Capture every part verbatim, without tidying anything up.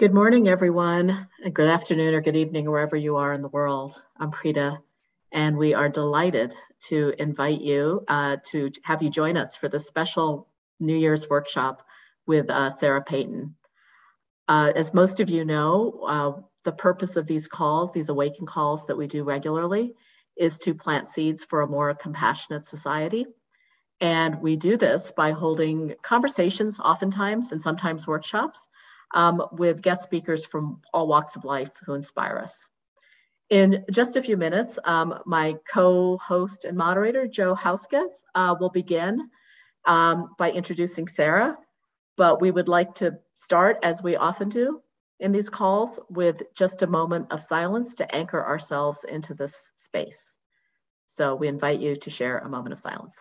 Good morning, everyone, and good afternoon or good evening, wherever you are in the world. I'm Preeta, and we are delighted to invite you uh, to have you join us for this special New Year's workshop with uh, Sarah Payton. Uh, as most of you know, uh, the purpose of these calls, these awaken calls that we do regularly, is to plant seeds for a more compassionate society. And we do this by holding conversations oftentimes and sometimes workshops um, with guest speakers from all walks of life who inspire us. In just a few minutes, um, my co-host and moderator, Joe Hauskes, uh, will begin um, by introducing Sarah, but we would like to start, as we often do in these calls, with just a moment of silence to anchor ourselves into this space. So we invite you to share a moment of silence.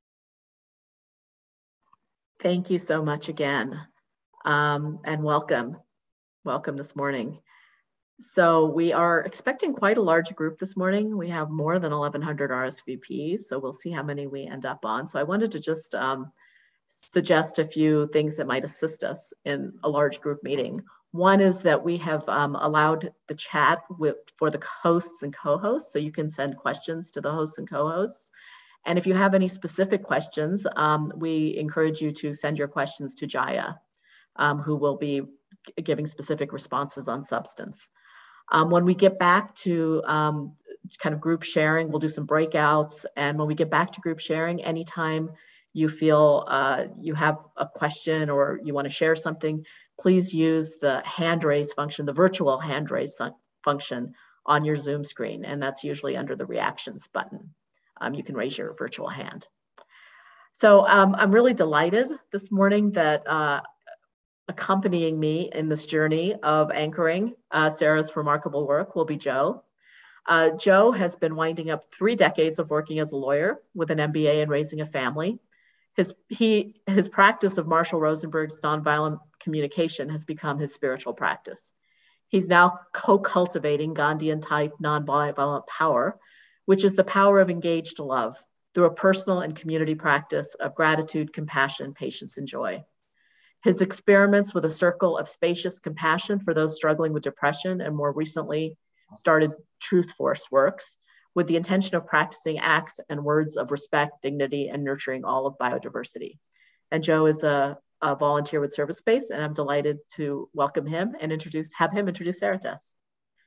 Thank you so much again, um, and welcome. Welcome this morning. So we are expecting quite a large group this morning. We have more than eleven hundred R S V Ps, so we'll see how many we end up on. So I wanted to just um, suggest a few things that might assist us in a large group meeting. One is that we have um, allowed the chat with, for the hosts and co-hosts, so you can send questions to the hosts and co-hosts. And if you have any specific questions, um, we encourage you to send your questions to Jaya, um, who will be giving specific responses on substance. Um, when we get back to um, kind of group sharing, we'll do some breakouts. And when we get back to group sharing, anytime you feel uh, you have a question or you want to share something, please use the hand raise function, the virtual hand raise function on your Zoom screen. And that's usually under the reactions button. Um, you can raise your virtual hand. So um, I'm really delighted this morning that uh, accompanying me in this journey of anchoring uh, Sarah's remarkable work will be Joe. Uh, Joe has been winding up three decades of working as a lawyer with an M B A in raising a family. His, he, his practice of Marshall Rosenberg's nonviolent communication has become his spiritual practice. He's now co-cultivating Gandhian-type nonviolent power, which is the power of engaged love through a personal and community practice of gratitude, compassion, patience, and joy. His experiments with a circle of spacious compassion for those struggling with depression, and more recently started Truth Force works with the intention of practicing acts and words of respect, dignity, and nurturing all of biodiversity. And Joe is a, a volunteer with Service Space, and I'm delighted to welcome him and introduce, have him introduce Sarah to us.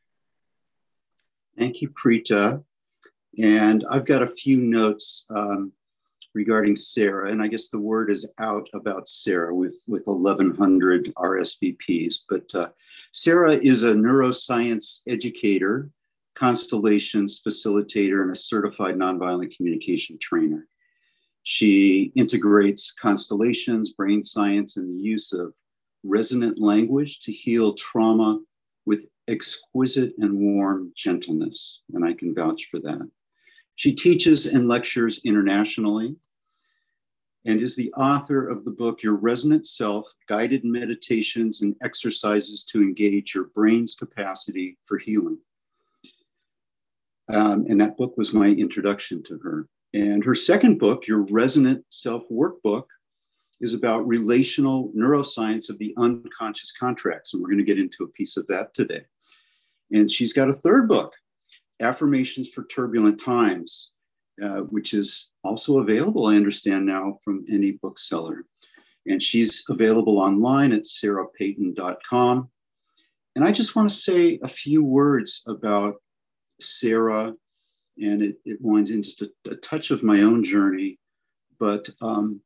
Thank you, Preeta. And I've got a few notes um, regarding Sarah, and I guess the word is out about Sarah with, with eleven hundred R S V Ps. But uh, Sarah is a neuroscience educator, constellations facilitator, and a certified nonviolent communication trainer. She integrates constellations, brain science, and the use of resonant language to heal trauma with exquisite and warm gentleness, and I can vouch for that. She teaches and lectures internationally and is the author of the book, Your Resonant Self, Guided Meditations and Exercises to Engage Your Brain's Capacity for Healing. Um, and that book was my introduction to her. And her second book, Your Resonant Self Workbook, is about relational neuroscience of the unconscious contracts. And we're going to get into a piece of that today. And she's got a third book, Affirmations for Turbulent Times, uh, which is also available, I understand now, from any bookseller. And she's available online at sarah payton dot com. And I just want to say a few words about Sarah, and it, it winds in just a, a touch of my own journey. But um,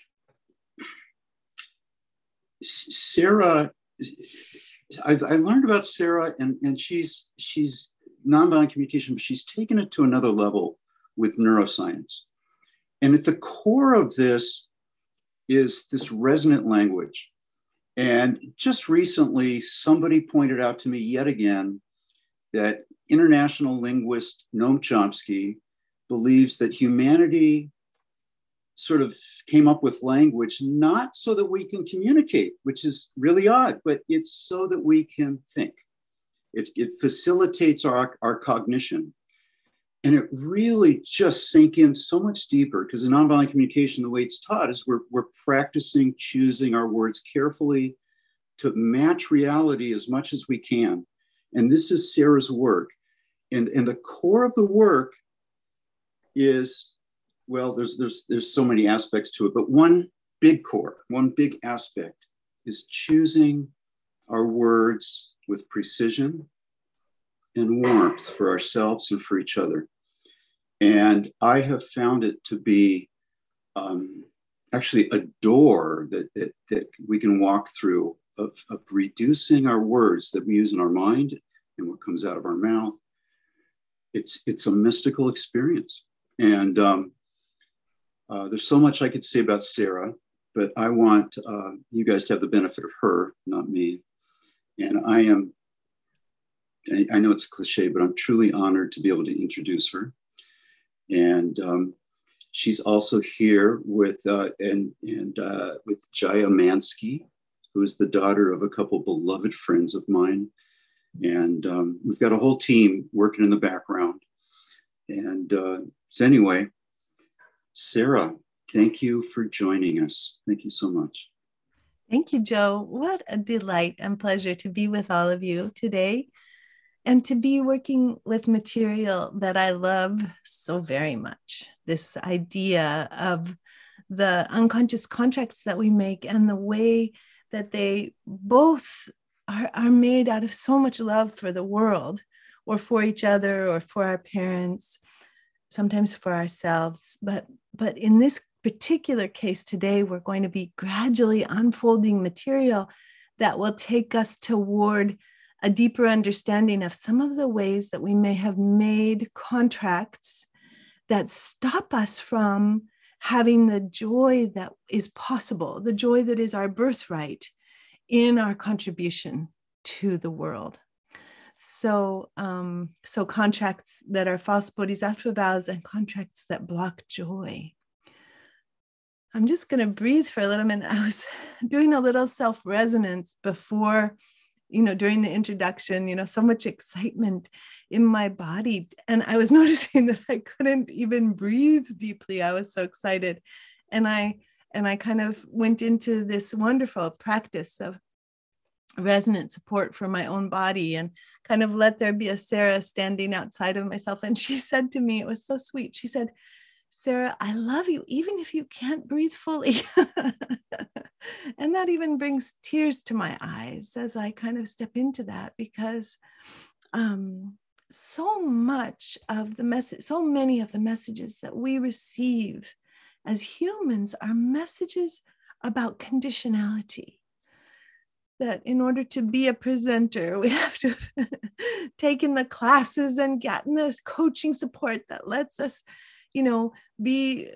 Sarah, I've I learned about Sarah, and, and she's she's nonviolent communication, but she's taken it to another level with neuroscience. And at the core of this is this resonant language. And just recently, somebody pointed out to me yet again that international linguist Noam Chomsky believes that humanity sort of came up with language not so that we can communicate, which is really odd, but it's so that we can think. It, it facilitates our, our cognition. And it really just sank in so much deeper, because in nonviolent communication, the way it's taught is we're, we're practicing choosing our words carefully, to match reality as much as we can. And this is Sarah's work. And, and the core of the work is, well, there's, there's, there's so many aspects to it, but one big core, one big aspect is choosing our words with precision and warmth for ourselves and for each other. And I have found it to be um, actually a door that, that, that we can walk through of, of reducing our words that we use in our mind and what comes out of our mouth. It's, it's a mystical experience. And um, uh, there's so much I could say about Sarah, but I want uh, you guys to have the benefit of her, not me. And I am, I know it's a cliche, but I'm truly honored to be able to introduce her. And um, she's also here with uh, and and uh, with Jaya Mansky, who is the daughter of a couple beloved friends of mine. And um, we've got a whole team working in the background. And uh, so anyway, Sarah, thank you for joining us. Thank you so much. Thank you, Joe. What a delight and pleasure to be with all of you today, and to be working with material that I love so very much. This idea of the unconscious contracts that we make and the way that they both are, are made out of so much love for the world, or for each other, or for our parents, sometimes for ourselves. But, but in this particular case today, we're going to be gradually unfolding material that will take us toward a deeper understanding of some of the ways that we may have made contracts that stop us from having the joy that is possible, the joy that is our birthright in our contribution to the world. So, um, so contracts that are false bodhisattva vows and contracts that block joy. I'm just going to breathe for a little minute. I was doing a little self-resonance before, you know, during the introduction, you know, so much excitement in my body. And I was noticing that I couldn't even breathe deeply. I was so excited. And I, and I kind of went into this wonderful practice of resonant support for my own body, and kind of let there be a Sarah standing outside of myself. And she said to me, it was so sweet. She said, Sarah, I love you, even if you can't breathe fully. And that even brings tears to my eyes as I kind of step into that, because um, so much of the message, so many of the messages that we receive as humans are messages about conditionality. That in order to be a presenter, we have to have taken the classes and gotten the coaching support that lets us, you know, be,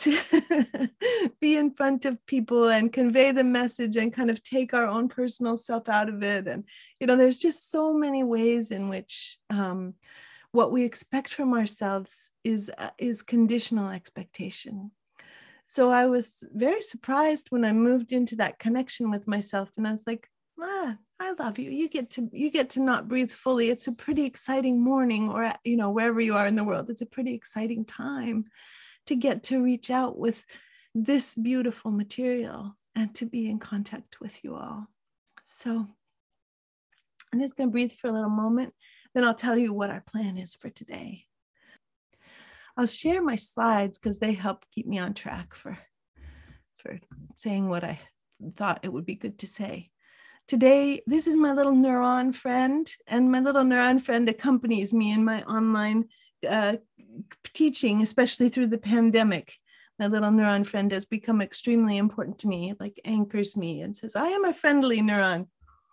be in front of people and convey the message and kind of take our own personal self out of it. And, you know, there's just so many ways in which um, what we expect from ourselves is, uh, is conditional expectation. So I was very surprised when I moved into that connection with myself, and I was like, ah, I love you. You get to, you get to not breathe fully. It's a pretty exciting morning, or, you know, wherever you are in the world, it's a pretty exciting time to get to reach out with this beautiful material and to be in contact with you all. So I'm just going to breathe for a little moment, then I'll tell you what our plan is for today. I'll share my slides because they help keep me on track for, for saying what I thought it would be good to say. Today, this is my little neuron friend, and my little neuron friend accompanies me in my online uh, teaching, especially through the pandemic. My little neuron friend has become extremely important to me, like anchors me and says, I am a friendly neuron.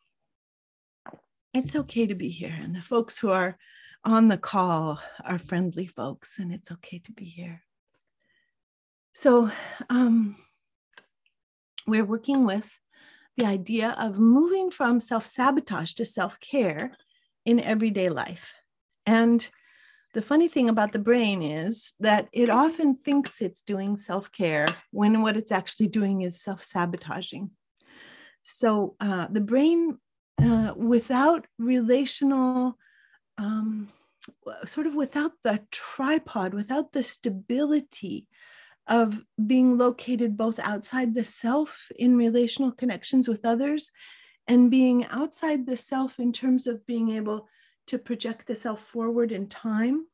It's okay to be here. And the folks who are on the call are friendly folks, and it's okay to be here. So um, we're working with the idea of moving from self-sabotage to self-care in everyday life. And the funny thing about the brain is that it often thinks it's doing self-care when what it's actually doing is self-sabotaging. So uh, the brain, uh, without relational, um, sort of without the tripod, without the stability of being located both outside the self in relational connections with others And being outside the self in terms of being able to project the self forward in time,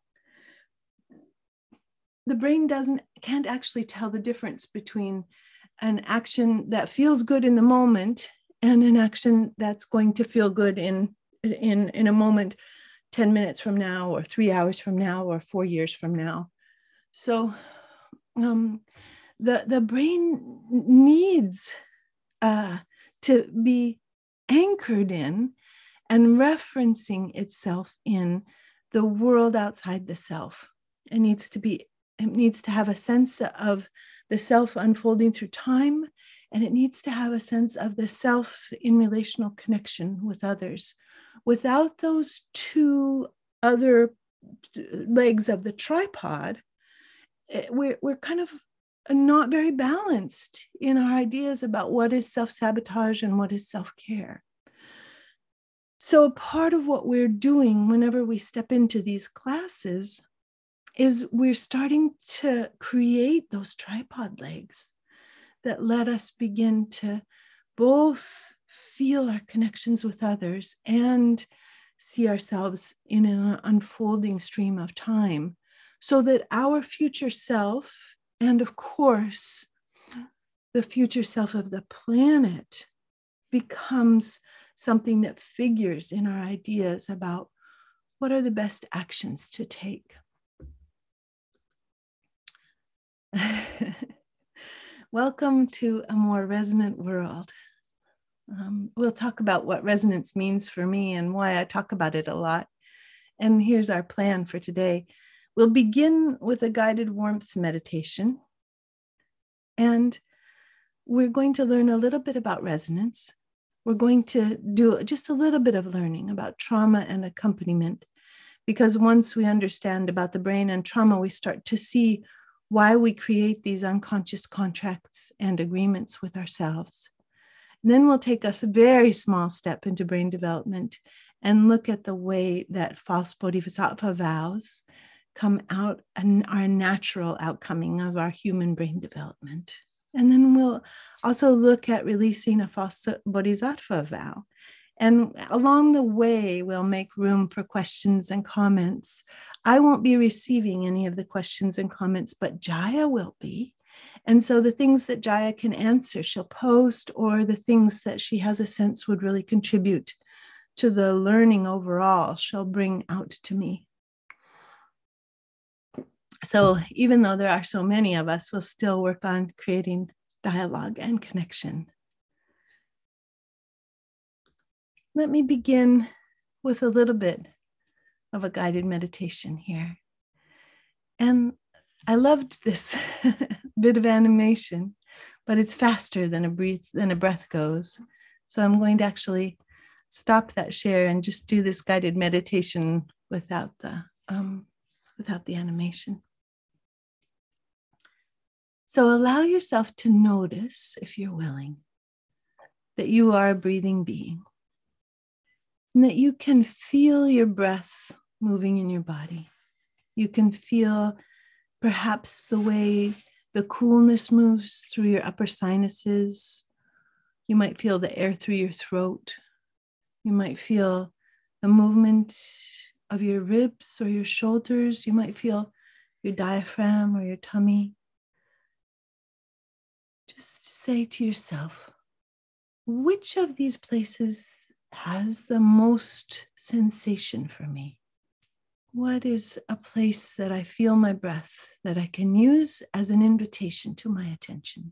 the brain doesn't can't actually tell the difference between an action that feels good in the moment and an action that's going to feel good in in in a moment, ten minutes from now, or three hours from now, or four years from now. So um, the the brain needs uh, to be anchored in and referencing itself in the world outside the self. It needs to be, it needs to have a sense of the self unfolding through time, and it needs to have a sense of the self in relational connection with others. Without those two other legs of the tripod, we're, we're kind of not very balanced in our ideas about what is self-sabotage and what is self-care. So part of what we're doing whenever we step into these classes is we're starting to create those tripod legs that let us begin to both feel our connections with others and see ourselves in an unfolding stream of time, so that our future self, and of course, the future self of the planet, becomes something that figures in our ideas about what are the best actions to take. Welcome to a more resonant world. Um, we'll talk about what resonance means for me and why I talk about it a lot. And here's our plan for today. We'll begin with a guided warmth meditation. And we're going to learn a little bit about resonance. We're going to do just a little bit of learning about trauma and accompaniment, because once we understand about the brain and trauma, we start to see why we create these unconscious contracts and agreements with ourselves. And then we'll take us a very small step into brain development and look at the way that false bodhisattva vows come out and are a natural outcoming of our human brain development. And then we'll also look at releasing a false bodhisattva vow. And along the way, we'll make room for questions and comments. I won't be receiving any of the questions and comments, but Jaya will be. And so the things that Jaya can answer, she'll post, or the things that she has a sense would really contribute to the learning overall, she'll bring out to me. So even though there are so many of us, we'll still work on creating dialogue and connection. Let me begin with a little bit of a guided meditation here. And I loved this bit of animation, but it's faster than a breath, than a breath goes. So I'm going to actually stop that share and just do this guided meditation without the, um, without the animation. So allow yourself to notice, if you're willing, that you are a breathing being and that you can feel your breath moving in your body. You can feel perhaps the way the coolness moves through your upper sinuses. You might feel the air through your throat. You might feel the movement of your ribs or your shoulders. You might feel your diaphragm or your tummy. Just say to yourself, which of these places has the most sensation for me? What is a place that I feel my breath that I can use as an invitation to my attention?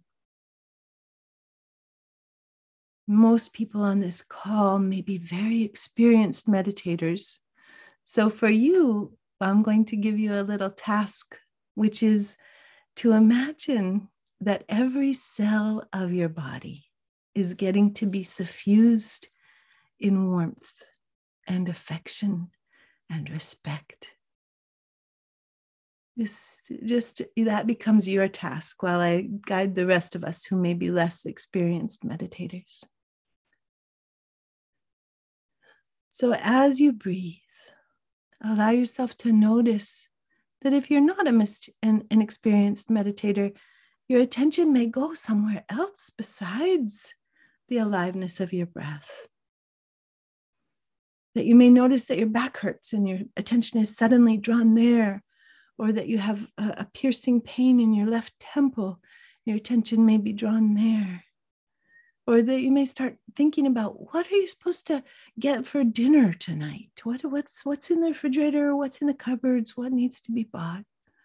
Most people on this call may be very experienced meditators. So for you, I'm going to give you a little task, which is to imagine that every cell of your body is getting to be suffused in warmth and affection and respect. This just that becomes your task while I guide the rest of us who may be less experienced meditators. So as you breathe, allow yourself to notice that if you're not a mis- an, an experienced meditator, your attention may go somewhere else besides the aliveness of your breath. That you may notice that your back hurts and your attention is suddenly drawn there, or that you have a, a piercing pain in your left temple, your attention may be drawn there. Or that you may start thinking about, what are you supposed to get for dinner tonight? What, what's, what's in the refrigerator? What's in the cupboards? What needs to be bought?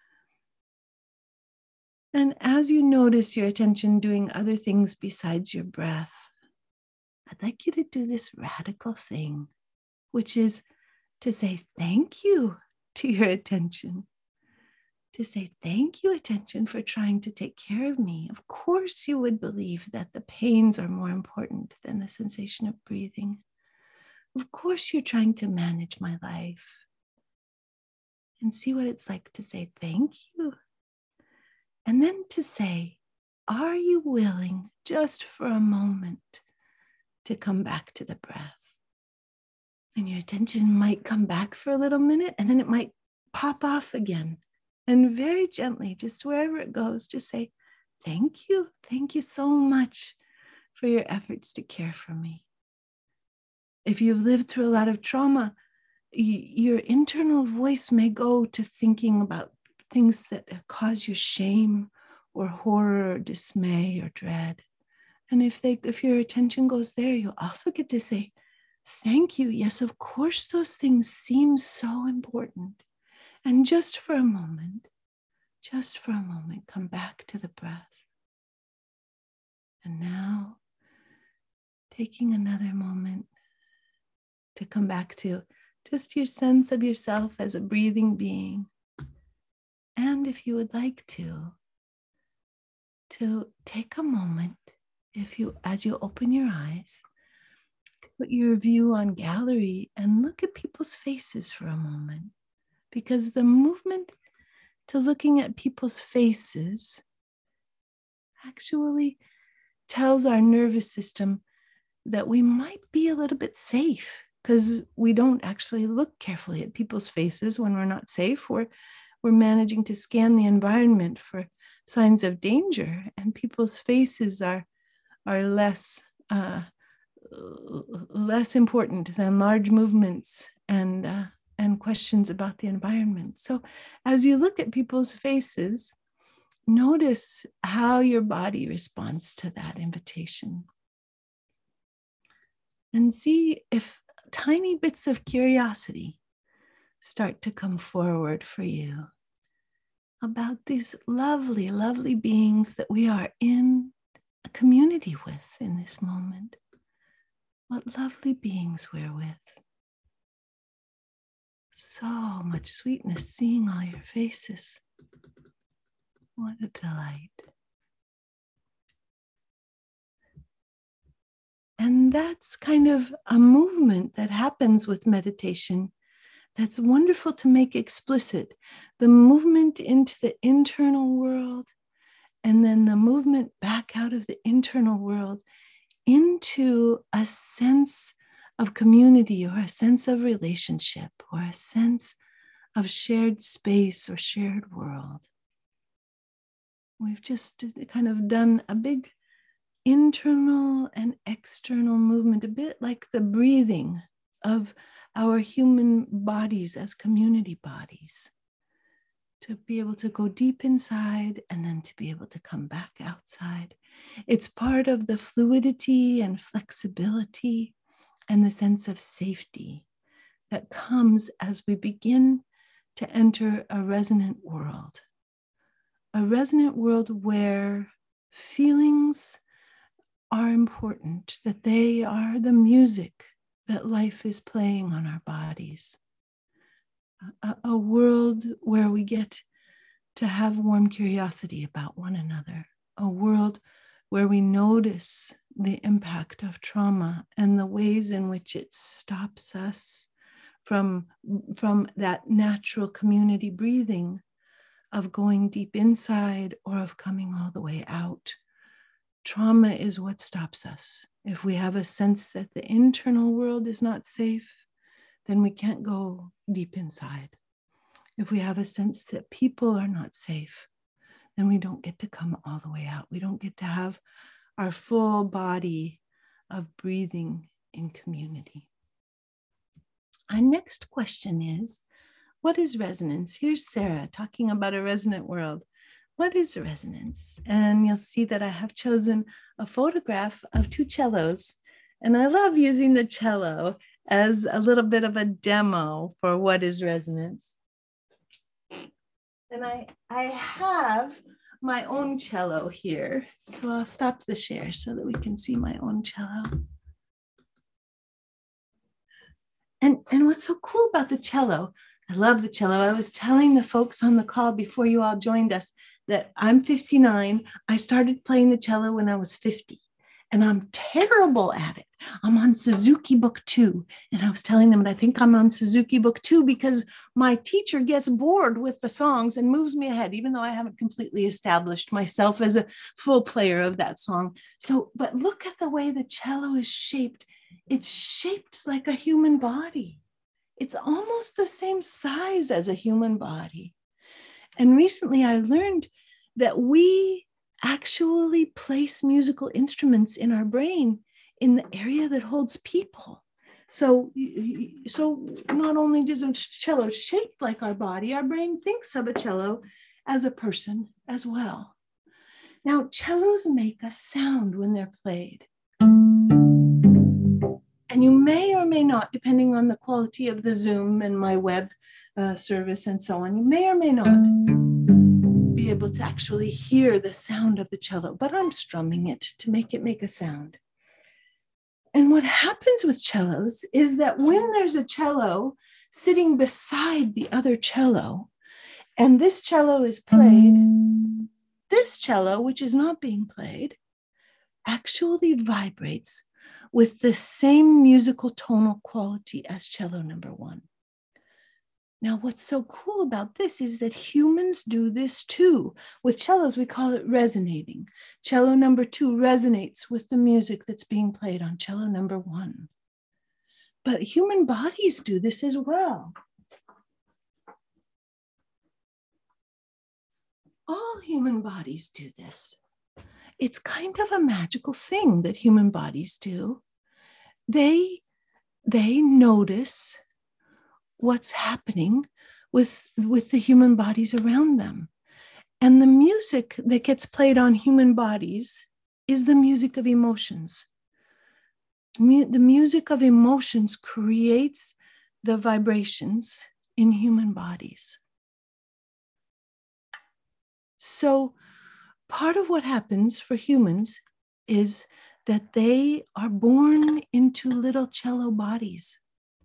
And as you notice your attention doing other things besides your breath, I'd like you to do this radical thing, which is to say thank you to your attention. To say, thank you, attention, for trying to take care of me. Of course, you would believe that the pains are more important than the sensation of breathing. Of course, you're trying to manage my life. And see what it's like to say, thank you. And then to say, are you willing just for a moment to come back to the breath? And your attention might come back for a little minute, and then it might pop off again. And very gently, just wherever it goes, just say, thank you. Thank you so much for your efforts to care for me. If you've lived through a lot of trauma, y- your internal voice may go to thinking about things that cause you shame or horror or dismay or dread. And if they, if your attention goes there, you'll also get to say, thank you. Yes, of course, those things seem so important. And just for a moment, just for a moment, come back to the breath. And now, taking another moment to come back to just your sense of yourself as a breathing being. And if you would like to, to take a moment, if you, as you open your eyes, to put your view on gallery and look at people's faces for a moment. Because the movement to looking at people's faces actually tells our nervous system that we might be a little bit safe, because we don't actually look carefully at people's faces when we're not safe. We're, we're managing to scan the environment for signs of danger, and people's faces are, are less, uh, less important than large movements and uh, and questions about the environment. So as you look at people's faces, notice how your body responds to that invitation. And see if tiny bits of curiosity start to come forward for you about these lovely, lovely beings that we are in a community with in this moment. What lovely beings we're with. So much sweetness seeing all your faces. What a delight. And that's kind of a movement that happens with meditation that's wonderful to make explicit. The movement into the internal world, and then the movement back out of the internal world into a sense of community, or a sense of relationship, or a sense of shared space or shared world. We've just kind of done a big internal and external movement, a bit like the breathing of our human bodies as community bodies, to be able to go deep inside and then to be able to come back outside. It's part of the fluidity and flexibility and the sense of safety that comes as we begin to enter a resonant world. A resonant world where feelings are important, that they are the music that life is playing on our bodies. A, a world where we get to have warm curiosity about one another. A world where we notice the impact of trauma and the ways in which it stops us from, from that natural community breathing of going deep inside or of coming all the way out. Trauma is what stops us. If we have a sense that the internal world is not safe, then we can't go deep inside. If we have a sense that people are not safe, then we don't get to come all the way out. We don't get to have our full body of breathing in community. Our next question is, what is resonance? Here's Sarah talking about a resonant world. What is resonance? And you'll see that I have chosen a photograph of two cellos. And I love using the cello as a little bit of a demo for what is resonance. And I, I have my own cello here. So I'll stop the share so that we can see my own cello. And, and what's so cool about the cello, I love the cello. I was telling the folks on the call before you all joined us that I'm fifty-nine. I started playing the cello when I was fifty, and I'm terrible at it. I'm on Suzuki Book Two, and I was telling them, and I think I'm on Suzuki Book Two because my teacher gets bored with the songs and moves me ahead, even though I haven't completely established myself as a full player of that song. So, but look at the way the cello is shaped. It's shaped like a human body. It's almost the same size as a human body. And recently I learned that we actually place musical instruments in our brain in the area that holds people. So, so not only does a cello shaped like our body, our brain thinks of a cello as a person as well. Now, cellos make a sound when they're played. And you may or may not, depending on the quality of the Zoom and my web uh, service and so on, you may or may not be able to actually hear the sound of the cello, but I'm strumming it to make it make a sound. And what happens with cellos is that when there's a cello sitting beside the other cello, and this cello is played, this cello, which is not being played, actually vibrates with the same musical tonal quality as cello number one. Now, what's so cool about this is that humans do this too. With cellos, we call it resonating. Cello number two resonates with the music that's being played on cello number one. But human bodies do this as well. All human bodies do this. It's kind of a magical thing that human bodies do. They, they notice what's happening with, with the human bodies around them. And the music that gets played on human bodies is the music of emotions. Mu- the music of emotions creates the vibrations in human bodies. So part of what happens for humans is that they are born into little cello bodies.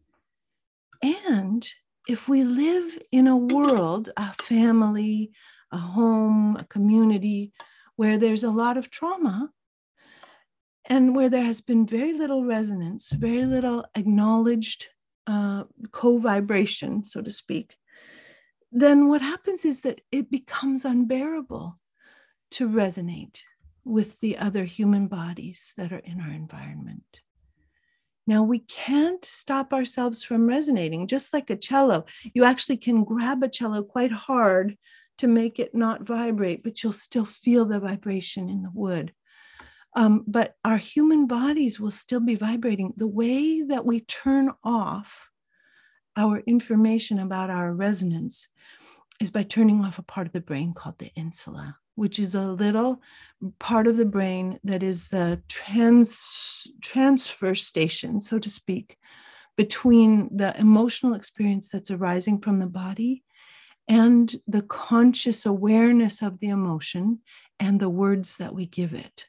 And if we live in a world, a family, a home, a community, where there's a lot of trauma and where there has been very little resonance, very little acknowledged uh, co-vibration, so to speak, then what happens is that it becomes unbearable to resonate with the other human bodies that are in our environment. Now, we can't stop ourselves from resonating, just like a cello. You actually can grab a cello quite hard to make it not vibrate, but you'll still feel the vibration in the wood. Um, but our human bodies will still be vibrating. The way that we turn off our information about our resonance is by turning off a part of the brain called the insula, which is a little part of the brain that is the trans, transfer station, so to speak, between the emotional experience that's arising from the body and the conscious awareness of the emotion and the words that we give it.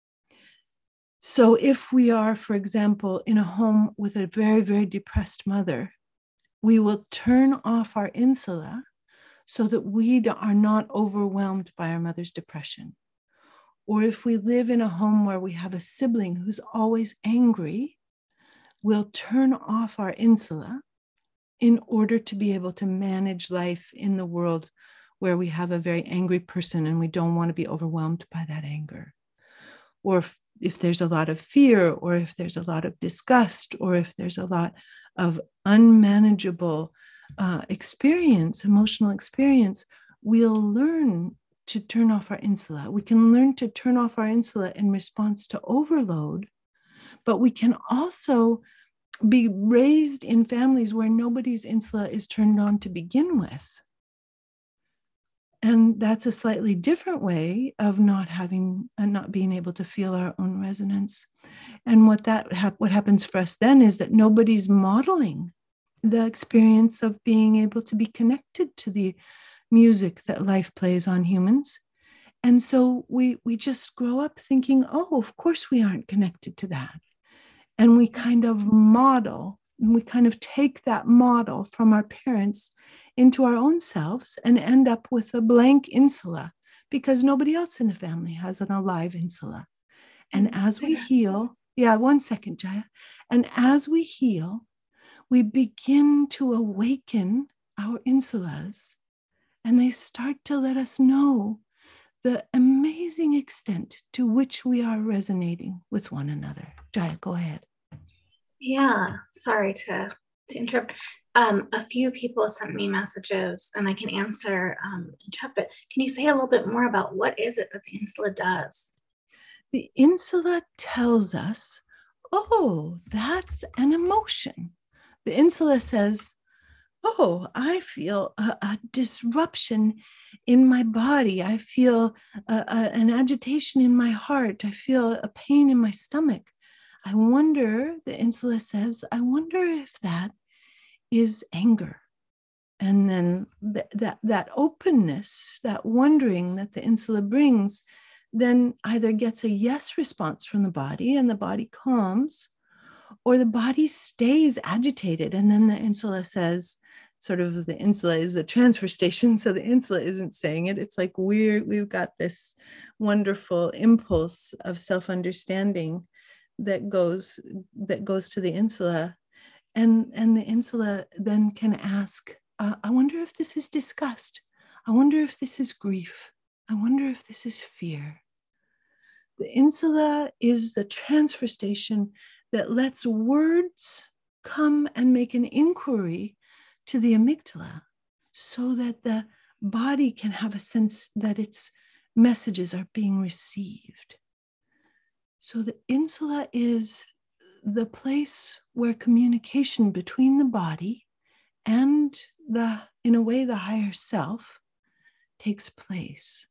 So if we are, for example, in a home with a very, very depressed mother, we will turn off our insula so that we are not overwhelmed by our mother's depression. Or if we live in a home where we have a sibling who's always angry, we'll turn off our insula in order to be able to manage life in the world where we have a very angry person and we don't want to be overwhelmed by that anger. Or if, if there's a lot of fear, or if there's a lot of disgust, or if there's a lot of unmanageable uh, experience, emotional experience, we'll learn to turn off our insula. We can learn to turn off our insula in response to overload, But we can also be raised in families where nobody's insula is turned on to begin with. And that's a slightly different way of not having and not being able to feel our own resonance. And what that hap- what happens for us then is that nobody's modeling the experience of being able to be connected to the music that life plays on humans. And so we we just grow up thinking, oh, of course we aren't connected to that. And we kind of model, we kind of take that model from our parents into our own selves and end up with a blank insula because nobody else in the family has an alive insula. And as we heal, yeah, one second, Jaya. And as we heal, we begin to awaken our insulas, and they start to let us know the amazing extent to which we are resonating with one another. Jaya, go ahead. Yeah, sorry to, to interrupt. Um, a few people sent me messages, and I can answer um, in chat, but can you say a little bit more about what is it that the insula does? The insula tells us, oh, that's an emotion. The insula says, oh, I feel a, a disruption in my body. I feel a, a, an agitation in my heart. I feel a pain in my stomach. I wonder, the insula says, I wonder if that is anger. And then th- that, that openness, that wondering that the insula brings, then either gets a yes response from the body and the body calms, or the body stays agitated. And then the insula says, sort of the insula is the transfer station. So the insula isn't saying it. It's like we're, we've got this wonderful impulse of self-understanding that goes, that goes to the insula. And, and the insula then can ask, uh, I wonder if this is disgust. I wonder if this is grief. I wonder if this is fear. The insula is the transfer station that lets words come and make an inquiry to the amygdala so that the body can have a sense that its messages are being received. So the insula is the place where communication between the body and the, in a way, the higher self takes place.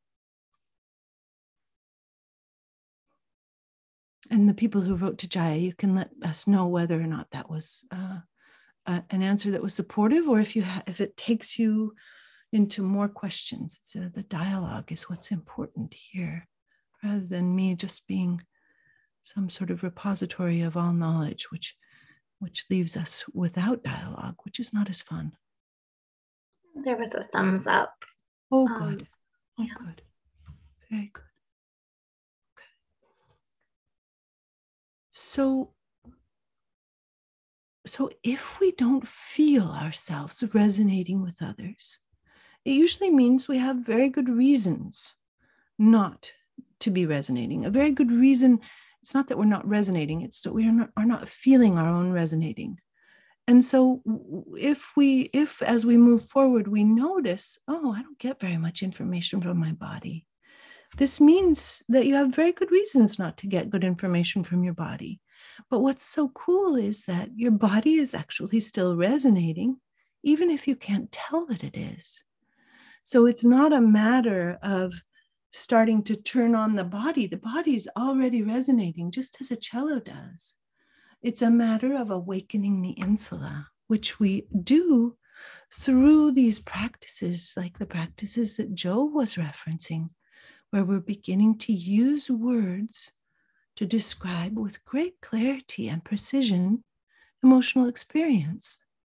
And the people who wrote to Jaya, you can let us know whether or not that was uh, uh, an answer that was supportive, or if you ha- if it takes you into more questions. So the dialogue is what's important here, rather than me just being some sort of repository of all knowledge, which which leaves us without dialogue, which is not as fun. There was a thumbs up. Oh, good. Um, oh, yeah. good. Very good. So, so if we don't feel ourselves resonating with others, it usually means we have very good reasons not to be resonating. A very good reason, it's not that we're not resonating, it's that we are not, are not feeling our own resonating. And so if we, if as we move forward, we notice, oh, I don't get very much information from my body. This means that you have very good reasons not to get good information from your body. But what's so cool is that your body is actually still resonating, even if you can't tell that it is. So it's not a matter of starting to turn on the body. The body's already resonating, just as a cello does. It's a matter of awakening the insula, which we do through these practices, like the practices that Joe was referencing, where we're beginning to use words to describe with great clarity and precision emotional experience.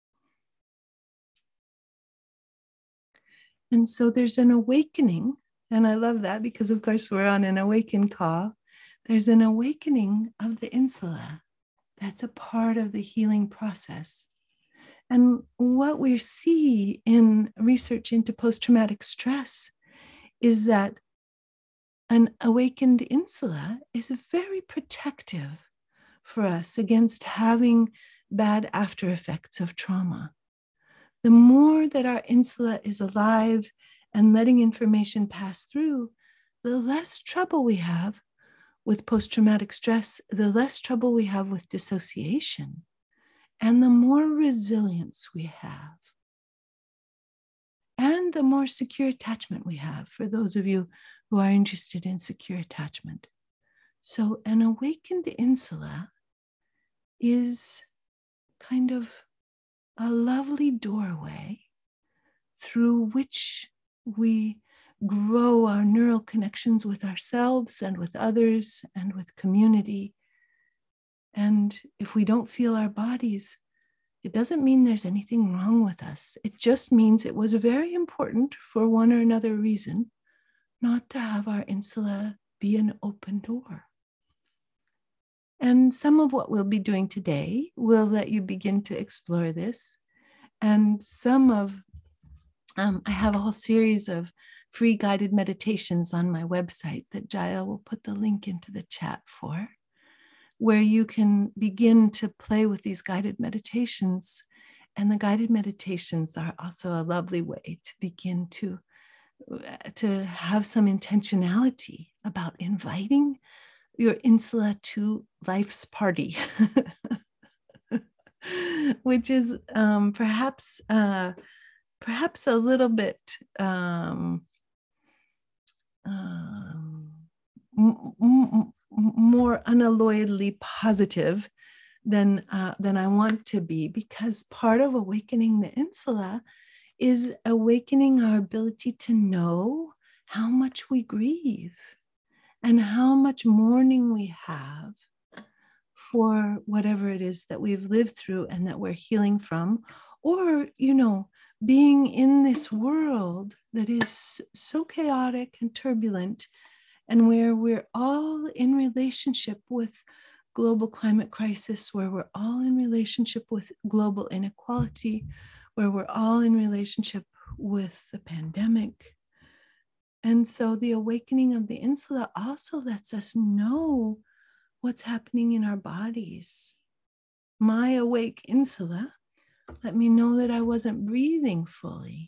And so there's an awakening, and I love that because, of course, we're on an awaken call. There's an awakening of the insula. That's a part of the healing process. And what we see in research into post-traumatic stress is that an awakened insula is very protective for us against having bad after effects of trauma. The more that our insula is alive and letting information pass through, the less trouble we have with post-traumatic stress, the less trouble we have with dissociation and the more resilience we have. And the more secure attachment we have, for those of you who are interested in secure attachment. So an awakened insula is kind of a lovely doorway through which we grow our neural connections with ourselves and with others and with community. And if we don't feel our bodies, it doesn't mean there's anything wrong with us. It just means it was very important for one or another reason not to have our insula be an open door. And some of what we'll be doing today will let you begin to explore this. And some of, um, I have a whole series of free guided meditations on my website that Jaya will put the link into the chat for, where you can begin to play with these guided meditations. And the guided meditations are also a lovely way to begin to, to have some intentionality about inviting your insula to life's party, which is um, perhaps, uh, perhaps a little bit um, um, m- m- more unalloyedly positive than, uh, than I want to be, because part of awakening the insula is awakening our ability to know how much we grieve and how much mourning we have for whatever it is that we've lived through and that we're healing from, or, you know, being in this world that is so chaotic and turbulent, and where we're all in relationship with global climate crisis, where we're all in relationship with global inequality, where we're all in relationship with the pandemic. And so the awakening of the insula also lets us know what's happening in our bodies. My awake insula let me know that I wasn't breathing fully.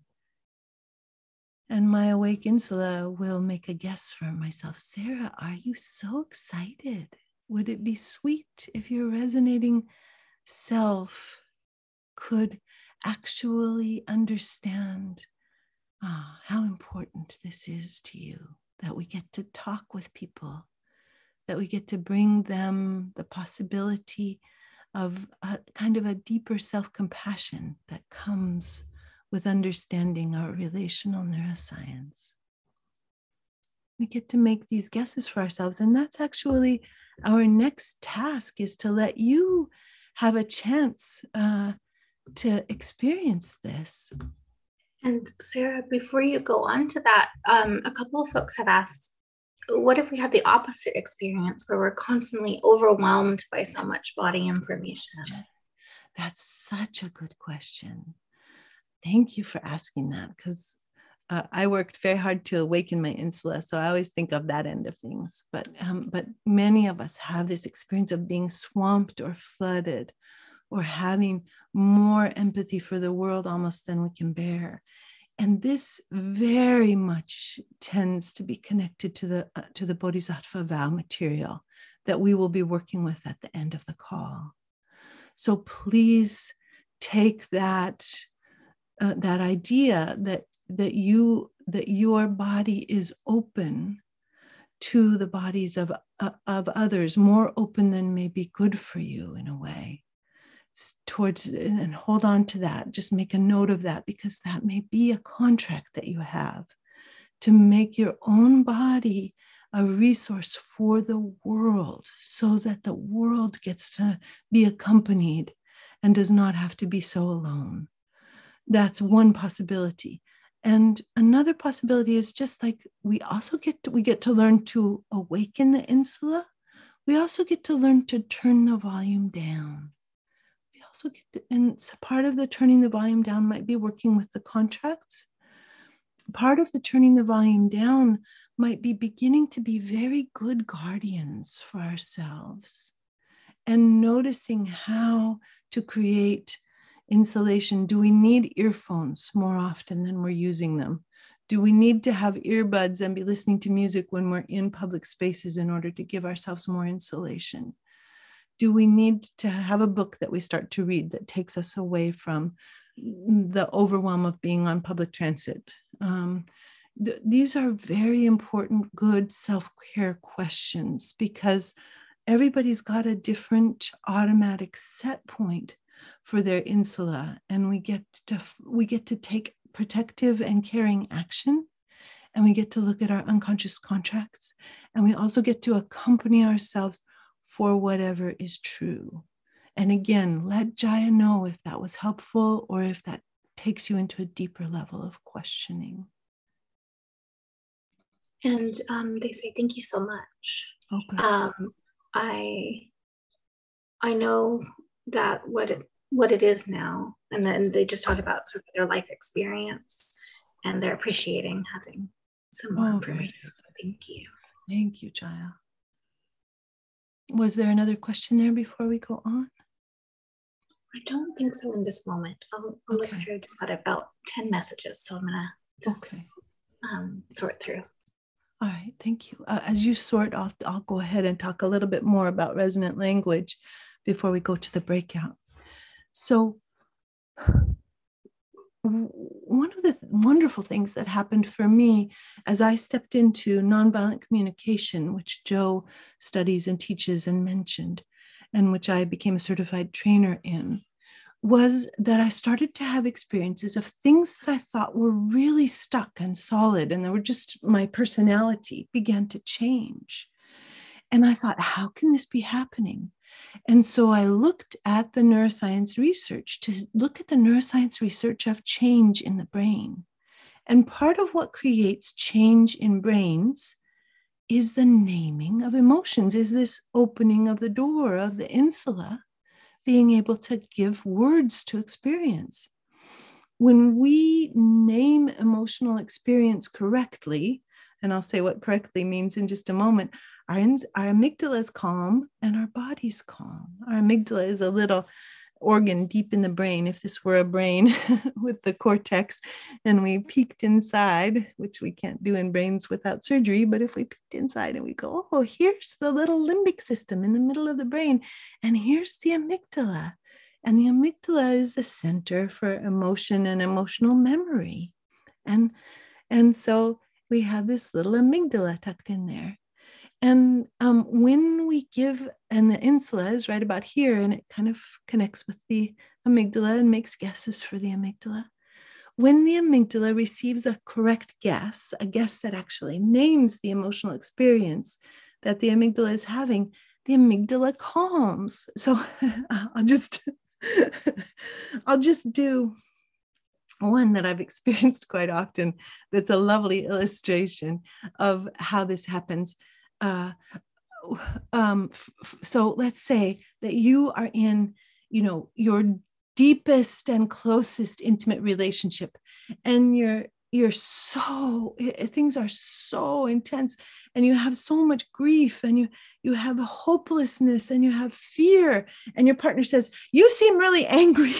And my awake insula will make a guess for myself. Sarah, are you so excited? Would it be sweet if your resonating self could actually understand oh, how important this is to you, that we get to talk with people, that we get to bring them the possibility of a kind of a deeper self-compassion that comes with understanding our relational neuroscience. We get to make these guesses for ourselves. And that's actually our next task, is to let you have a chance uh, to experience this. And Sarah, before you go on to that, um, a couple of folks have asked, what if we have the opposite experience where we're constantly overwhelmed by so much body information? That's such a good question. Thank you for asking that, because uh, I worked very hard to awaken my insula. So I always think of that end of things. But, um, but many of us have this experience of being swamped or flooded, or having more empathy for the world almost than we can bear. And this very much tends to be connected to the, uh, to the Bodhisattva vow material that we will be working with at the end of the call. So please take that, uh, that idea that, that, you, that your body is open to the bodies of, uh, of others, more open than may be good for you in a way. Towards, and hold on to that. Just make a note of that, because that may be a contract that you have to make your own body a resource for the world, so that the world gets to be accompanied and does not have to be so alone. That's one possibility. And another possibility is, just like we also get to, we get to learn to awaken the insula, we also get to learn to turn the volume down. We also get to, and so part of the turning the volume down might be working with the contracts. Part of the turning the volume down might be beginning to be very good guardians for ourselves and noticing how to create insulation. Do we need earphones more often than we're using them? Do we need to have earbuds and be listening to music when we're in public spaces in order to give ourselves more insulation? Do we need to have a book that we start to read that takes us away from the overwhelm of being on public transit? Um, th- these are very important, good self-care questions, because everybody's got a different automatic set point for their insula, and we get to we get to take protective and caring action, and we get to look at our unconscious contracts, and we also get to accompany ourselves for whatever is true. And again, let Jaya know if that was helpful or if that takes you into a deeper level of questioning. And um, they say, thank you so much. Okay. Um, I I know that what it, what it is now, and then they just talk about sort of their life experience, and they're appreciating having some more Oh, information. So thank you. Thank you, Jaya. Was there another question there before we go on? I don't think so in this moment. I'll, I'll Okay. look through. Just got about ten messages, so I'm gonna just Okay. um, sort through. All right, thank you. Uh, as you sort, I'll, I'll go ahead and talk a little bit more about resonant language before we go to the breakout. So one of the th- wonderful things that happened for me as I stepped into nonviolent communication, which Joe studies and teaches and mentioned, and which I became a certified trainer in, was that I started to have experiences of things that I thought were really stuck and solid, and they were just my personality began to change. And I thought, how can this be happening? And so I looked at the neuroscience research to look at the neuroscience research of change in the brain. And part of what creates change in brains is the naming of emotions, is this opening of the door of the insula, being able to give words to experience. When we name emotional experience correctly, and I'll say what correctly means in just a moment, our, our amygdala is calm and our body's calm. Our amygdala is a little organ deep in the brain. If this were a brain with the cortex and we peeked inside, which we can't do in brains without surgery, but if we peeked inside and we go, oh, here's the little limbic system in the middle of the brain, and here's the amygdala. And the amygdala is the center for emotion and emotional memory. And, and so we have this little amygdala tucked in there. And um, when we give, and the insula is right about here, and it kind of connects with the amygdala and makes guesses for the amygdala. When the amygdala receives a correct guess, a guess that actually names the emotional experience that the amygdala is having, the amygdala calms. So I'll just, I'll just do one that I've experienced quite often. That's a lovely illustration of how this happens. Uh, um, f- so let's say that you are in, you know, your deepest and closest intimate relationship, and you're you're so things are so intense, and you have so much grief, and you you have hopelessness, and you have fear, and your partner says, "You seem really angry,"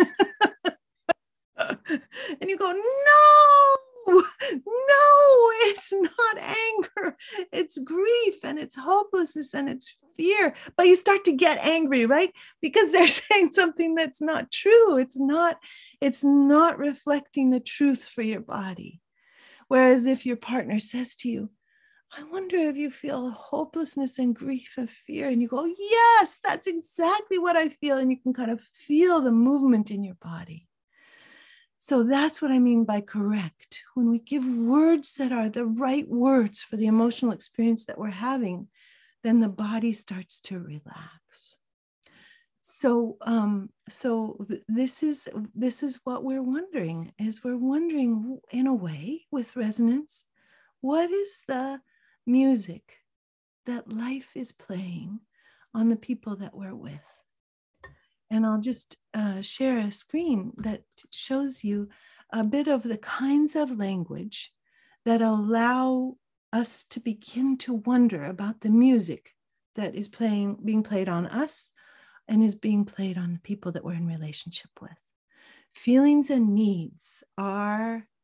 and you go, "No. No, it's not anger. It's grief, and it's hopelessness, and it's fear." But you start to get angry, right? Because they're saying something that's not true. It's not, it's not reflecting the truth for your body. Whereas if your partner says to you, "I wonder if you feel hopelessness and grief and fear," and you go, "Yes, that's exactly what I feel." And you can kind of feel the movement in your body. So that's what I mean by correct. When we give words that are the right words for the emotional experience that we're having, then the body starts to relax. So, um, so th- this is this is what we're wondering. Is we're wondering, in a way, with resonance, what is the music that life is playing on the people that we're with? And I'll just uh, share a screen that shows you a bit of the kinds of language that allow us to begin to wonder about the music that is playing, being played on us and is being played on the people that we're in relationship with. Feelings and needs are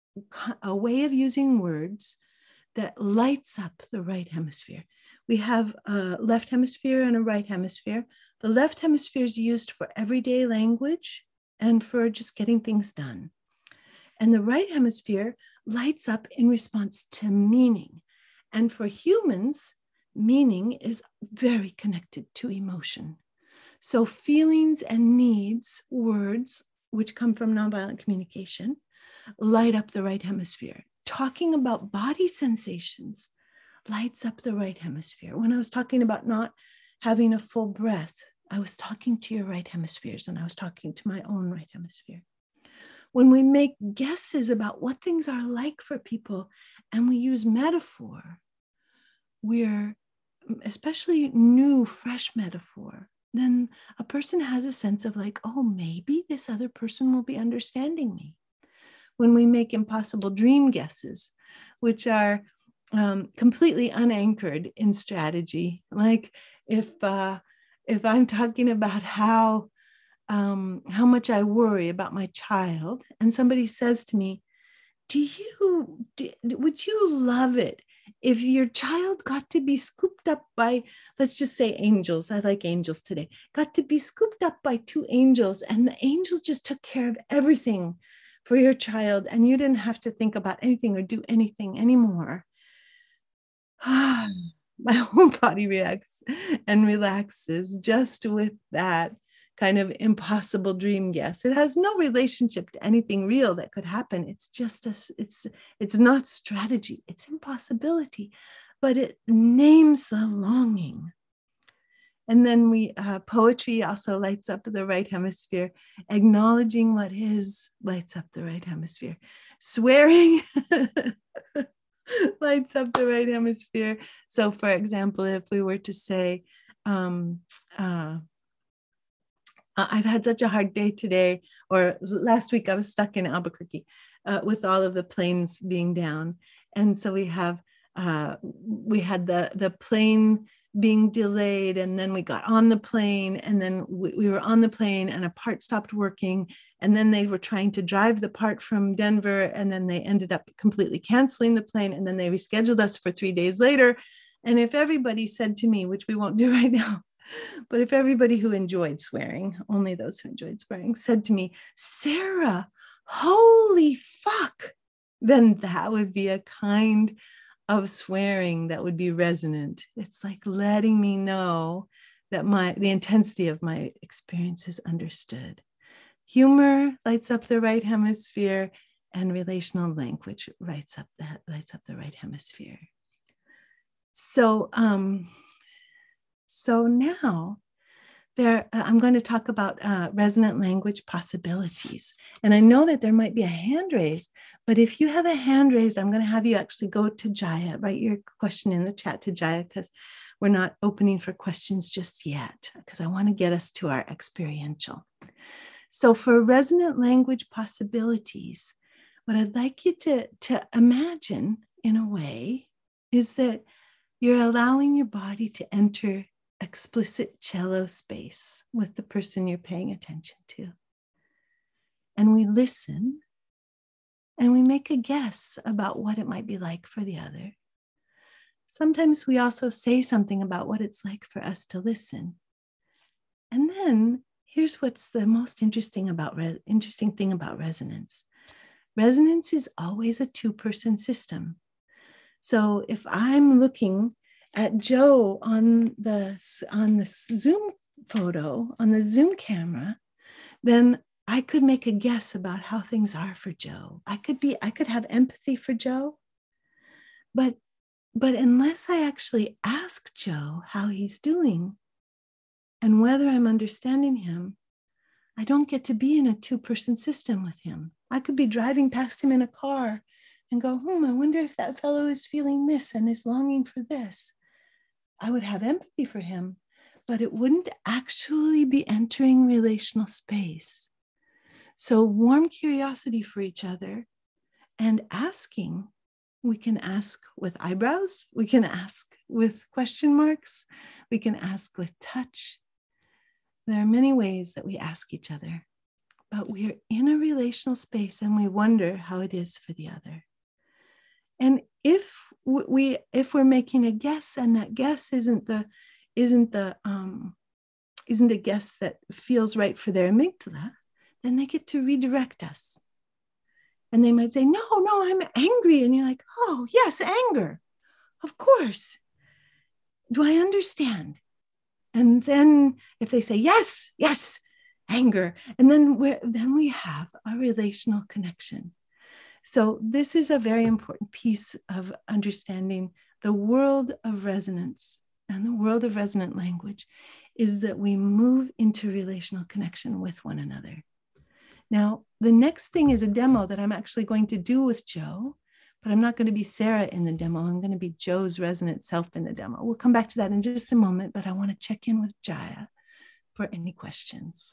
a way of using words that lights up the right hemisphere. We have a left hemisphere and a right hemisphere. The left hemisphere is used for everyday language and for just getting things done. And the right hemisphere lights up in response to meaning. And for humans, meaning is very connected to emotion. So feelings and needs, words, which come from nonviolent communication, light up the right hemisphere. Talking about body sensations lights up the right hemisphere. When I was talking about not having a full breath, I was talking to your right hemispheres, and I was talking to my own right hemisphere. When we make guesses about what things are like for people and we use metaphor, we're, especially new, fresh metaphor, then a person has a sense of like, oh, maybe this other person will be understanding me. When we make impossible dream guesses, which are um, completely unanchored in strategy, like if uh, if I'm talking about how um, how much I worry about my child, and somebody says to me, "Do you do, would you love it if your child got to be scooped up by, let's just say angels, I like angels today, got to be scooped up by two angels, and the angels just took care of everything for your child, and you didn't have to think about anything or do anything anymore." My whole body reacts and relaxes just with that kind of impossible dream guess. It has no relationship to anything real that could happen. It's just a, it's it's not strategy, it's impossibility, but it names the longing. And then we uh, poetry also lights up the right hemisphere. Acknowledging what is lights up the right hemisphere. Swearing lights up the right hemisphere. So for example, if we were to say, um, uh, I've had such a hard day today, or last week I was stuck in Albuquerque uh, with all of the planes being down. And so we have, uh, we had the, the plane being delayed, and then we got on the plane, and then we, we were on the plane and a part stopped working, and then they were trying to drive the part from Denver, and then they ended up completely canceling the plane, and then they rescheduled us for three days later. And if everybody said to me, which we won't do right now, but if everybody who enjoyed swearing, only those who enjoyed swearing, said to me, "Sarah, holy fuck," then that would be a kind of swearing that would be resonant. It's like letting me know that my the intensity of my experience is understood. Humor lights up the right hemisphere, and relational language lights up that lights up the right hemisphere. So, um, so now there, uh, I'm going to talk about uh, resonant language possibilities. And I know that there might be a hand raised, but if you have a hand raised, I'm going to have you actually go to Jaya, write your question in the chat to Jaya, because we're not opening for questions just yet, because I want to get us to our experiential. So for resonant language possibilities, what I'd like you to, to imagine in a way is that you're allowing your body to enter explicit cello space with the person you're paying attention to. And we listen and we make a guess about what it might be like for the other. Sometimes we also say something about what it's like for us to listen. And then here's what's the most interesting about re- interesting thing about resonance. Resonance is always a two-person system. So if I'm looking at Joe on the, on the Zoom photo, on the Zoom camera, then I could make a guess about how things are for Joe. I could be, I could have empathy for Joe, but, but unless I actually ask Joe how he's doing and whether I'm understanding him, I don't get to be in a two-person system with him. I could be driving past him in a car and go, hmm, I wonder if that fellow is feeling this and is longing for this. I would have empathy for him, but it wouldn't actually be entering relational space. So warm curiosity for each other and asking. We can ask with eyebrows, we can ask with question marks, we can ask with touch. There are many ways that we ask each other, but we're in a relational space and we wonder how it is for the other. And if we, if we're making a guess and that guess isn't the, isn't the, um, isn't a guess that feels right for their amygdala, then they get to redirect us. And they might say, no, no, I'm angry. And you're like, oh, yes, anger. Of course. Do I understand? And then if they say, yes, yes, anger, and then, we're, then we have a relational connection. So this is a very important piece of understanding the world of resonance and the world of resonant language is that we move into relational connection with one another. Now, the next thing is a demo that I'm actually going to do with Joe, but I'm not going to be Sarah in the demo. I'm going to be Joe's resonant self in the demo. We'll come back to that in just a moment, but I want to check in with Jaya for any questions.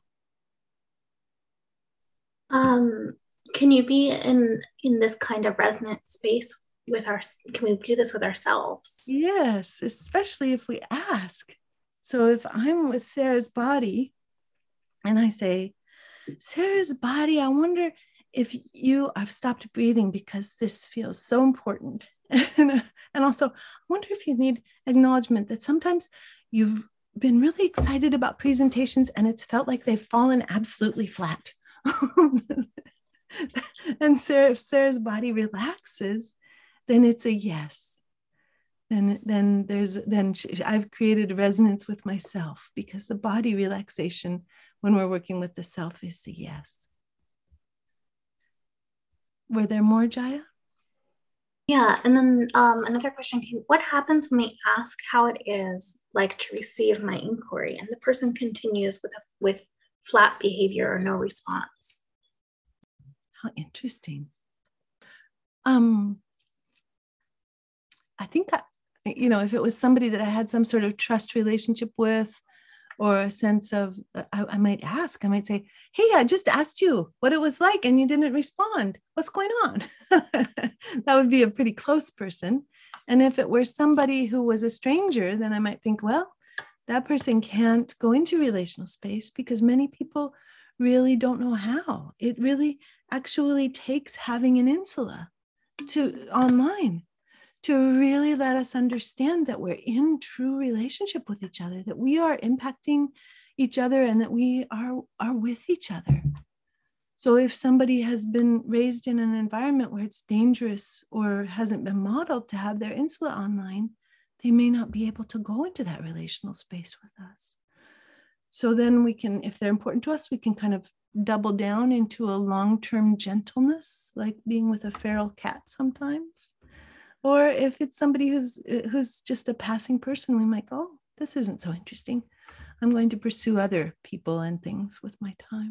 Um, can you be in, in this kind of resonant space with our, can we do this with ourselves? Yes, especially if we ask. So if I'm with Sarah's body and I say, Sarah's body, I wonder if you, I've stopped breathing because this feels so important. and, and also, I wonder if you need acknowledgement that sometimes you've been really excited about presentations and it's felt like they've fallen absolutely flat. And Sarah, if Sarah's body relaxes, then it's a yes. Then, then there's, then she, I've created a resonance with myself because the body relaxation when we're working with the self is the yes. Were there more, Jaya? Yeah, and then um, another question, what happens when we ask how it is like to receive my inquiry and the person continues with, a, with flat behavior or no response? How interesting. Um, I think, I, you know, if it was somebody that I had some sort of trust relationship with, or a sense of, I, I might ask, I might say, hey, I just asked you what it was like and you didn't respond. What's going on? That would be a pretty close person. And if it were somebody who was a stranger, then I might think, well, that person can't go into relational space because many people really don't know how. It really actually takes having an insula to online to really let us understand that we're in true relationship with each other, that we are impacting each other and that we are, are with each other. So if somebody has been raised in an environment where it's dangerous or hasn't been modeled to have their insula online, they may not be able to go into that relational space with us. So then we can, if they're important to us, we can kind of double down into a long-term gentleness, like being with a feral cat sometimes. Or if it's somebody who's, who's just a passing person, we might go, oh, this isn't so interesting. I'm going to pursue other people and things with my time.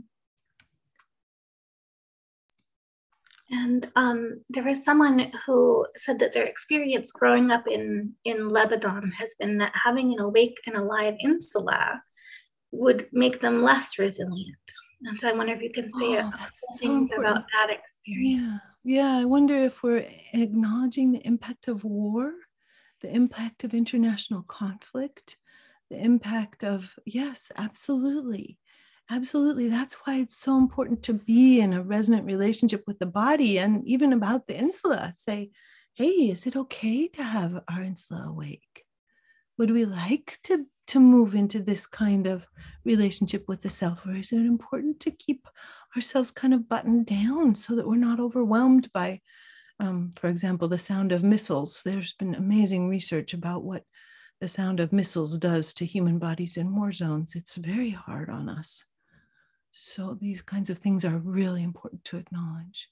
And um, there was someone who said that their experience growing up in, in Lebanon has been that having an awake and alive insula would make them less resilient. And so I wonder if you can say oh, a that's couple so things important. about that experience. Yeah. Yeah, I wonder if we're acknowledging the impact of war, the impact of international conflict, the impact of, yes, absolutely. Absolutely. That's why it's so important to be in a resonant relationship with the body and even about the insula. Say, hey, is it okay to have our insula awake? Would we like to, to move into this kind of relationship with the self? Or is it important to keep ourselves kind of buttoned down so that we're not overwhelmed by, um, for example, the sound of missiles? There's been amazing research about what the sound of missiles does to human bodies in war zones. It's very hard on us. So these kinds of things are really important to acknowledge.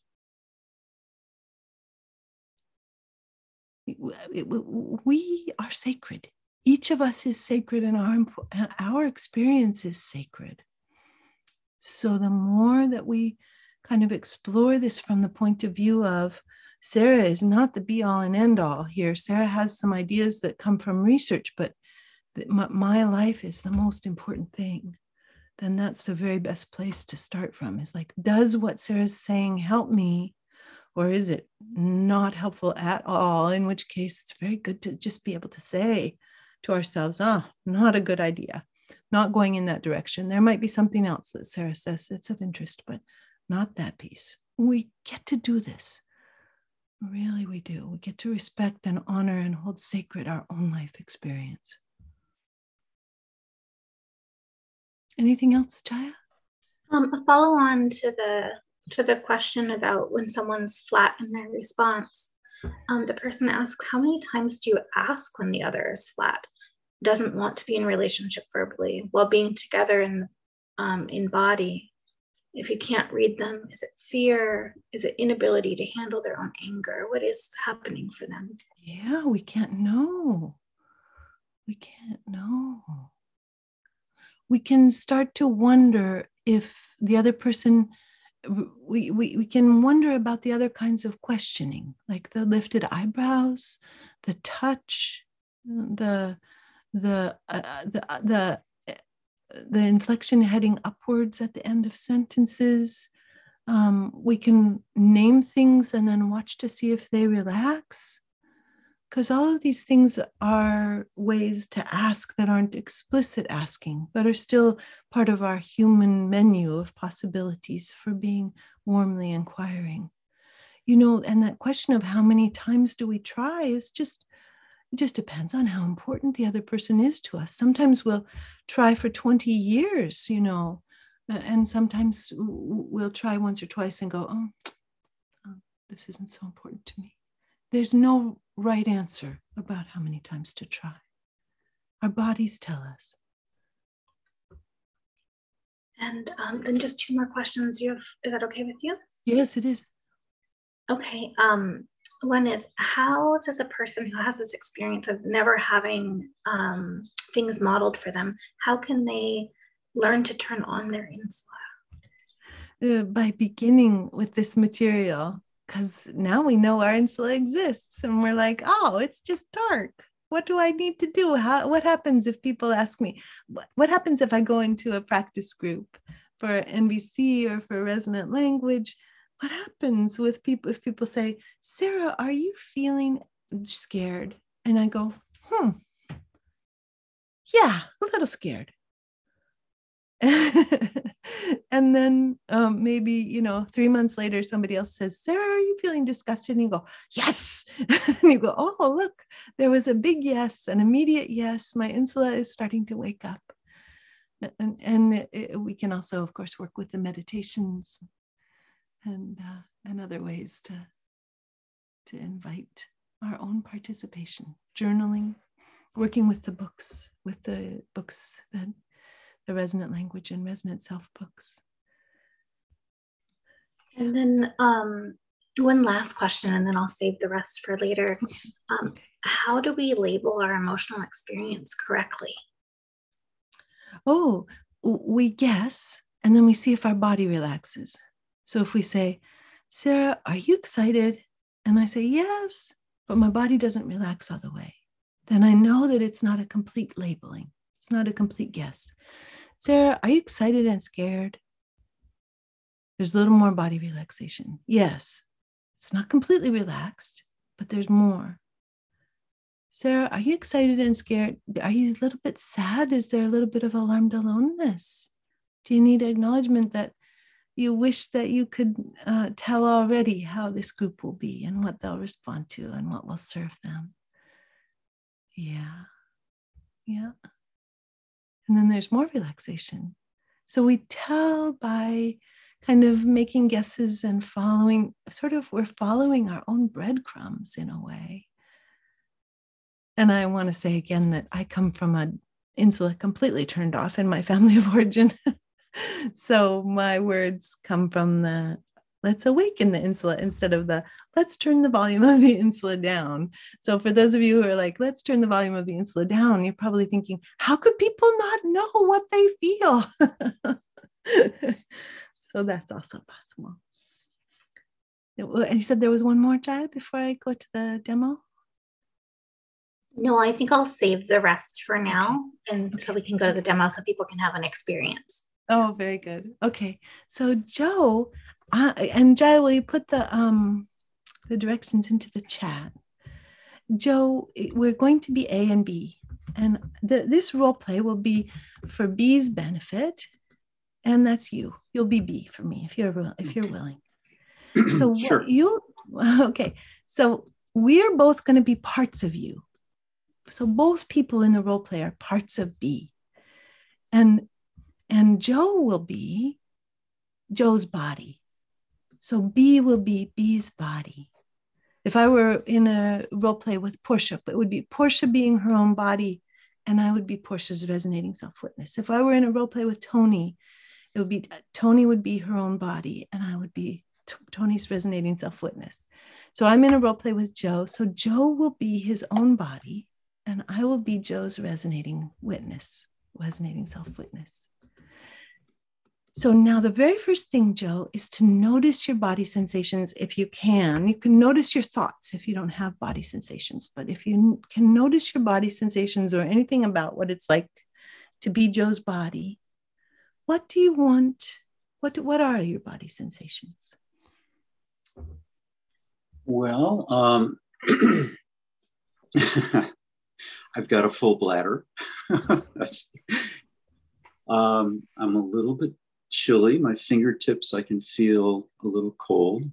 We are sacred. Each of us is sacred and our, our experience is sacred. So the more that we kind of explore this from the point of view of Sarah is not the be all and end all here. Sarah has some ideas that come from research, but my life is the most important thing. Then that's the very best place to start from, is like, does what Sarah's saying help me? Or is it not helpful at all? In which case it's very good to just be able to say to ourselves, oh, not a good idea. not going in that direction. There might be something else that Sarah says that's of interest, but not that piece. We get to do this. Really, we do. We get to respect and honor and hold sacred our own life experience. Anything else, Jaya? Um, a follow on to the to the question about when someone's flat in their response. Um, the person asks, how many times do you ask when the other is flat, doesn't want to be in relationship verbally, while being together in um, in body? If you can't read them, is it fear? Is it inability to handle their own anger? What is happening for them? Yeah, we can't know. We can't know. We can start to wonder if the other person, we, we, we can wonder about the other kinds of questioning, like the lifted eyebrows, the touch, the, the, uh, the, the, the inflection heading upwards at the end of sentences. Um, we can name things and then watch to see if they relax. Because all of these things are ways to ask that aren't explicit asking, but are still part of our human menu of possibilities for being warmly inquiring. You know, and that question of how many times do we try is just, it just depends on how important the other person is to us. Sometimes we'll try for twenty years, you know, and sometimes we'll try once or twice and go, oh, oh this isn't so important to me. There's no right answer about how many times to try. Our bodies tell us. And um, then just two more questions. You have, is that okay with you? Yes, it is. Okay. Um, one is, how does a person who has this experience of never having um, things modeled for them, how can they learn to turn on their insula? Uh, by beginning with this material. Because now we know our insula exists and we're like, oh, it's just dark. What do I need to do? How, what happens if people ask me? What, what happens if I go into a practice group for N V C or for resonant language? What happens with people if people say, Sarah, are you feeling scared? And I go, hmm, yeah, a little scared. And then um, maybe, you know, three months later, somebody else says, Sarah, are you feeling disgusted? And you go, yes. And you go, oh, look, there was a big yes, an immediate yes. My insula is starting to wake up. And, and it, it, we can also, of course, work with the meditations and, uh, and other ways to, to invite our own participation, journaling, working with the books, with the books that the Resonant Language and Resonant Self books. And then um, one last question, and then I'll save the rest for later. Um, okay. How do we label our emotional experience correctly? Oh, we guess, and then we see if our body relaxes. So if we say, Sarah, are you excited? And I say, yes, but my body doesn't relax all the way. Then I know that it's not a complete labeling. It's not a complete guess. Sarah, are you excited and scared? There's a little more body relaxation. Yes, it's not completely relaxed, but there's more. Sarah, are you excited and scared? Are you a little bit sad? Is there a little bit of alarmed aloneness? Do you need acknowledgement that you wish that you could uh, tell already how this group will be and what they'll respond to and what will serve them? Yeah, yeah. And then there's more relaxation. So we tell by kind of making guesses and following, sort of, we're following our own breadcrumbs in a way. And I want to say again that I come from an insula completely turned off in my family of origin. So my words come from the let's awaken the insula instead of the let's turn the volume of the insula down. So for those of you who are like, let's turn the volume of the insula down, you're probably thinking, how could people not know what they feel? So that's also possible. And you said there was one more, Jaya, before I go to the demo? No, I think I'll save the rest for now. Okay. And okay. So we can go to the demo so people can have an experience. Oh, very good. Okay. So Joe, uh, and Jaya, will you put the, um, the directions into the chat? Joe, we're going to be A and B. And the, this role play will be for B's benefit, and that's you. You'll be B for me if you're if you're willing. So Sure. what you okay. So we're both going to be parts of you. So both people in the role play are parts of B. And and Joe will be Joe's body. So B will be B's body. If I were in a role play with Portia, it would be Portia being her own body, and I would be Portia's resonating self-witness. If I were in a role play with Tony, it would be Tony would be her own body, and I would be t- Tony's resonating self-witness. So I'm in a role play with Joe. So Joe will be his own body, and I will be Joe's resonating witness, resonating self-witness. So now the very first thing, Joe, is to notice your body sensations if you can. You can notice your thoughts if you don't have body sensations, but if you can notice your body sensations or anything about what it's like to be Joe's body, what do you want? What, what are your body sensations? Well, um, I've got a full bladder. That's, um, I'm a little bit chilly. My fingertips, I can feel a little cold.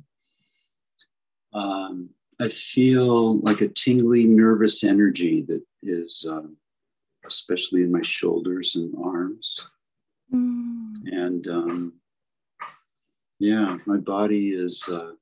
Um, I feel like a tingly, nervous energy that is, um, especially in my shoulders and arms. Mm. And um, yeah, my body is uh,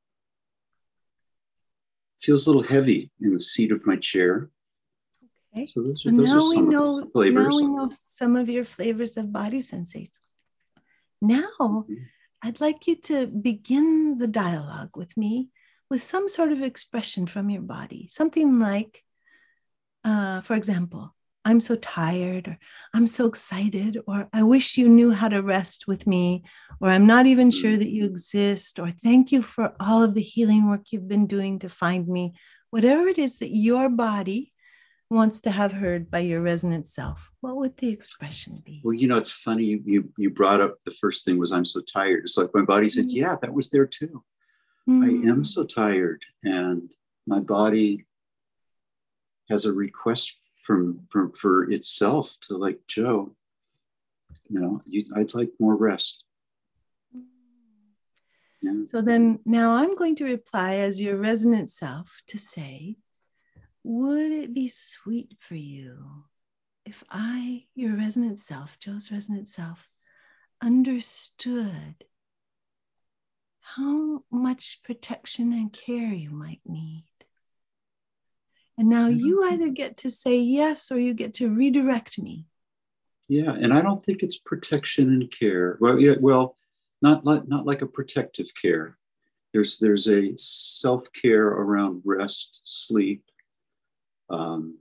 feels a little heavy in the seat of my chair. Okay. So those are, those now are we some know, flavors. Now we know some of your flavors of body sensation. Now, mm-hmm. I'd like you to begin the dialogue with me with some sort of expression from your body. Something like, uh, for example, I'm so tired, or I'm so excited, or I wish you knew how to rest with me, or I'm not even sure that you exist, or thank you for all of the healing work you've been doing to find me. Whatever it is that your body wants to have heard by your resonant self, what would the expression be? Well, you know, it's funny. You you, you brought up the first thing was I'm so tired. It's like my body said, mm. yeah, that was there too. Mm. I am so tired. And my body has a request from, from for itself to like, Joe, you know, you, I'd like more rest. Yeah. So then now I'm going to reply as your resonant self to say, would it be sweet for you if I, your resonant self, Joe's resonant self, understood how much protection and care you might need? And now you either get to say yes or you get to redirect me. Yeah, and I don't think it's protection and care. Well, yeah, well, not like not like a protective care. There's there's a self-care around rest, sleep. Um,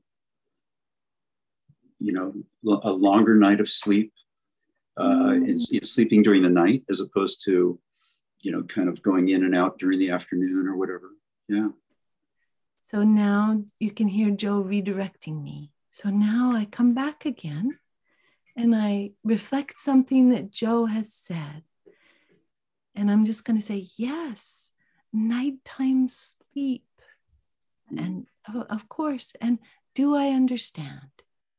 you know, a longer night of sleep, uh, mm. and you know, sleeping during the night as opposed to, you know, kind of going in and out during the afternoon or whatever. Yeah. So now you can hear Joe redirecting me. So now I come back again and I reflect something that Joe has said. And I'm just going to say, yes, nighttime sleep. Mm. And of course, and do I understand?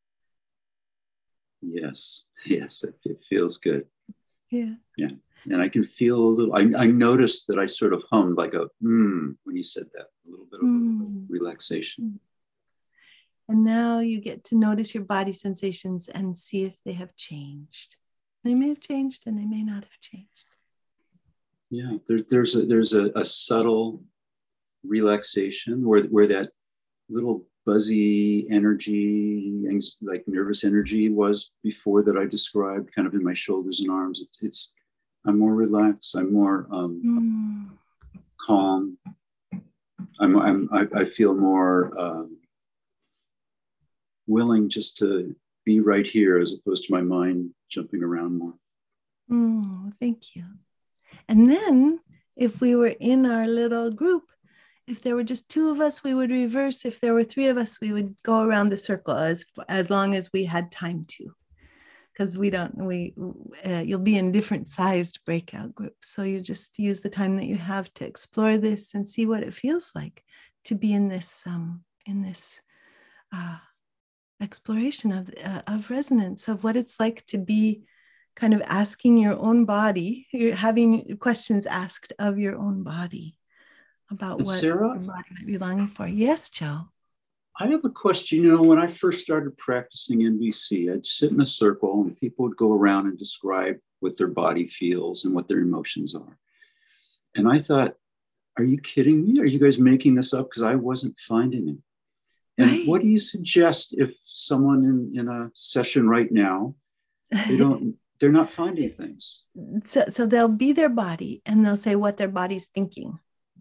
Yes, yes, it, it feels good. Yeah. Yeah. And I can feel a little, I, I noticed that I sort of hummed like a, mm, when you said that, a little bit of mm. relaxation. And now you get to notice your body sensations and see if they have changed. They may have changed and they may not have changed. Yeah, there, there's a, there's a, a subtle relaxation where, where that little buzzy energy, like nervous energy was before that I described kind of in my shoulders and arms. It's, it's I'm more relaxed. I'm more um, mm. calm. I'm, I'm, I, I feel more um, willing just to be right here as opposed to my mind jumping around more. Mm, thank you. And then if we were in our little group, if there were just two of us, we would reverse. If there were three of us, we would go around the circle as, as long as we had time to. Because we don't, we, uh, you'll be in different sized breakout groups. So you just use the time that you have to explore this and see what it feels like to be in this, um, in this uh, exploration of, uh, of resonance, of what it's like to be kind of asking your own body, you're having questions asked of your own body about And what Sarah, your body might be longing for. Yes, Joe. I have a question. You know, when I first started practicing N V C, I'd sit in a circle and people would go around and describe what their body feels and what their emotions are. And I thought, are you kidding me? Are you guys making this up? Because I wasn't finding it. And Right. what do you suggest if someone in, in a session right now, they don't, they're not finding things? So, so they'll be their body and they'll say what their body's thinking.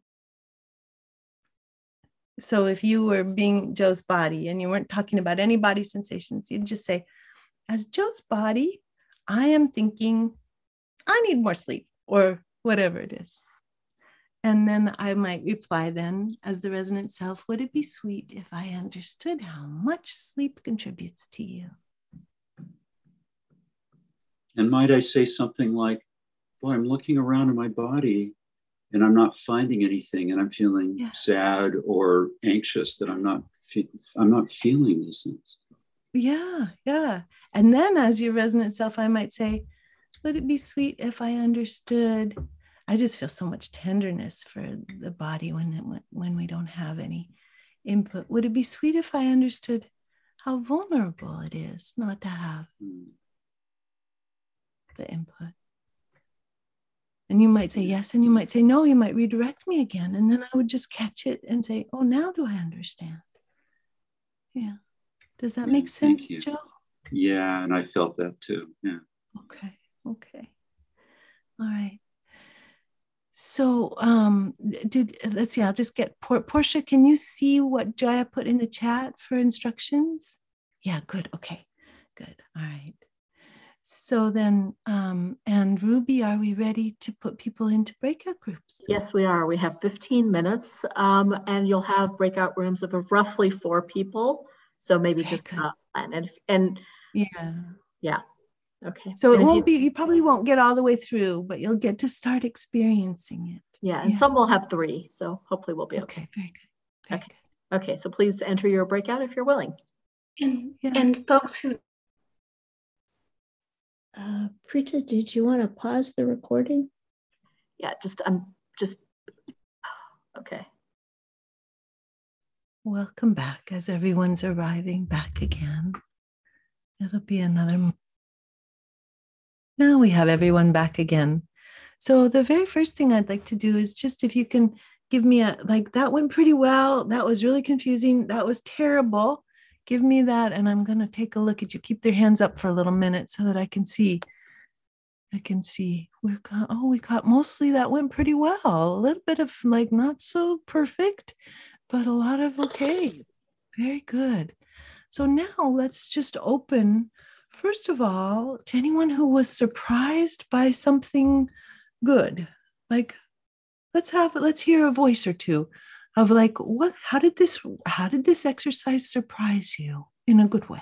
So if you were being Joe's body and you weren't talking about any body sensations, you'd just say, as Joe's body, I am thinking, I need more sleep, or whatever it is. And then I might reply then, as the resonant self, would it be sweet if I understood how much sleep contributes to you? And might I say something like, boy, I'm looking around in my body and I'm not finding anything, and I'm feeling Yeah. sad or anxious that I'm not, fe- I'm not feeling these things. Yeah, yeah. And then as your resonant self, I might say, would it be sweet if I understood? I just feel so much tenderness for the body when, it, when we don't have any input. Would it be sweet if I understood how vulnerable it is not to have Mm. the input? And you might say yes, and you might say no, you might redirect me again. And then I would just catch it and say, oh, now do I understand? Yeah. Does that Yeah, make thank sense, you. Joe? Yeah, and I felt that too. Yeah. Okay. Okay. All right. So um, did let's see, I'll just get Por- Portia, can you see what Jaya put in the chat for instructions? Yeah, good. Okay, good. All right. So then, um, and Ruby, are we ready to put people into breakout groups? Yes, we are. We have fifteen minutes, um, and you'll have breakout rooms of roughly four people. So maybe Okay, just good. uh, and and Yeah. yeah, okay. So it And if won't you, be, you probably won't get all the way through, but you'll get to start experiencing it. yeah, and Yeah. some will have three, so hopefully we'll be okay. Okay, very good. Very Okay. good. Okay, so please enter your breakout if you're willing. And Yeah. and folks who Uh, Prita, did you want to pause the recording? Yeah, just I'm just okay. Welcome back as everyone's arriving back again. It'll be another. Now we have everyone back again. So the very first thing I'd like to do is just if you can give me a, like, that went pretty well. That was really confusing. That was terrible. Give me that. And I'm going to take a look at you. Keep their hands up for a little minute so that I can see. I can see. We're got, oh, we got mostly that went pretty well. A little bit of like not so perfect, but a lot of okay. Very good. So now let's just open, first of all, to anyone who was surprised by something good. Like, let's have, let's hear a voice or two of like, what, how did this, how did this exercise surprise you in a good way?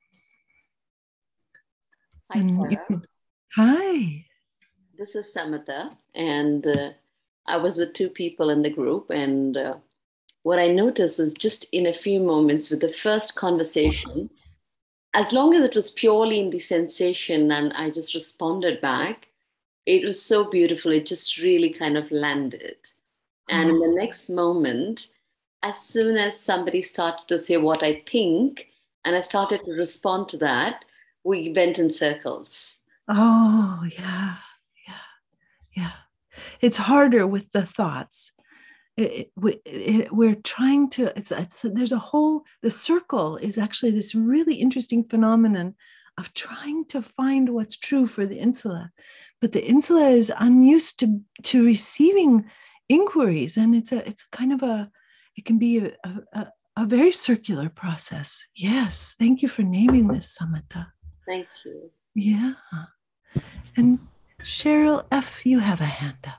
Hi, And Sarah. you, hi. This is Samatha, and uh, I was with two people in the group, and uh, what I noticed is just in a few moments with the first conversation, as long as it was purely in the sensation and I just responded back, it was so beautiful. It just really kind of landed. And in the next moment, as soon as somebody started to say what I think, and I started to respond to that, we went in circles. Oh, yeah, yeah, yeah. It's harder with the thoughts. It, it, it, we're trying to, it's, it's, there's a whole, the circle is actually this really interesting phenomenon of trying to find what's true for the insula. But the insula is unused to, to receiving inquiries. And it's a, it's kind of a, it can be a, a, a very circular process. Yes. Thank you for naming this, Samatha. Thank you. Yeah. And Cheryl F., you have a hand up.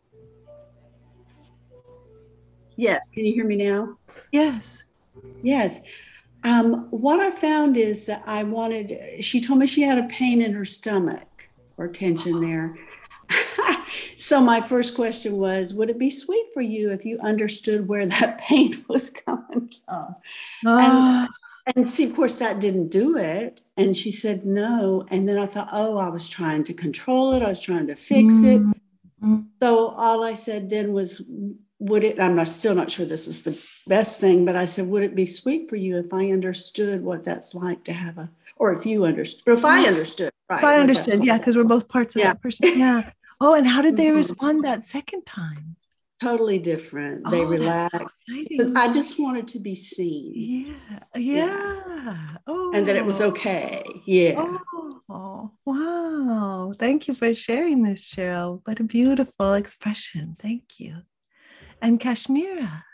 Yes, can you hear me now? Yes. Yes. Um, what I found is that I wanted, she told me she had a pain in her stomach or tension there. So my first question was, would it be sweet for you if you understood where that pain was coming from? Ah. And And see, of course, that didn't do it. And she said no. And then I thought, oh, I was trying to control it. I was trying to fix it. Mm-hmm. So all I said then was, would it, I'm not, still not sure this was the best thing, but I said, would it be sweet for you if I understood what that's like to have a, or if you understood, or if I understood, right? If I understood, yeah, because we're both parts of yeah. that person. Yeah. Oh, and how did they mm-hmm. respond that second time? Totally different. They oh, relaxed. So I just wanted to be seen. Yeah. Yeah. yeah. Oh. And that it was okay. Yeah. Oh, wow. Thank you for sharing this, Cheryl. What a beautiful expression. Thank you. And Kashmira.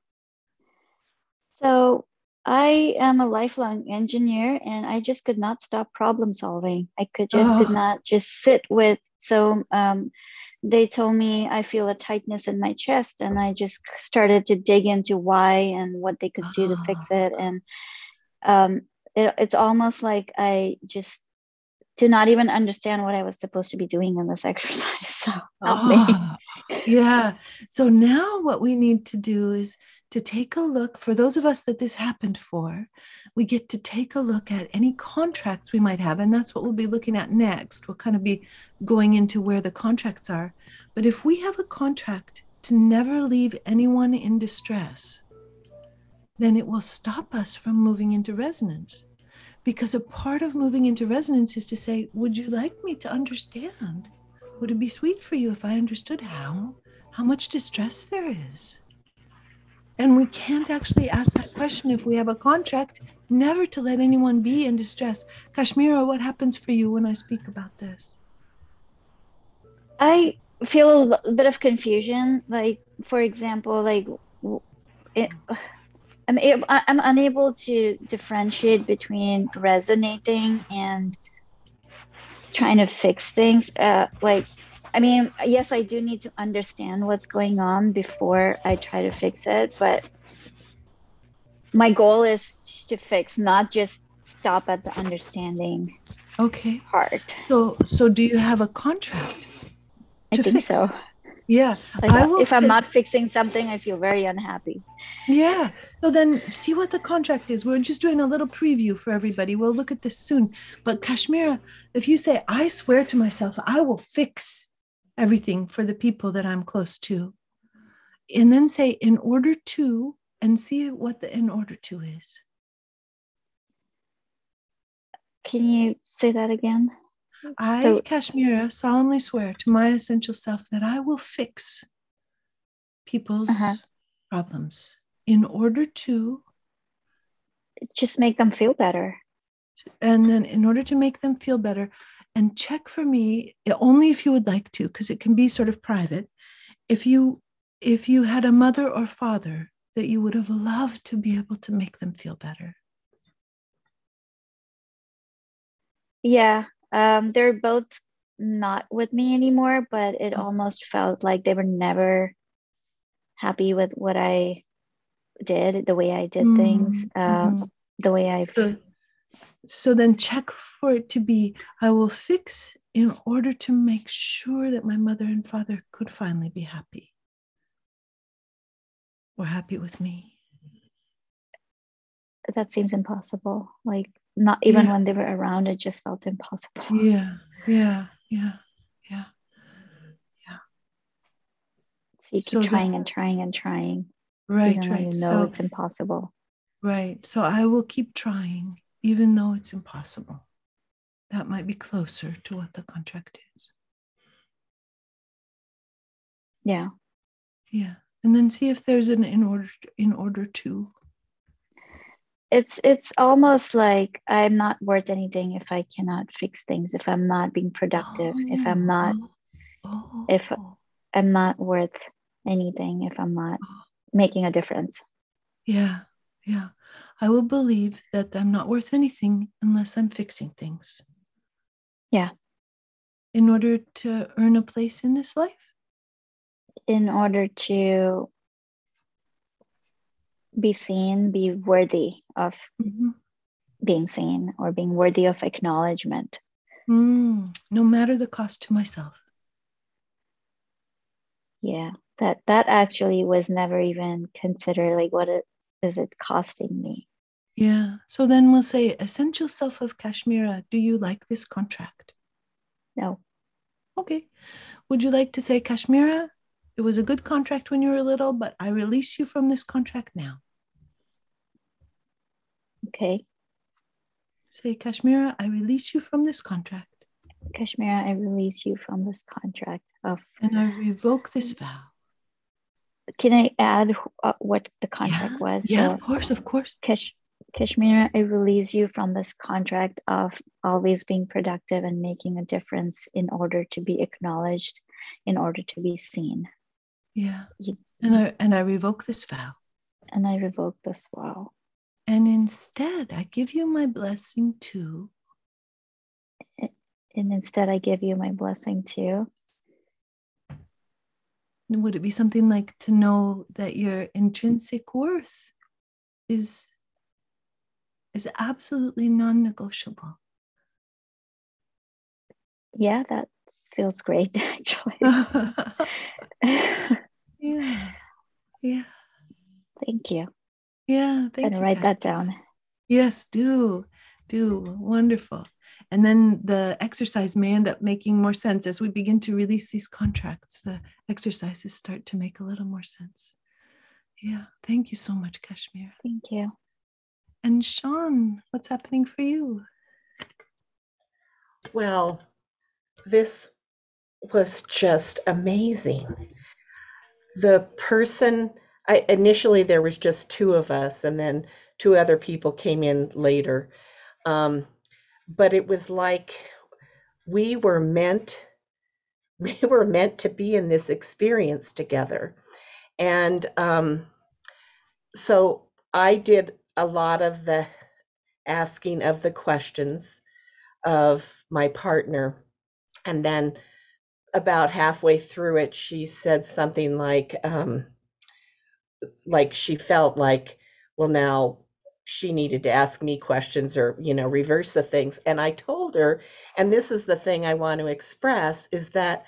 So I am a lifelong engineer and I just could not stop problem solving. I could just oh. could not just sit with. So um, they told me I feel a tightness in my chest, and I just started to dig into why and what they could do to fix it. And um, it, it's almost like I just do not even understand what I was supposed to be doing in this exercise. So help oh, me. Yeah. So now what we need to do is to take a look, for those of us that this happened for, we get to take a look at any contracts we might have. And that's what we'll be looking at next. We'll kind of be going into where the contracts are. But if we have a contract to never leave anyone in distress, then it will stop us from moving into resonance. Because a part of moving into resonance is to say, would you like me to understand? Would it be sweet for you if I understood how, how much distress there is? And we can't actually ask that question if we have a contract never to let anyone be in distress. Kashmira, what happens for you when I speak about this? I feel a bit of confusion. Like, for example, like it, I'm, able, I'm unable to differentiate between resonating and trying to fix things. Uh, like, I mean, yes, I do need to understand what's going on before I try to fix it, but my goal is to fix, not just stop at the understanding okay. part. So, so do you have a contract? I think fix? so. Yeah. Like, I will if I'm fix. not fixing something, I feel very unhappy. Yeah. So then see what the contract is. We're just doing a little preview for everybody. We'll look at this soon. But Kashmira, if you say, I swear to myself, I will fix everything for the people that I'm close to. And then say, in order to, and see what the in order to is. Can you say that again? I, so, Kashmira, solemnly swear to my essential self that I will fix people's uh-huh. problems in order to just make them feel better. And then in order to make them feel better, and check for me, only if you would like to, because it can be sort of private, if you if you had a mother or father that you would have loved to be able to make them feel better. Yeah, um, they're both not with me anymore, but it mm-hmm. almost felt like they were never happy with what I did, the way I did mm-hmm. things, uh, mm-hmm. the way I... So, so then check for it to be, I will fix in order to make sure that my mother and father could finally be happy. Or happy with me. That seems impossible. Like, not even yeah. when they were around, it just felt impossible. Yeah, yeah, yeah, yeah, yeah. So you keep so trying that, and trying and trying. Right, even right. When you know so, it's impossible. Right. So I will keep trying, even though it's impossible. That might be closer to what the contract is. Yeah. Yeah. And then see if there's an in order in order to. It's it's almost like I'm not worth anything if I cannot fix things, if I'm not being productive, oh, if I'm not oh, if I'm not worth anything, if I'm not making a difference. Yeah, yeah. I will believe that I'm not worth anything unless I'm fixing things. Yeah. In order to earn a place in this life? In order to be seen, be worthy of mm-hmm. being seen, or being worthy of acknowledgement. Mm, no matter the cost to myself. Yeah, that that actually was never even considered, like, what it, is it costing me? Yeah. So then we'll say, essential self of Kashmira, do you like this contract? No. Okay. Would you like to say, Kashmira, it was a good contract when you were little, but I release you from this contract now? Okay. Say, Kashmira, I release you from this contract. Kashmira, I release you from this contract of. And I revoke this vow. Can I add uh, what the contract Yeah, was? yeah, So, of course, of course. Kash, Kashmira, I release you from this contract of always being productive and making a difference in order to be acknowledged, in order to be seen. Yeah. You, and I and I revoke this vow. And I revoke this vow. And instead, I give you my blessing too. And instead, I give you my blessing too. Would it be something like to know that your intrinsic worth is, is absolutely non-negotiable? Yeah, that feels great, actually. Yeah, yeah. Thank you. Yeah, thank and you. write Kashmira. that down. Yes, do, do. Wonderful. And then the exercise may end up making more sense as we begin to release these contracts. The exercises start to make a little more sense. Yeah, thank you so much, Kashmira. Thank you. And Sean, what's happening for you? Well, this was just amazing. The person, I initially there was just two of us, and then two other people came in later. Um, but it was like we were meant, we were meant to be in this experience together. And um, so I did a lot of the asking of the questions of my partner. And then about halfway through it, she said something like, um, like she felt like, well, now she needed to ask me questions or, you know, reverse the things. And I told her, and this is the thing I want to express, is that,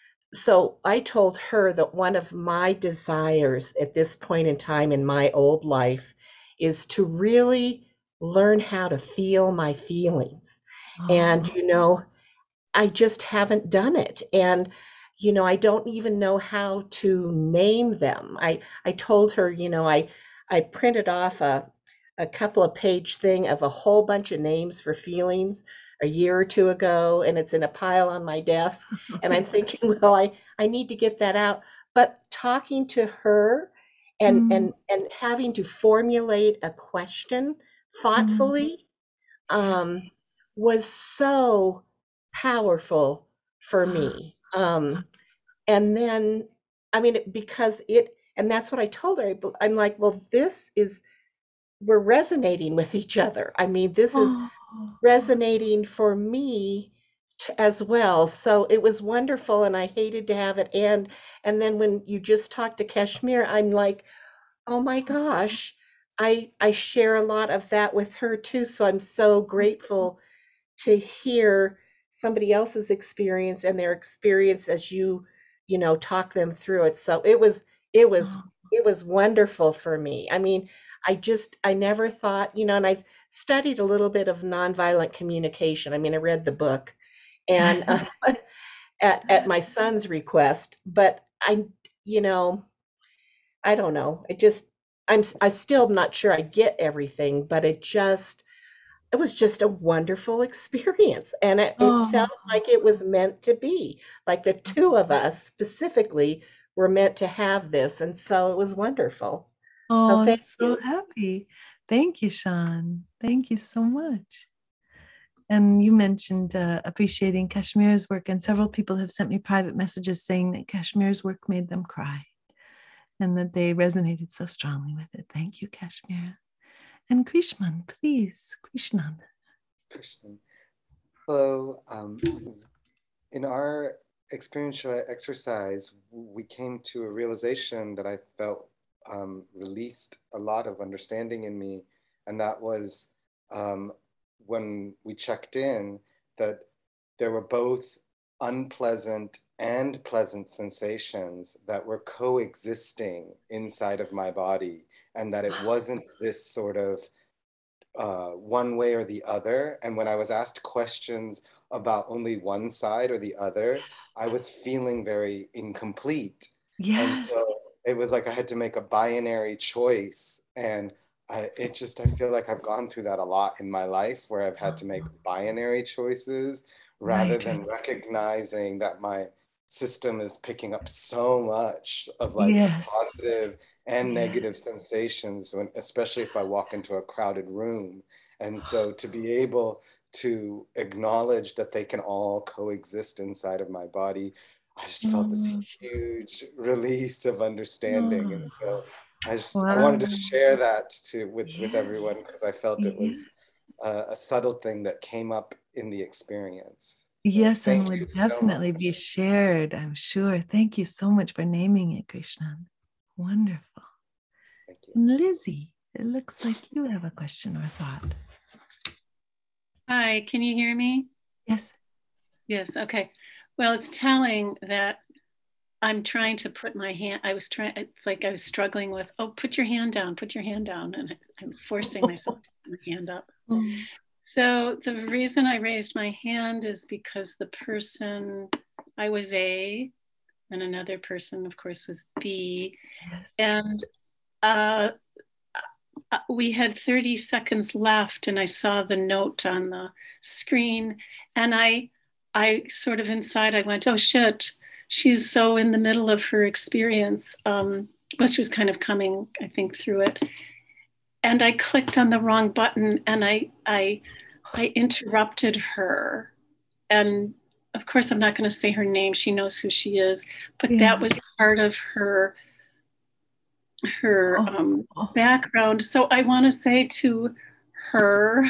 so I told her that one of my desires at this point in time in my old life is to really learn how to feel my feelings. Oh. And, you know, I just haven't done it. And, you know, I don't even know how to name them. I, I told her, you know, I, I printed off a, a couple of page thing of a whole bunch of names for feelings a year or two ago, and it's in a pile on my desk. And I'm thinking, well, I, I need to get that out. But talking to her and, mm. and, and having to formulate a question thoughtfully mm. um, was so powerful for me. Um, and then, I mean, because it, and that's what I told her. I'm like, well, this is, we're resonating with each other. I mean, this is oh. resonating for me to, as well. So it was wonderful, and I hated to have it end. And then when you just talked to Kashmir, I'm like, oh my gosh, I I share a lot of that with her too. So I'm so grateful to hear somebody else's experience and their experience as you, you know, talk them through it. So it was, it was, it was wonderful for me. I mean, I just, I never thought, you know, and I've studied a little bit of nonviolent communication. I mean, I read the book and uh, at, at my son's request, but I, you know, I don't know. It just, I'm, I still not sure I get everything, but it just, it was just a wonderful experience. And it, it oh. felt like it was meant to be, like the two of us specifically were meant to have this. And so it was wonderful. Oh, so I'm so you. happy. Thank you, Sean. Thank you so much. And you mentioned uh, appreciating Kashmir's work, and several people have sent me private messages saying that Kashmir's work made them cry and that they resonated so strongly with it. Thank you, Kashmir. And Krishnan, please, Krishnan. Krishnan. Hello. Um, in our experiential exercise, we came to a realization that I felt um, released a lot of understanding in me. And that was um, when we checked in, that there were both unpleasant and pleasant sensations that were coexisting inside of my body, and that it wasn't this sort of uh, one way or the other. And when I was asked questions about only one side or the other, I was feeling very incomplete. Yes. And so it was like I had to make a binary choice. And I, it just, I feel like I've gone through that a lot in my life, where I've had to make binary choices rather Right. than recognizing that my system is picking up so much of like Yes. positive and Yes. negative sensations, when, especially if I walk into a crowded room. And so to be able to acknowledge that they can all coexist inside of my body, I just felt this Mm. huge release of understanding. And so I just, I Wow. wanted to share that to with, Yes. with everyone, because I felt it Yes. was uh, a subtle thing that came up in the experience. So Yes, and thank you would so definitely much. be shared, I'm sure. Thank you so much for naming it, Krishnan. Wonderful. Thank you. And Lizzie, it looks like you have a question or thought. Hi, can you hear me? Yes. Yes, okay. Well, it's telling that I'm trying to put my hand, I was trying, it's like I was struggling with, oh, put your hand down, put your hand down. And I'm forcing myself to put my hand up. Oh. So the reason I raised my hand is because the person, I was A, and another person, of course, was B. Yes. And uh, we had thirty seconds left, and I saw the note on the screen, and I, I sort of inside, I went, oh shit, she's so in the middle of her experience. Um, well, she was kind of coming, I think, through it. And I clicked on the wrong button, and I, I, I interrupted her. And of course, I'm not going to say her name. She knows who she is, but Yeah. that was part of her, her Oh. um, Oh. background. So I want to say to her,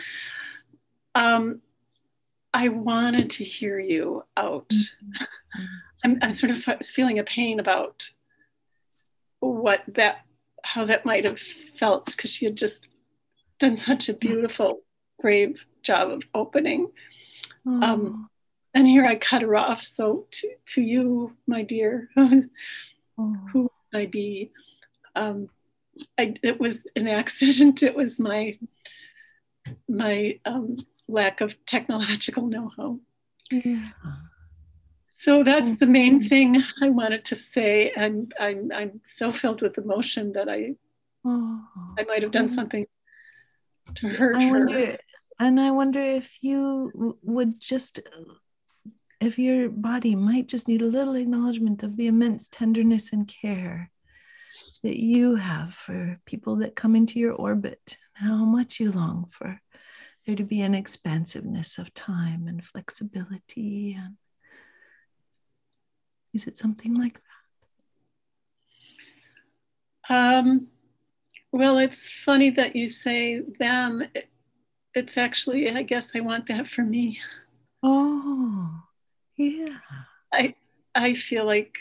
um, I wanted to hear you out. Mm-hmm. I'm, I'm sort of feeling a pain about what that, how that might have felt, because she had just done such a beautiful, brave job of opening. Oh. Um, and here I cut her off. So to, to you, my dear, oh. Who would I be? Um, I, it was an accident. It was my, my um, lack of technological know-how. Yeah. So that's the main thing I wanted to say. And I'm, I'm so filled with emotion that I, Oh. I might have done something to hurt I her. wonder, and I wonder if you would just, if your body might just need a little acknowledgement of the immense tenderness and care that you have for people that come into your orbit, how much you long for there to be an expansiveness of time and flexibility. And is it something like that? Um, well, it's funny that you say them. It, it's actually, I guess I want that for me. Oh, yeah. I, I feel like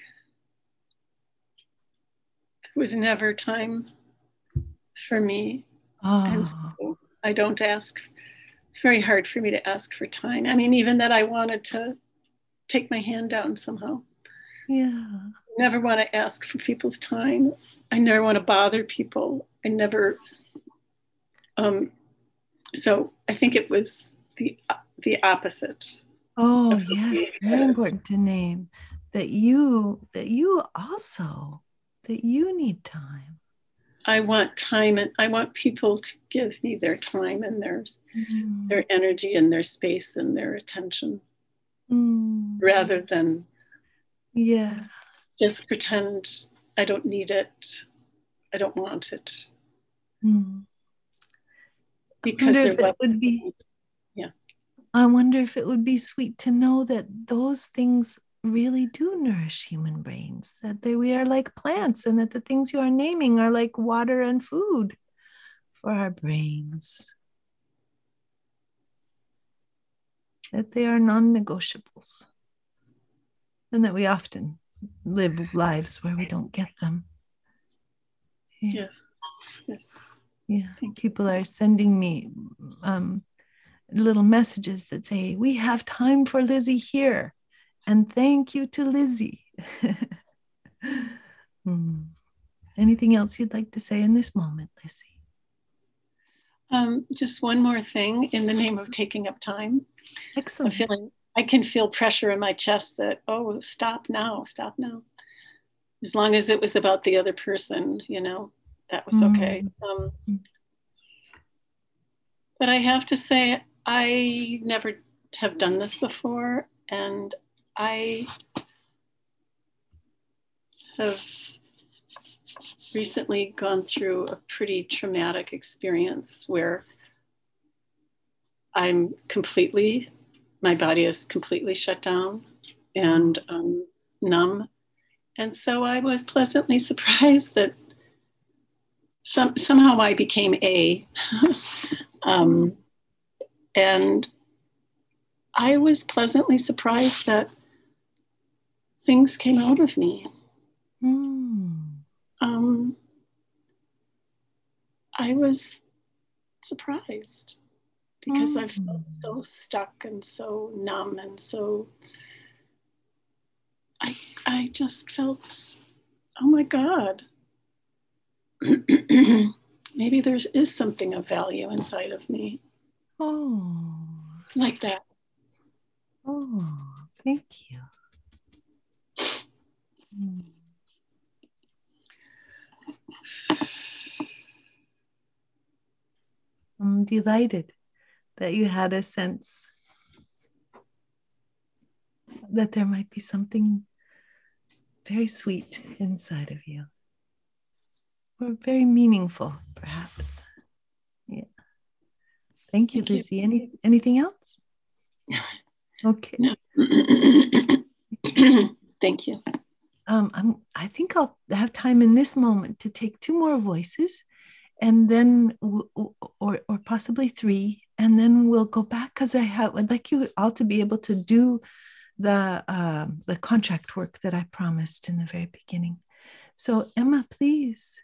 there was never time for me. Oh. And so I don't ask. It's very hard for me to ask for time. I mean, even that I wanted to take my hand down somehow. Yeah. I never want to ask for people's time. I never want to bother people. I never, um, so I think it was the, the opposite. Oh, yes, very important to name that you, that you also, that you need time. I want time, and I want people to give me their time and their, mm. their energy and their space and their attention, mm. rather than yeah, just pretend I don't need it, I don't want it. Mm. Because I there if it would be, yeah. I wonder if it would be sweet to know that those things really do nourish human brains, that they, we are like plants, and that the things you are naming are like water and food for our brains, that they are non-negotiables, and that we often live lives where we don't get them. Yeah. Yes, yes. Yeah, people are sending me um, little messages that say, we have time for Lizzie here. And thank you to Lizzie. hmm. Anything else you'd like to say in this moment, Lizzie? Um, just one more thing in the name of taking up time. Excellent. I'm feeling, I can feel pressure in my chest that, oh, stop now, stop now. As long as it was about the other person, you know, that was okay. Um, but I have to say, I never have done this before, and I have recently gone through a pretty traumatic experience where I'm completely, my body is completely shut down and um, numb. And so I was pleasantly surprised that some, somehow I became A. um, and I was pleasantly surprised that things came out of me. Mm. Um, I was surprised because Mm. I felt so stuck and so numb and so, I, I just felt, oh my God, maybe there is something of value inside of me. Oh. Like that. Oh, thank you. Mm. I'm delighted that you had a sense that there might be something very sweet inside of you, or very meaningful, perhaps. Yeah. Thank you, Thank you. Lizzie. Any anything else? Okay. No. Thank you. Um, I'm, I think I'll have time in this moment to take two more voices, and then, or or possibly three, and then we'll go back because I have. I'd like you all to be able to do the uh, the contract work that I promised in the very beginning. So, Emma, please.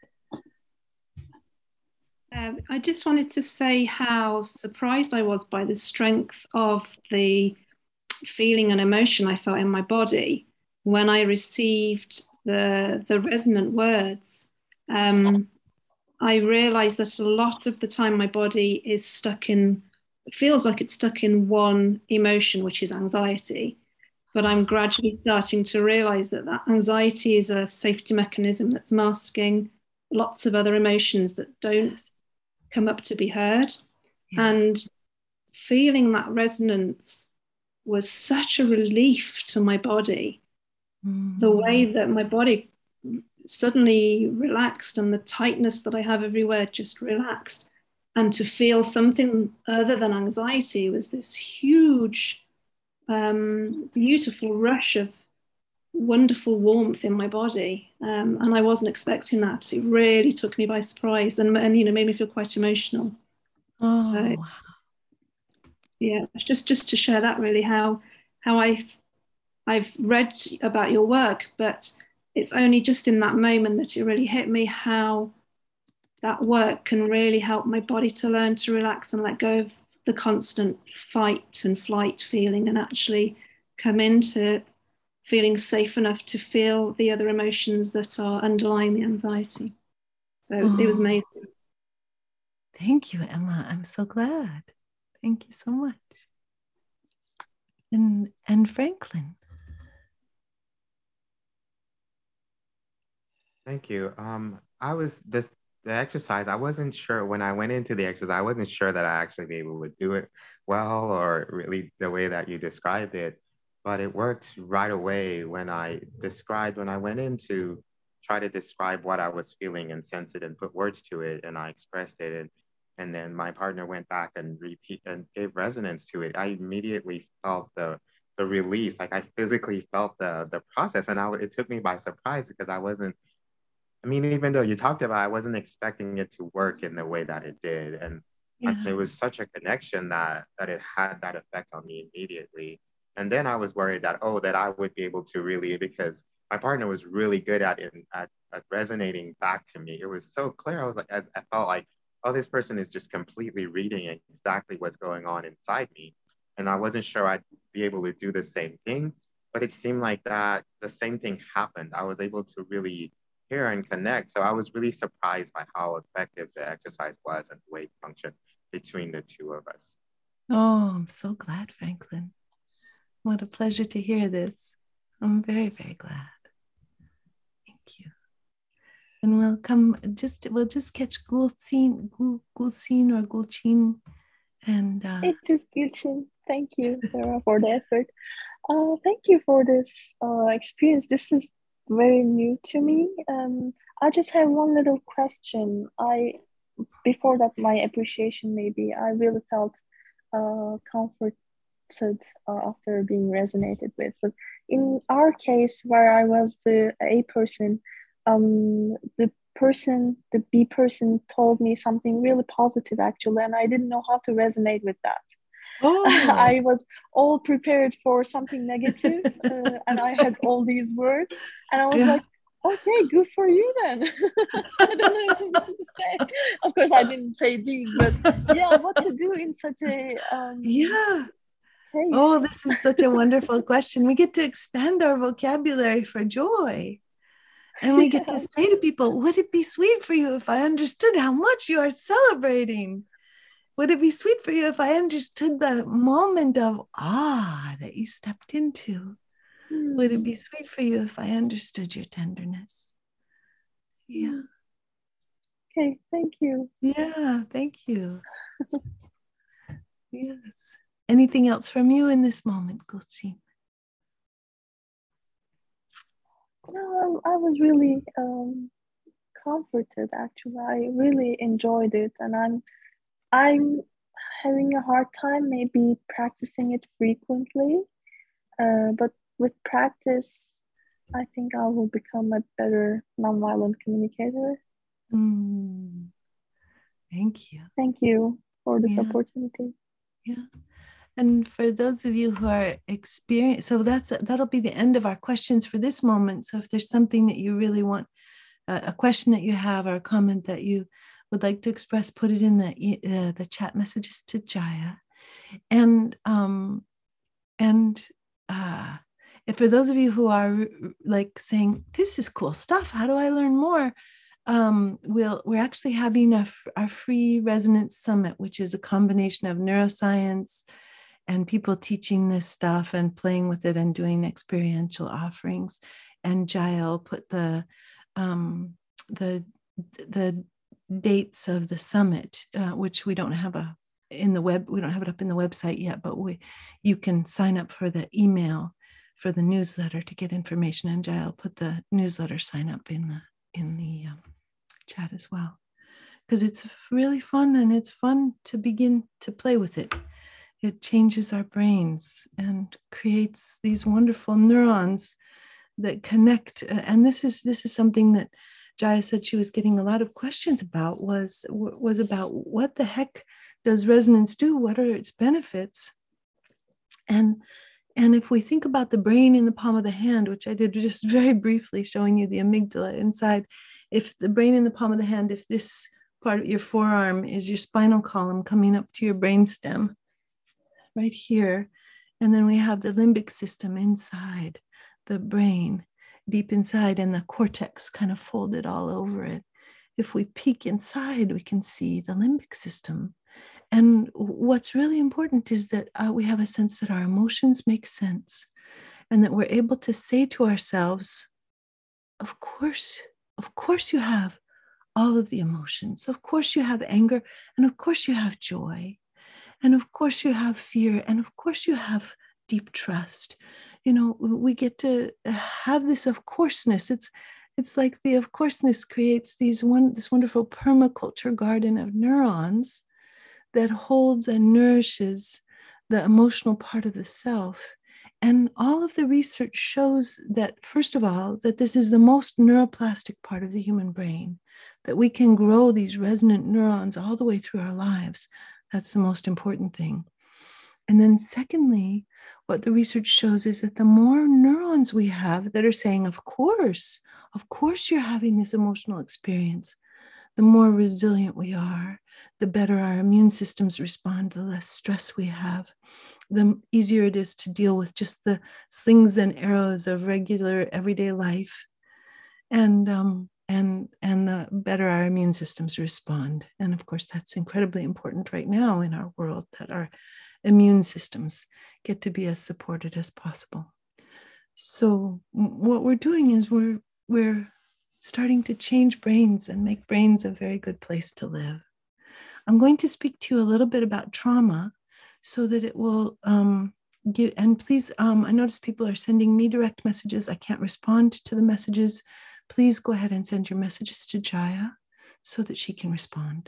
Um, I just wanted to say how surprised I was by the strength of the feeling and emotion I felt in my body when I received the, the resonant words. Um, I realized that a lot of the time my body is stuck in, it feels like it's stuck in one emotion, which is anxiety. But I'm gradually starting to realize that that anxiety is a safety mechanism that's masking lots of other emotions that don't come up to be heard. Yeah. And feeling that resonance was such a relief to my body. Mm. The way that my body suddenly relaxed and the tightness that I have everywhere just relaxed. And to feel something other than anxiety was this huge, um, beautiful rush of wonderful warmth in my body. Um, and I wasn't expecting that. It really took me by surprise and, and you know, made me feel quite emotional. Oh. So, yeah, just, just to share that really, how, how I, I've read about your work, but it's only just in that moment that it really hit me how that work can really help my body to learn to relax and let go of the constant fight and flight feeling and actually come into feeling safe enough to feel the other emotions that are underlying the anxiety. So it was, oh. it was amazing. Thank you, Emma. I'm so glad. Thank you so much. And, and Franklin. Thank you. Um, I was this the exercise. I wasn't sure when I went into the exercise. I wasn't sure that I actually be able to do it well or really the way that you described it. But it worked right away when I described when I went in to try to describe what I was feeling and sense it and put words to it, and I expressed it, and and then my partner went back and repeat and gave resonance to it. I immediately felt the the release, like I physically felt the the process, and I it took me by surprise because I wasn't. I mean, even though you talked about it, I wasn't expecting it to work in the way that it did. And yeah. I, it was such a connection that that it had that effect on me immediately. And then I was worried that, oh, that I would be able to really, because my partner was really good at it, at, at resonating back to me. It was so clear. I was like, as, I felt like, oh, this person is just completely reading exactly what's going on inside me. And I wasn't sure I'd be able to do the same thing, but it seemed like that the same thing happened. I was able to really hear and connect. So I was really surprised by how effective the exercise was and the way it functioned. between the two of us. Oh, I'm so glad, Franklin. What a pleasure to hear this. I'm very, very glad. Thank you. And we'll come just, we'll just catch Gulcin, Gul, Gulcin or Gulcin. And uh, it is Gulcin. Thank you, Sarah, for the effort. Uh, thank you for this uh, experience. This is very new to me. Um, I just have one little question. I, before that, my appreciation maybe, I really felt uh, comforted uh, after being resonated with. But in our case, where I was the A person, um, the person, the B person told me something really positive actually, and I didn't know how to resonate with that. Oh. I was all prepared for something negative, uh, and I had all these words, and I was yeah. like, okay, good for you then. I don't know what to say. Of course, I didn't say these, but yeah, what to do in such a um, yeah. case? Oh, this is such a wonderful question. We get to expand our vocabulary for joy. And we get yeah. to say to people, would it be sweet for you if I understood how much you are celebrating? Would it be sweet for you if I understood the moment of awe that you stepped into? Mm. Would it be sweet for you if I understood your tenderness? Yeah. Okay, thank you. Yeah, thank you. Yes. Anything else from you in this moment, Gulcin? No, I was really um, comforted. Actually, I really enjoyed it, and I'm, I'm having a hard time maybe practicing it frequently. Uh, but with practice, I think I will become a better nonviolent communicator. Mm. Thank you. Thank you for this yeah. opportunity. Yeah. And for those of you who are experienced, so that's that'll be the end of our questions for this moment. So if there's something that you really want, uh, a question that you have or a comment that you would like to express, put it in the uh, the chat messages to Jaya. And um, and uh, if for those of you who are like saying, this is cool stuff, how do I learn more? Um, we'll, we're actually having a, our free resonance summit, which is a combination of neuroscience and people teaching this stuff and playing with it and doing experiential offerings. And Jael put the um, the the dates of the summit, uh, which we don't have a in the web. We don't have it up in the website yet, but we you can sign up for the email for the newsletter to get information. And Jael put the newsletter sign up in the in the um, chat as well, because it's really fun and it's fun to begin to play with it. It changes our brains and creates these wonderful neurons that connect. And this is this is something that Jaya said she was getting a lot of questions about, was, was about what the heck does resonance do? What are its benefits? And, and if we think about the brain in the palm of the hand, which I did just very briefly, showing you the amygdala inside, if the brain in the palm of the hand, if this part of your forearm is your spinal column coming up to your brainstem, right here. And then we have the limbic system inside the brain, deep inside, and the cortex kind of folded all over it. If we peek inside, we can see the limbic system. And what's really important is that uh, we have a sense that our emotions make sense and that we're able to say to ourselves, of course, of course you have all of the emotions. Of course you have anger, and of course you have joy. And of course you have fear, and of course you have deep trust. You know, we get to have this of courseness. It's it's like the of courseness creates these one this wonderful permaculture garden of neurons that holds and nourishes the emotional part of the self. And all of the research shows that, first of all, that this is the most neuroplastic part of the human brain, that we can grow these resonant neurons all the way through our lives. That's the most important thing. And then secondly, what the research shows is that the more neurons we have that are saying, of course, of course you're having this emotional experience, the more resilient we are, the better our immune systems respond, the less stress we have, the easier it is to deal with just the slings and arrows of regular everyday life. And, um, and, and the better our immune systems respond. And of course, that's incredibly important right now in our world, that our immune systems get to be as supported as possible. So what we're doing is we're, we're starting to change brains and make brains a very good place to live. I'm going to speak to you a little bit about trauma so that it will um, give, and please, um, I notice people are sending me direct messages. I can't respond to the messages. Please go ahead and send your messages to Jaya so that she can respond.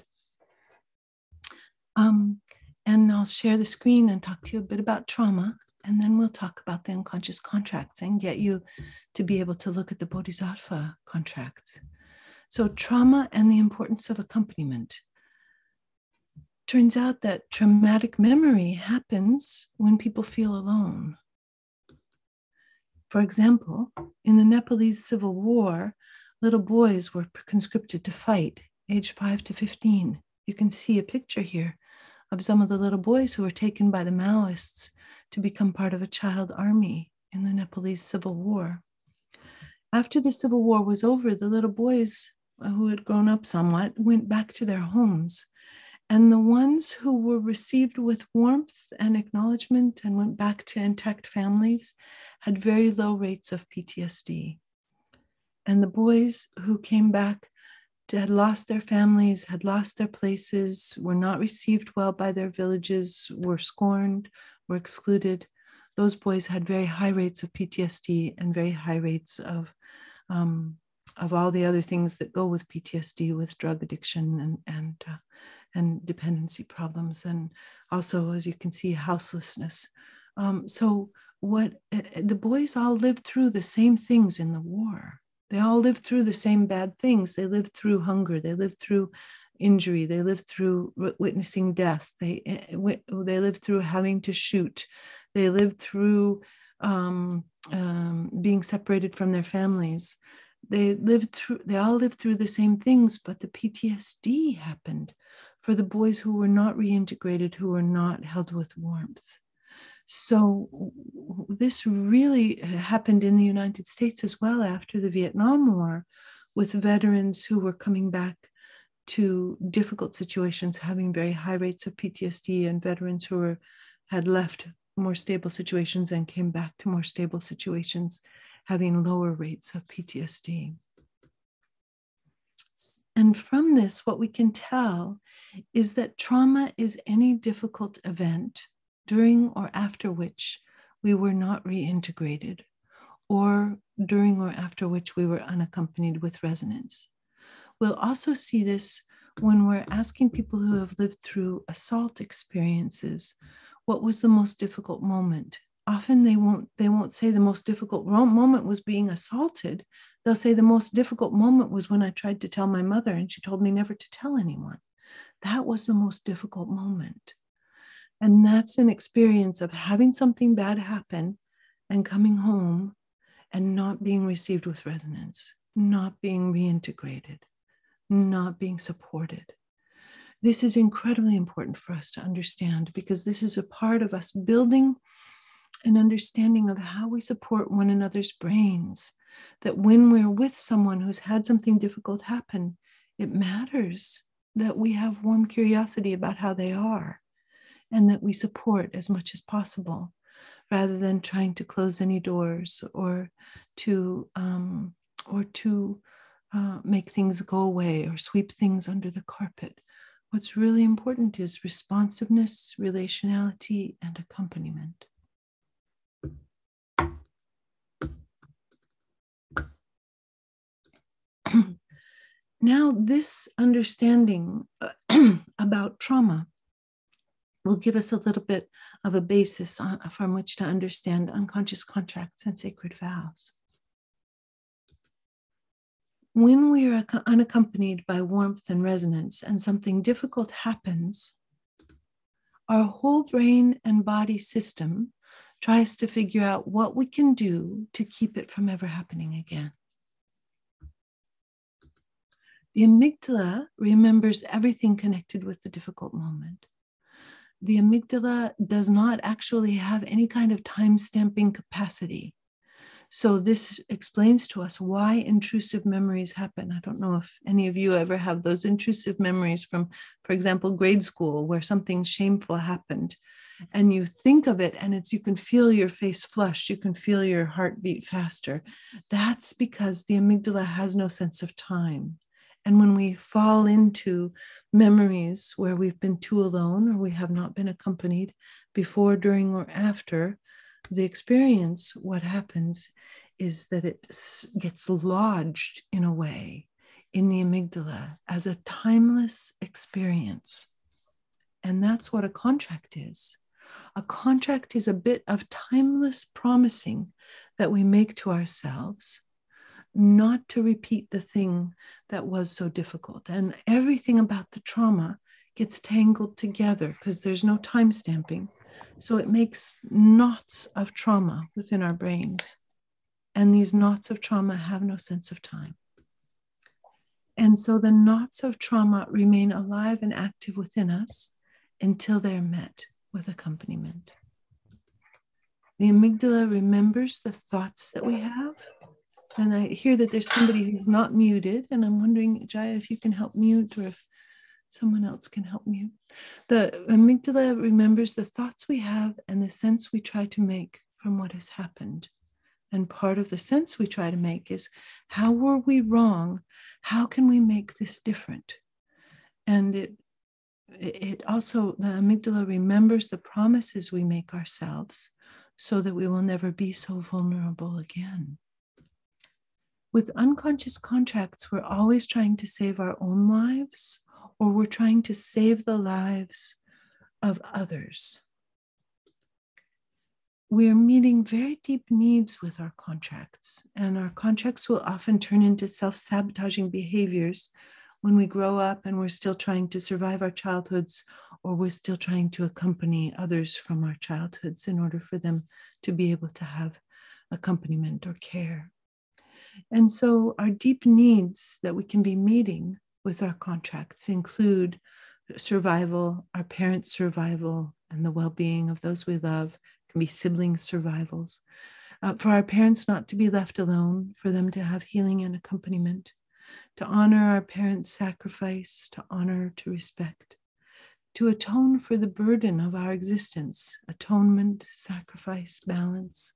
Um, and I'll share the screen and talk to you a bit about trauma, and then we'll talk about the unconscious contracts and get you to be able to look at the Bodhisattva contracts. So trauma and the importance of accompaniment. Turns out that traumatic memory happens when people feel alone. For example, in the Nepalese Civil War, little boys were conscripted to fight, age five to fifteen. You can see a picture here of some of the little boys who were taken by the Maoists to become part of a child army in the Nepalese Civil War. After the Civil War was over, the little boys who had grown up somewhat went back to their homes. And the ones who were received with warmth and acknowledgement and went back to intact families had very low rates of P T S D. And the boys who came back had lost their families, had lost their places, were not received well by their villages, were scorned, were excluded. Those boys had very high rates of P T S D and very high rates of, um, of all the other things that go with P T S D, with drug addiction and, and uh, and dependency problems, and also, as you can see, houselessness. Um, so what uh, the boys all lived through the same things in the war. They all lived through the same bad things. They lived through hunger. They lived through injury. They lived through witnessing death. They, they lived through having to shoot. They lived through um, um, being separated from their families. They lived through, they all lived through the same things, but the P T S D happened for the boys who were not reintegrated, who were not held with warmth. So this really happened in the United States as well after the Vietnam War, with veterans who were coming back to difficult situations, having very high rates of P T S D, and veterans who were, had left more stable situations and came back to more stable situations, having lower rates of P T S D. And from this, what we can tell is that trauma is any difficult event during or after which we were not reintegrated, or during or after which we were unaccompanied with resonance. We'll also see this when we're asking people who have lived through assault experiences, what was the most difficult moment? Often they won't, they won't say the most difficult moment was being assaulted. They'll say the most difficult moment was when I tried to tell my mother and she told me never to tell anyone. That was the most difficult moment. And that's an experience of having something bad happen and coming home and not being received with resonance, not being reintegrated, not being supported. This is incredibly important for us to understand, because this is a part of us building an understanding of how we support one another's brains, that when we're with someone who's had something difficult happen, it matters that we have warm curiosity about how they are, and that we support as much as possible, rather than trying to close any doors or to um, or to uh, make things go away or sweep things under the carpet. What's really important is responsiveness, relationality, and accompaniment. Now, this understanding about trauma will give us a little bit of a basis on, from which to understand unconscious contracts and sacred vows. When we are unaccompanied by warmth and resonance and something difficult happens, our whole brain and body system tries to figure out what we can do to keep it from ever happening again. The amygdala remembers everything connected with the difficult moment. The amygdala does not actually have any kind of time stamping capacity. So this explains to us why intrusive memories happen. I don't know if any of you ever have those intrusive memories from, for example, grade school, where something shameful happened and you think of it and it's, you can feel your face flush, you can feel your heart beat faster. That's because the amygdala has no sense of time. And when we fall into memories where we've been too alone or we have not been accompanied before, during, or after the experience, what happens is that it gets lodged in a way in the amygdala as a timeless experience. And that's what a contract is. A contract is a bit of timeless promising that we make to ourselves not to repeat the thing that was so difficult. And everything about the trauma gets tangled together because there's no time stamping. So it makes knots of trauma within our brains. And these knots of trauma have no sense of time. And so the knots of trauma remain alive and active within us until they're met with accompaniment. The amygdala remembers the thoughts that we have. And I hear that there's somebody who's not muted, and I'm wondering, Jaya, if you can help mute, or if someone else can help mute. The amygdala remembers the thoughts we have and the sense we try to make from what has happened. And part of the sense we try to make is, how were we wrong? How can we make this different? And it, it also, the amygdala remembers the promises we make ourselves so that we will never be so vulnerable again. With unconscious contracts, we're always trying to save our own lives, or we're trying to save the lives of others. We're meeting very deep needs with our contracts, and our contracts will often turn into self-sabotaging behaviors when we grow up and we're still trying to survive our childhoods, or we're still trying to accompany others from our childhoods in order for them to be able to have accompaniment or care. And so our deep needs that we can be meeting with our contracts include survival, our parents' survival, and the well-being of those we love. It can be sibling survivals. Uh, for our parents not to be left alone, for them to have healing and accompaniment, to honor our parents' sacrifice, to honor, to respect, to atone for the burden of our existence, atonement, sacrifice, balance.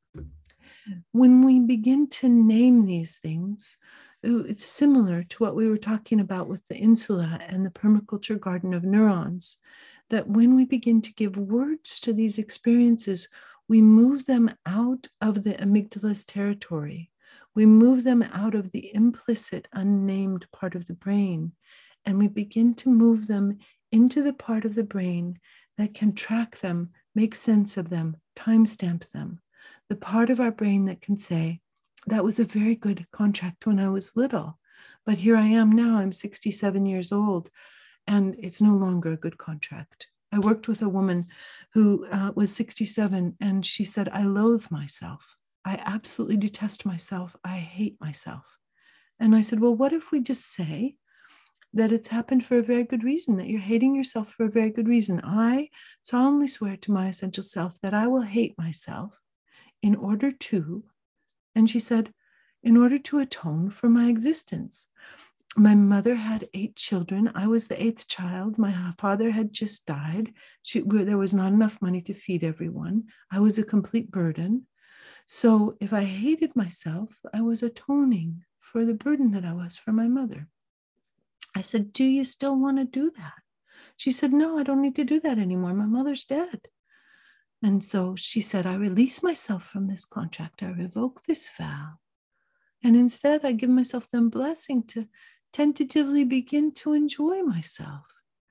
When we begin to name these things, it's similar to what we were talking about with the insula and the permaculture garden of neurons, that when we begin to give words to these experiences, we move them out of the amygdala's territory. We move them out of the implicit, unnamed part of the brain, and we begin to move them into the part of the brain that can track them, make sense of them, timestamp them. The part of our brain that can say, that was a very good contract when I was little, but here I am now, I'm sixty-seven years old, and it's no longer a good contract. I worked with a woman who uh, was sixty-seven, and she said, I loathe myself. I absolutely detest myself. I hate myself. And I said, well, what if we just say that it's happened for a very good reason, that you're hating yourself for a very good reason. I solemnly swear to my essential self that I will hate myself in order to, and she said, in order to atone for my existence. My mother had eight children. I was the eighth child. My father had just died. She, there was not enough money to feed everyone. I was a complete burden. So if I hated myself, I was atoning for the burden that I was for my mother. I said, do you still want to do that? She said, no, I don't need to do that anymore. My mother's dead. And so she said, I release myself from this contract. I revoke this vow. And instead, I give myself the blessing to tentatively begin to enjoy myself.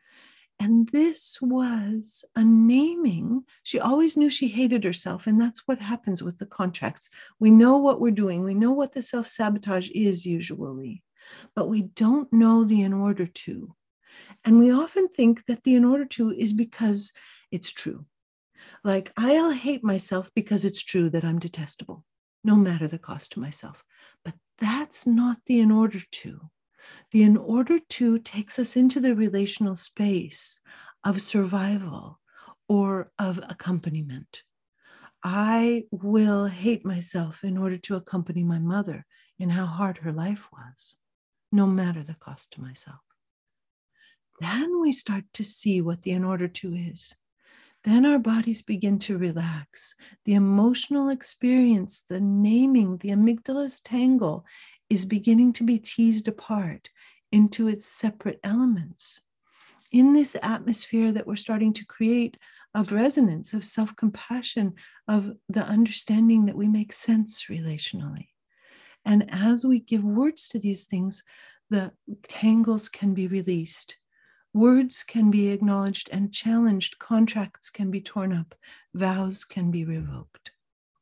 And this was a naming. She always knew she hated herself. And that's what happens with the contracts. We know what we're doing. We know what the self-sabotage is usually, but we don't know the in order to. And we often think that the in order to is because it's true. Like, I'll hate myself because it's true that I'm detestable, no matter the cost to myself. But that's not the in order to. The in order to takes us into the relational space of survival or of accompaniment. I will hate myself in order to accompany my mother in how hard her life was, no matter the cost to myself. Then we start to see what the in order to is. Then our bodies begin to relax. The emotional experience, the naming, the amygdala's tangle is beginning to be teased apart into its separate elements. In this atmosphere that we're starting to create of resonance, of self-compassion, of the understanding that we make sense relationally. And as we give words to these things, the tangles can be released. Words can be acknowledged and challenged. Contracts can be torn up. Vows can be revoked.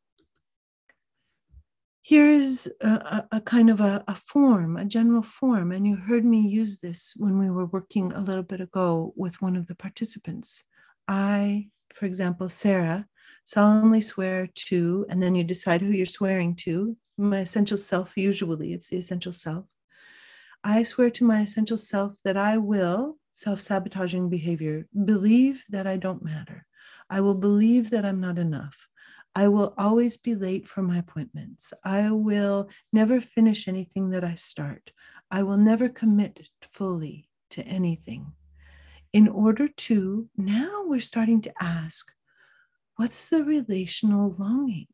Here's a, a, a kind of a, a form, a general form, and you heard me use this when we were working a little bit ago with one of the participants. I, for example, Sarah, solemnly swear to, and then you decide who you're swearing to, my essential self, usually it's the essential self. I swear to my essential self that I will, self-sabotaging behavior, believe that I don't matter. I will believe that I'm not enough. I will always be late for my appointments. I will never finish anything that I start. I will never commit fully to anything. In order to, now we're starting to ask, what's the relational longing?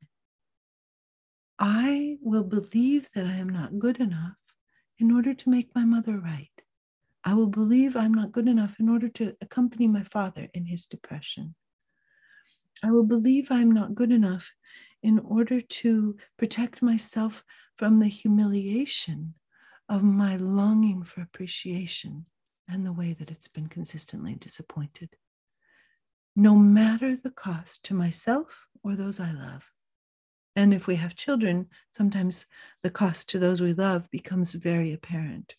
I will believe that I am not good enough in order to make my mother right. I will believe I'm not good enough in order to accompany my father in his depression. I will believe I'm not good enough in order to protect myself from the humiliation of my longing for appreciation and the way that it's been consistently disappointed, no matter the cost to myself or those I love. And if we have children, sometimes the cost to those we love becomes very apparent.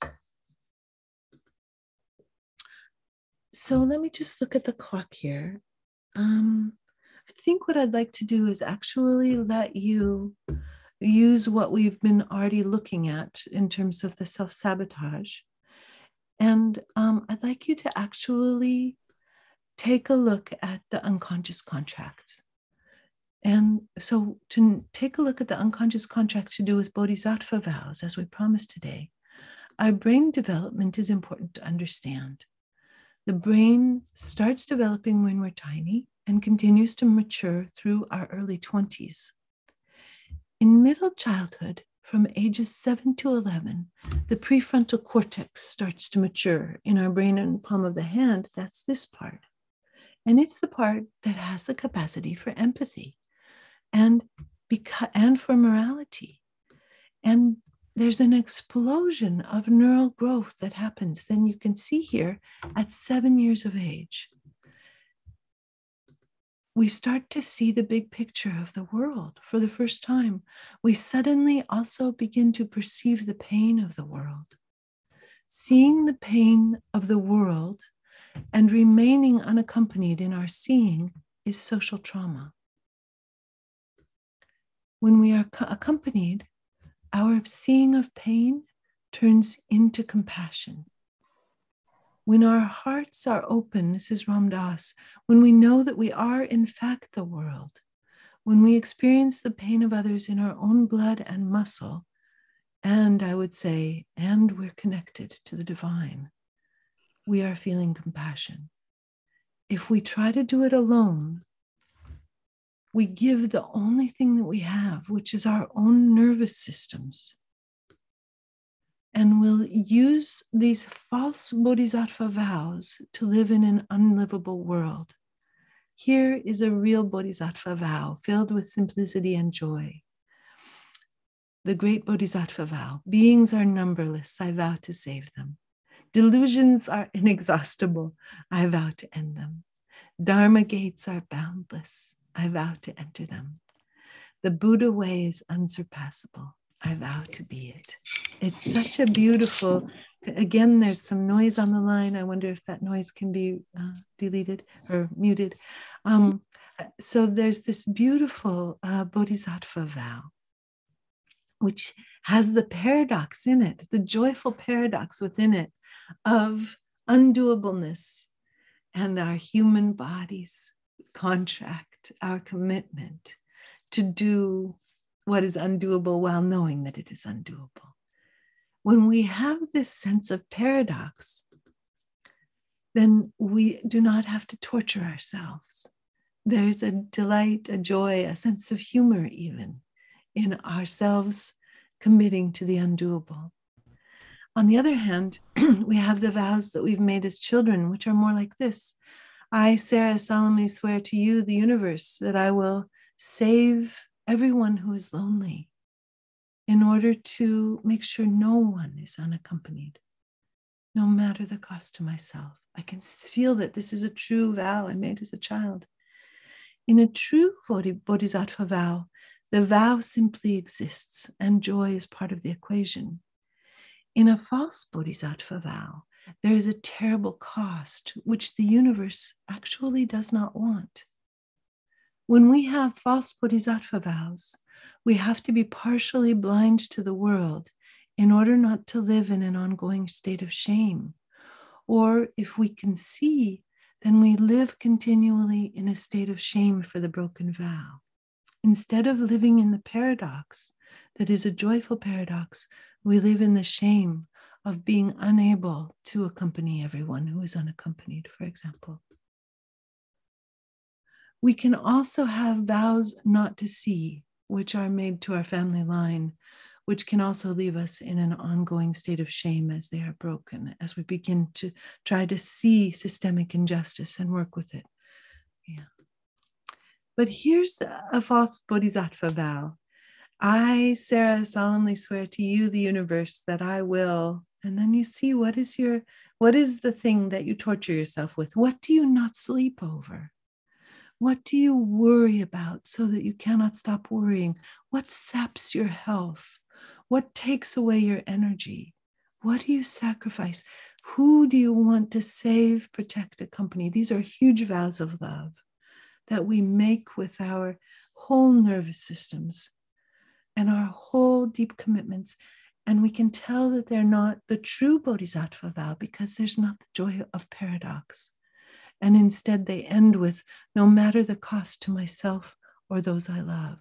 So let me just look at the clock here. Um, I think what I'd like to do is actually let you use what we've been already looking at in terms of the self-sabotage. And um, I'd like you to actually take a look at the unconscious contracts. And so to take a look at the unconscious contract to do with bodhisattva vows, as we promised today, our brain development is important to understand. The brain starts developing when we're tiny and continues to mature through our early twenties. In middle childhood, from ages seven to eleven, the prefrontal cortex starts to mature in our brain and palm of the hand. That's this part. And it's the part that has the capacity for empathy and, beca- and for morality. And there's an explosion of neural growth that happens. Then you can see here at seven years of age, we start to see the big picture of the world for the first time. We suddenly also begin to perceive the pain of the world. Seeing the pain of the world and remaining unaccompanied in our seeing is social trauma. When we are co- accompanied, our seeing of pain turns into compassion. When our hearts are open, this is Ram Dass, when we know that we are in fact the world, when we experience the pain of others in our own blood and muscle, and I would say, and we're connected to the divine, we are feeling compassion. If we try to do it alone, we give the only thing that we have, which is our own nervous systems. And we'll use these false bodhisattva vows to live in an unlivable world. Here is a real bodhisattva vow filled with simplicity and joy. The great bodhisattva vow: beings are numberless, I vow to save them. Delusions are inexhaustible, I vow to end them. Dharma gates are boundless, I vow to enter them. The Buddha way is unsurpassable, I vow to be it. It's such a beautiful, again, there's some noise on the line. I wonder if that noise can be uh, deleted or muted. Um, so there's this beautiful uh, bodhisattva vow, which has the paradox in it, the joyful paradox within it of undoableness and our human body's contract, our commitment. to do what is undoable while knowing that it is undoable. When we have this sense of paradox, then we do not have to torture ourselves. There's a delight, a joy, a sense of humor even in ourselves committing to the undoable. On the other hand, we have the vows that we've made as children, which are more like this. I, Sarah, solemnly swear to you, the universe, that I will save everyone who is lonely in order to make sure no one is unaccompanied, no matter the cost to myself. I can feel that this is a true vow I made as a child. In a true bodhisattva vow, the vow simply exists and joy is part of the equation. In a false bodhisattva vow, there is a terrible cost which the universe actually does not want. When we have false bodhisattva vows, we have to be partially blind to the world in order not to live in an ongoing state of shame. Or if we can see, then we live continually in a state of shame for the broken vow. Instead of living in the paradox that is a joyful paradox, we live in the shame of being unable to accompany everyone who is unaccompanied, for example. We can also have vows not to see, which are made to our family line, which can also leave us in an ongoing state of shame as they are broken, as we begin to try to see systemic injustice and work with it. Yeah. But here's a false bodhisattva vow. I, Sarah, solemnly swear to you, the universe, that I will. And then you see what is your, what is the thing that you torture yourself with? What do you not sleep over? What do you worry about so that you cannot stop worrying? What saps your health? What takes away your energy? What do you sacrifice? Who do you want to save, protect, accompany? These are huge vows of love that we make with our whole nervous systems and our whole deep commitments. And we can tell that they're not the true bodhisattva vow because there's not the joy of paradox. And instead they end with, no matter the cost to myself or those I love.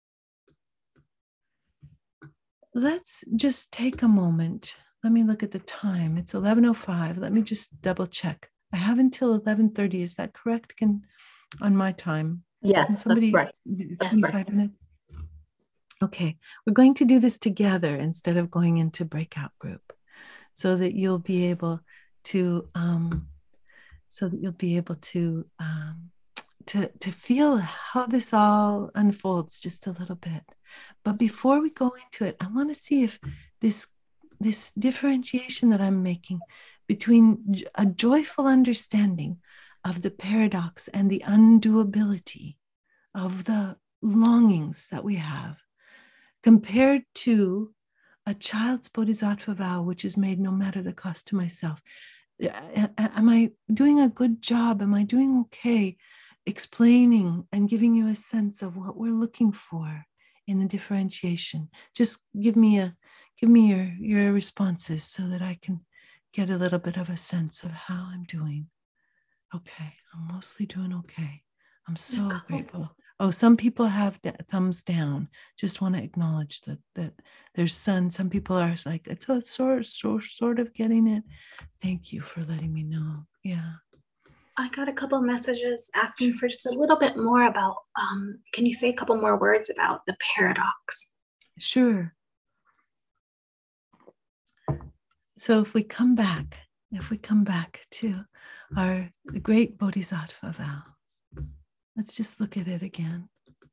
Let's just take a moment. Let me look at the time. It's eleven oh five. Let me just double check. I have until eleven thirty. Is that correct? Can, on my time? Yes, somebody, that's right. twenty-five minutes? Okay, we're going to do this together instead of going into breakout group so that you'll be able to, um, so that you'll be able to, um, to, to feel how this all unfolds just a little bit. But before we go into it, I want to see if this, this differentiation that I'm making between a joyful understanding of the paradox and the undoability of the longings that we have, compared to a child's bodhisattva vow, which is made no matter the cost to myself. Am I doing a good job? Am I doing okay explaining and giving you a sense of what we're looking for in the differentiation? Just give me a give me your, your responses so that I can get a little bit of a sense of how I'm doing. Okay, I'm mostly doing okay. I'm so grateful. Oh, some people have thumbs down. Just want to acknowledge that that there's some. Some people are like, it's a sort, sort, sort of getting it. Thank you for letting me know. Yeah. I got a couple of messages asking for just a little bit more about, um, can you say a couple more words about the paradox? Sure. So if we come back, if we come back to our the great bodhisattva vow, let's just look at it again.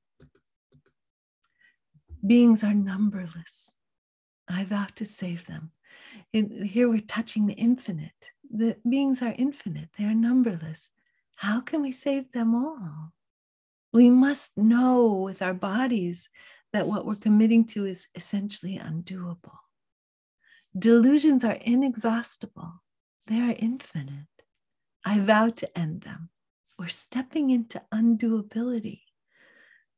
Beings are numberless. I vow to save them. In, here we're touching the infinite. The beings are infinite. They are numberless. How can we save them all? We must know with our bodies that what we're committing to is essentially undoable. Delusions are inexhaustible. They are infinite. I vow to end them. We're stepping into undoability.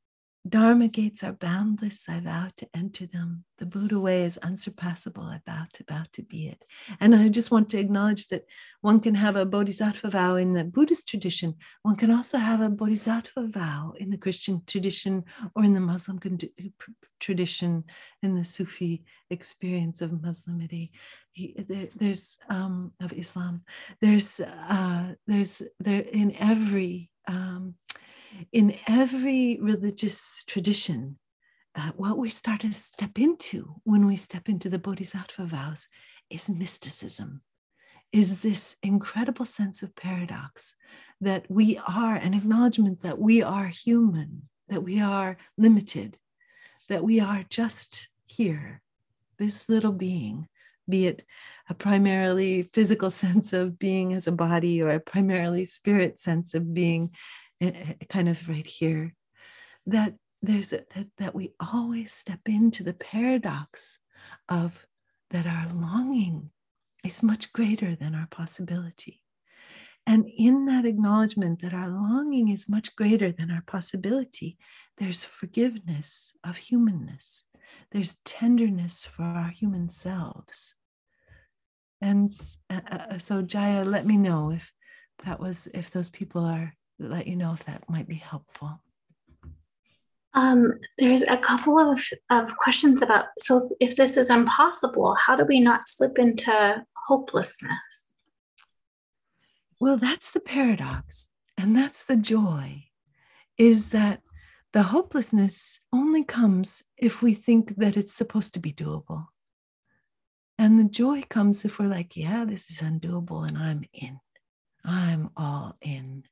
Dharma gates are boundless, I vow to enter them. The Buddha way is unsurpassable, I vow to vow to be it. And I just want to acknowledge that one can have a bodhisattva vow in the Buddhist tradition. One can also have a bodhisattva vow in the Christian tradition or in the Muslim tradition, in the Sufi experience of Muslimity. There, there's um, of Islam. There's uh, there's there in every um, In every religious tradition, uh, what we start to step into when we step into the bodhisattva vows is mysticism, is this incredible sense of paradox that we are, an acknowledgement that we are human, that we are limited, that we are just here, this little being, be it a primarily physical sense of being as a body or a primarily spirit sense of being kind of right here, that there's a, that, that we always step into the paradox of that our longing is much greater than our possibility. And in that acknowledgement that our longing is much greater than our possibility, there's forgiveness of humanness. There's tenderness for our human selves. And uh, so Jaya, let me know if that was, if those people are, let you know if that might be helpful. Um, there's a couple of, of questions about, so if this is impossible, how do we not slip into hopelessness? Well, that's the paradox, and that's the joy, is that the hopelessness only comes if we think that it's supposed to be doable. And the joy comes if we're like, yeah, this is undoable, and I'm in. I'm all in.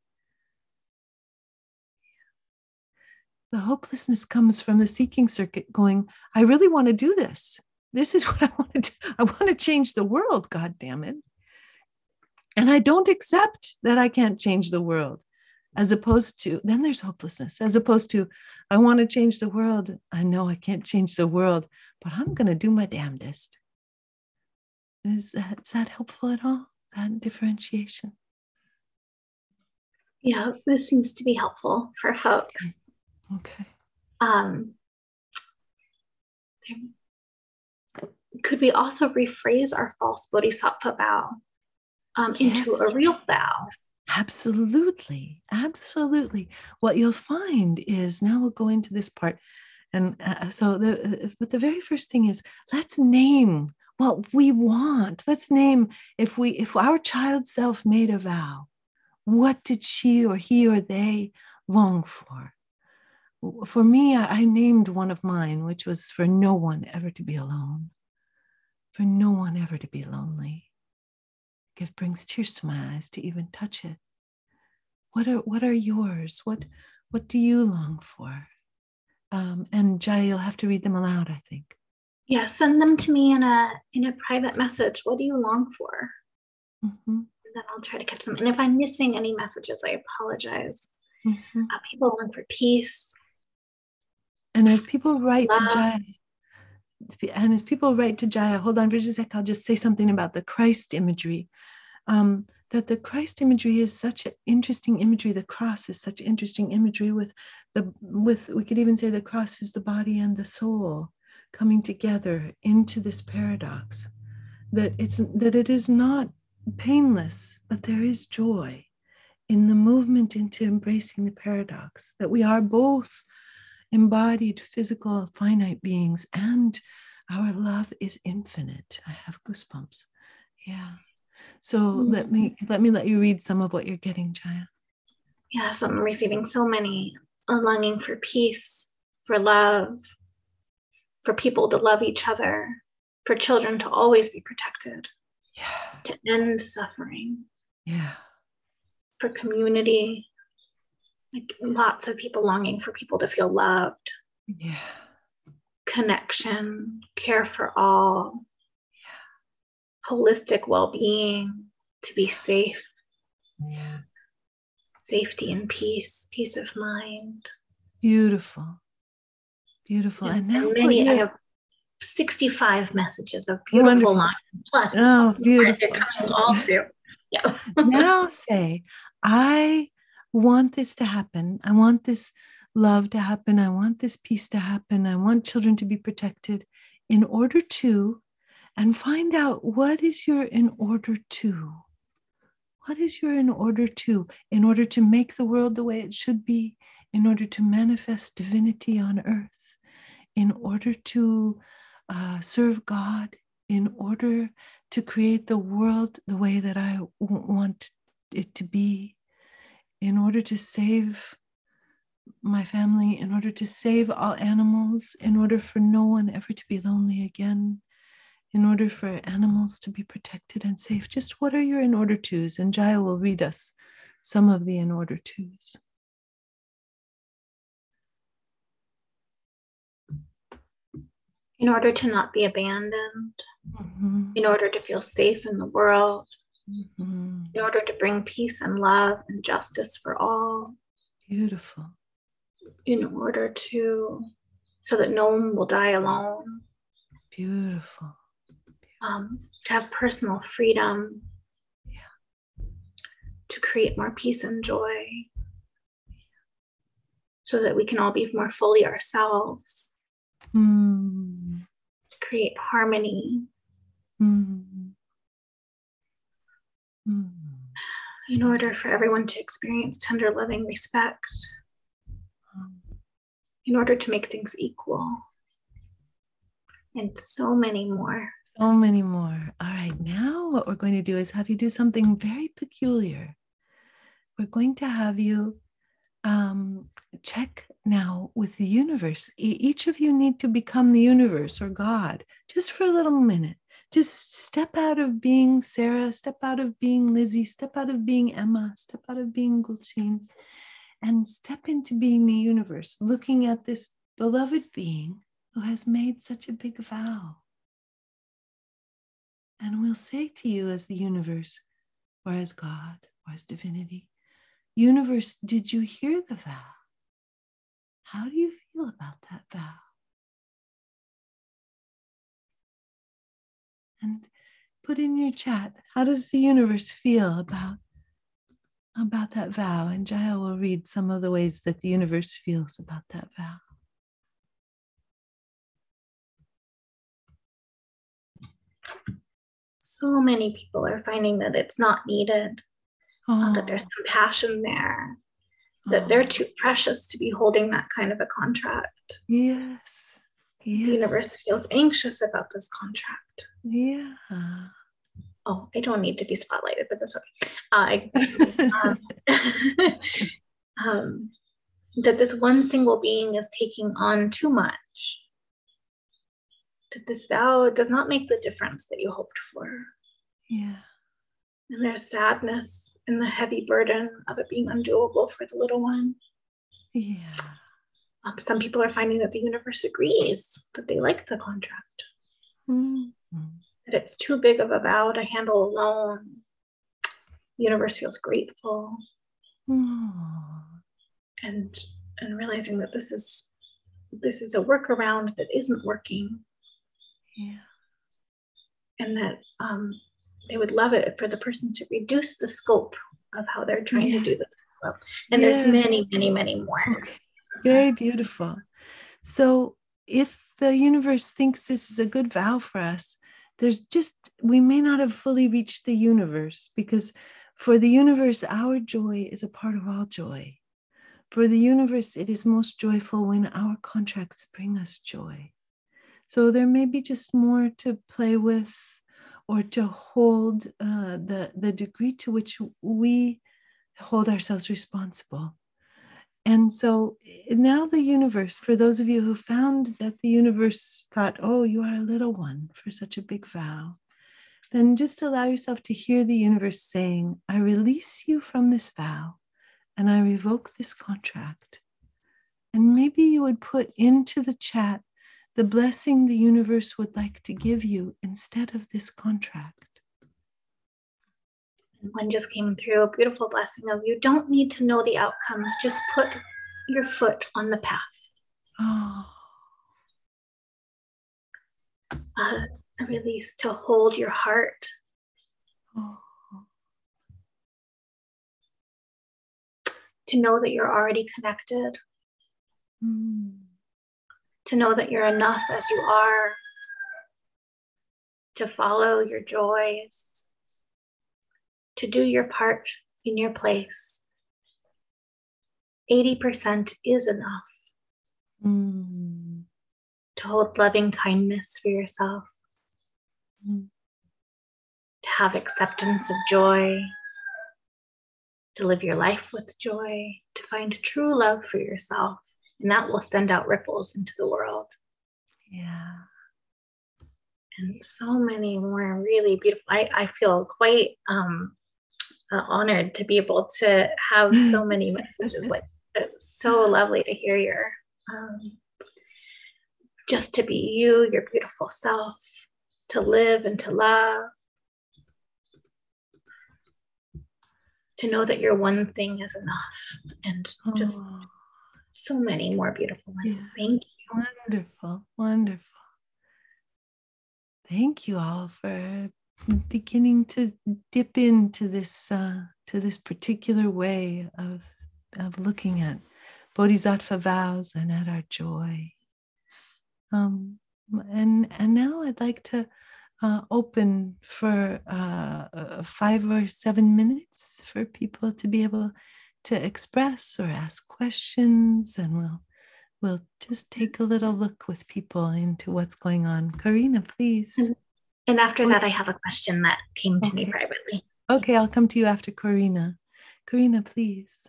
The hopelessness comes from the seeking circuit going, I really want to do this. This is what I want to do. I want to change the world, God damn it. And I don't accept that I can't change the world, as opposed to, then there's hopelessness, as opposed to, I want to change the world. I know I can't change the world, but I'm going to do my damnedest. Is that, is that helpful at all, that differentiation? Yeah, this seems to be helpful for folks. Okay. Um, could we also rephrase our false bodhisattva vow um, yes. into a real vow? Absolutely. Absolutely. What you'll find is, now we'll go into this part. And uh, so, the, but the very first thing is, let's name what we want. Let's name, if we, if our child self made a vow, what did she or he or they long for? For me, I named one of mine, which was for no one ever to be alone, for no one ever to be lonely. It brings tears to my eyes to even touch it. What are what are yours? What what do you long for? Um, and Jaya, you'll have to read them aloud, I think. Yeah, send them to me in a in a private message. What do you long for? Mm-hmm. And then I'll try to catch them. And if I'm missing any messages, I apologize. Mm-hmm. Uh, people long for peace. And as people write Love. to Jaya, and as people write to Jaya, hold on for just a sec, I'll just say something about the Christ imagery. Um, that the Christ imagery is such an interesting imagery. The cross is such interesting imagery with the, with, we could even say the cross is the body and the soul coming together into this paradox. That it's, that it is not painless, but there is joy in the movement into embracing the paradox, that we are both embodied physical finite beings and our love is infinite. I have goosebumps. Yeah. So mm-hmm. let me let me let you read some of what you're getting, Jaya. Yeah, so I'm receiving so many, a longing for peace, for love, for people to love each other, for children to always be protected, yeah, to end suffering, yeah, for community. Like lots of people longing for people to feel loved. Yeah. Connection, care for all. Yeah. Holistic well-being, to be safe. Yeah. Safety and peace, peace of mind. Beautiful. Beautiful. Yeah. And now and many, I have sixty-five messages of beautiful Wonderful. lines. Plus, oh, beautiful. Coming all through. Yeah. Now say, I want this to happen. I want this love to happen. I want this peace to happen. I want children to be protected in order to, and find out what is your in order to. What is your in order to? In order to make the world the way it should be, in order to manifest divinity on earth, in order to uh, serve God, in order to create the world the way that I w- want it to be, in order to save my family, in order to save all animals, in order for no one ever to be lonely again, in order for animals to be protected and safe. Just what are your in order tos? And Jaya will read us some of the in order tos. In order to not be abandoned, mm-hmm. in order to feel safe in the world, mm-hmm. in order to bring peace and love and justice for all. Beautiful. In order to, so that no one will die alone. Beautiful. Um, to have personal freedom. Yeah. To create more peace and joy. So that we can all be more fully ourselves. Mm. To create harmony. Mm. Mm. In order for everyone to experience tender, loving respect. In order to make things equal. And so many more. So many more. All right, now what we're going to do is have you do something very peculiar. We're going to have you um, check now with the universe. E- each of you need to become the universe or God, just for a little minute. Just step out of being Sarah, step out of being Lizzie, step out of being Emma, step out of being Gulchin, and step into being the universe, looking at this beloved being who has made such a big vow. And we'll say to you as the universe, or as God, or as divinity, universe, did you hear the vow? How do you feel about that vow? And put in your chat, how does the universe feel about, about that vow? And Jaya will read some of the ways that the universe feels about that vow. So many people are finding that it's not needed, oh. uh, that there's compassion there, that oh. they're too precious to be holding that kind of a contract. Yes. yes. The universe feels anxious about this contract. Yeah. Oh, I don't need to be spotlighted, but that's okay. Uh, um, um, that this one single being is taking on too much. That this vow does not make the difference that you hoped for. Yeah. And there's sadness in the heavy burden of it being undoable for the little one. Yeah. Um, some people are finding that the universe agrees that they like the contract. Mm-hmm. That it's too big of a vow to handle alone. The universe feels grateful. Oh. And and realizing that this is this is a workaround that isn't working. Yeah. And that um, they would love it for the person to reduce the scope of how they're trying yes. to do this. And yes. there's many, many, many more. Okay. Very beautiful. So if the universe thinks this is a good vow for us, there's just, we may not have fully reached the universe, because for the universe, our joy is a part of all joy. For the universe, it is most joyful when our contracts bring us joy. So there may be just more to play with, or to hold uh, the, the degree to which we hold ourselves responsible. And so now the universe, for those of you who found that the universe thought, oh, you are a little one for such a big vow, then just allow yourself to hear the universe saying, I release you from this vow and I revoke this contract. And maybe you would put into the chat the blessing the universe would like to give you instead of this contract. One just came through, a beautiful blessing of, you don't need to know the outcomes, just put your foot on the path. Oh. Uh, a release to hold your heart. Oh. To know that you're already connected. Mm. To know that you're enough as you are, to follow your joys, to do your part in your place. eighty percent is enough. Mm. To hold loving kindness for yourself. Mm. To have acceptance of joy. To live your life with joy. To find true love for yourself. And that will send out ripples into the world. Yeah. And so many more really beautiful. I, I feel quite um, uh, honored to be able to have so many messages. Like, it's so lovely to hear your, um, just to be you, your beautiful self, to live and to love. To know that your one thing is enough. And just Oh. so many more beautiful ones. Yeah. Thank you. Wonderful, wonderful. Thank you all for beginning to dip into this uh, to this particular way of of looking at Bodhisattva vows and at our joy. Um, and and now I'd like to uh, open for uh, uh, five or seven minutes for people to be able to express or ask questions, and we'll we'll just take a little look with people into what's going on. Karina, please. And, and after Oh, that, I have a question that came to okay. me privately. Okay, I'll come to you after Karina. Karina, please.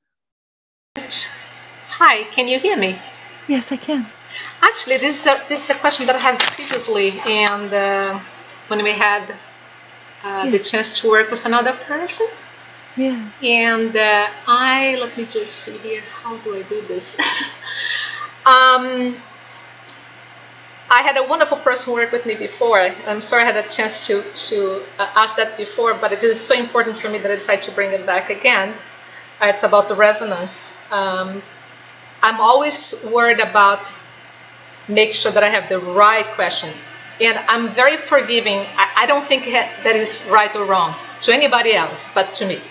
Hi, can you hear me? Yes, I can. Actually, this is a, this is a question that I had previously, and uh, when we had uh, yes. the chance to work with another person. Yes. And uh, I, let me just see here, how do I do this? um, I had a wonderful person work with me before. I'm sorry I had a chance to, to uh, ask that before, but it is so important for me that I decided to bring it back again. Uh, it's about the resonance. Um, I'm always worried about make sure that I have the right question. And I'm very forgiving. I, I don't think that is right or wrong to anybody else, but to me.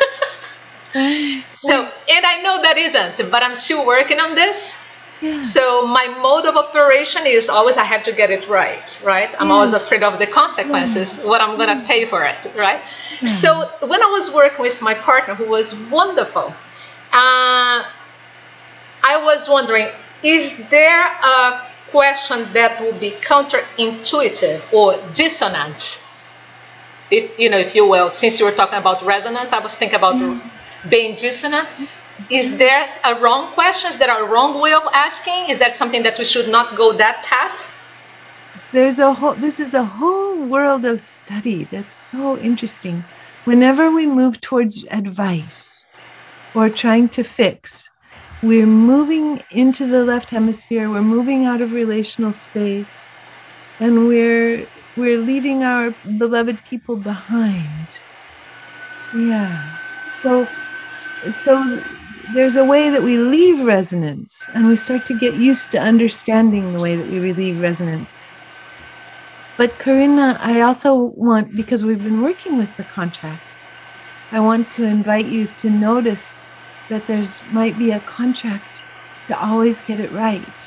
So, and I know that isn't, but I'm still working on this. Yes. So my mode of operation is always I have to get it right, right? I'm yes. always afraid of the consequences, yeah. what I'm going to pay for it, right? Yeah. So when I was working with my partner, who was wonderful, uh, I was wondering, is there a question that will be counterintuitive or dissonant? If you know, if you will, since you were talking about resonant, I was thinking about yeah. being dissonant. Is there a wrong questions that are wrong way of asking? Is that something that we should not go that path? There's a whole, this is a whole world of study that's so interesting. Whenever we move towards advice or trying to fix, we're moving into the left hemisphere, we're moving out of relational space, and we're we're leaving our beloved people behind. Yeah. So so there's a way that we leave resonance, and we start to get used to understanding the way that we relieve resonance. But Karina, I also want, because we've been working with the contracts, I want to invite you to notice that there's might be a contract to always get it right.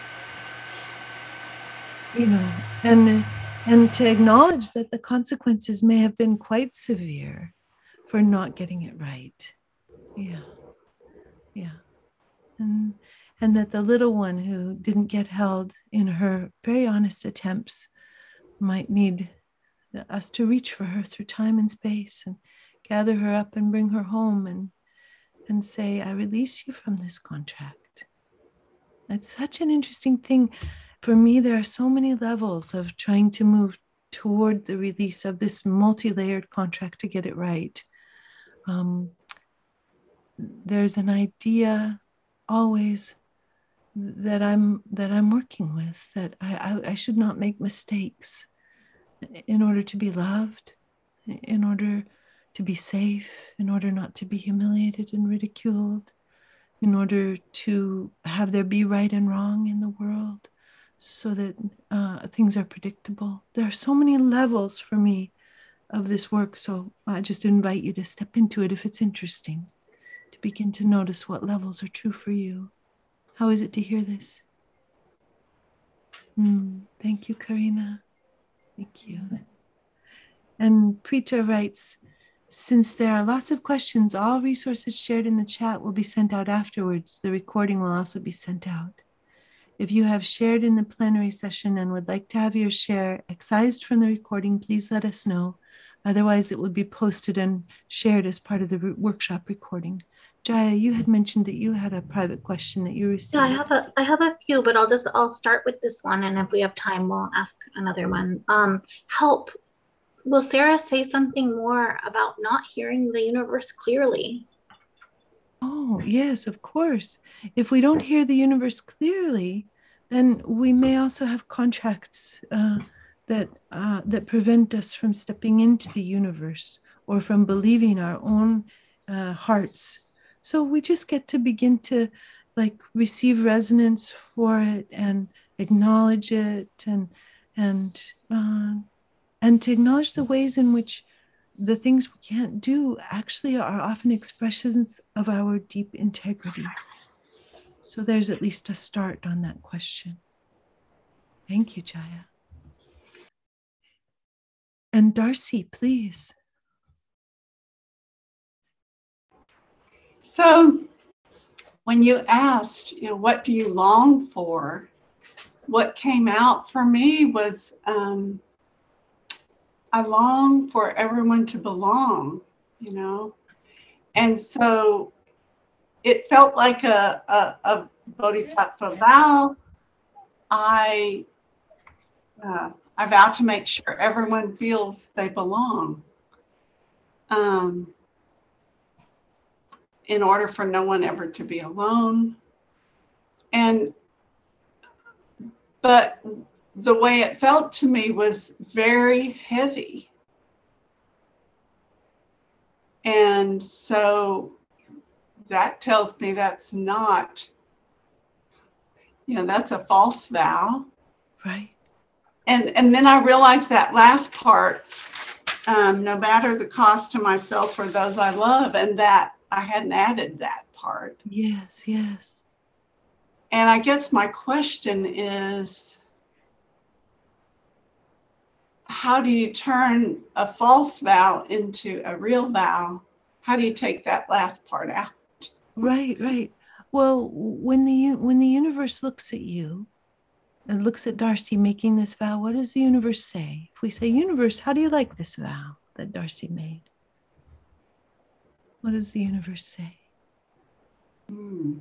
You know, and and to acknowledge that the consequences may have been quite severe for not getting it right. Yeah. Yeah. And and that the little one who didn't get held in her very honest attempts might need us to reach for her through time and space and gather her up and bring her home and and say, I release you from this contract. It's such an interesting thing. For me, there are so many levels of trying to move toward the release of this multi-layered contract to get it right. Um, there's an idea always that I'm that I'm working with, that I, I, I should not make mistakes in order to be loved, in order to be safe, in order not to be humiliated and ridiculed, in order to have there be right and wrong in the world so that uh, things are predictable. There are so many levels for me of this work, so I just invite you to step into it if it's interesting, to begin to notice what levels are true for you. How is it to hear this? Mm, thank you, Karina. Thank you. And Preeta writes, since there are lots of questions, all resources shared in the chat will be sent out afterwards. The recording will also be sent out. If you have shared in the plenary session and would like to have your share excised from the recording, please let us know. Otherwise, it will be posted and shared as part of the re- workshop recording. Jaya, you had mentioned that you had a private question that you received. Yeah, I have a I have a few, but I'll just I'll start with this one, and if we have time, we'll ask another one. Um, help. Will Sarah say something more about not hearing the universe clearly? Oh, yes, of course. If we don't hear the universe clearly, then we may also have contracts uh, that uh, that prevent us from stepping into the universe or from believing our own uh, hearts. So we just get to begin to like receive resonance for it and acknowledge it and and uh, and to acknowledge the ways in which the things we can't do actually are often expressions of our deep integrity. So there's at least a start on that question. Thank you, Jaya. And Darcy, please. So when you asked, you know, what do you long for? What came out for me was um, I long for everyone to belong, you know? And so it felt like a, a, a bodhisattva vow. I, uh, I vow to make sure everyone feels they belong. Um, in order for no one ever to be alone. And, but the way it felt to me was very heavy. And so that tells me that's not, you know, that's a false vow. Right. And, and then I realized that last part, um, no matter the cost to myself or those I love, and that I hadn't added that part. Yes, yes. And I guess my question is, how do you turn a false vow into a real vow? How do you take that last part out? Right, right. Well, when the when the universe looks at you and looks at Darcy making this vow, what does the universe say? If we say, universe, how do you like this vow that Darcy made? What does the universe say? Hmm.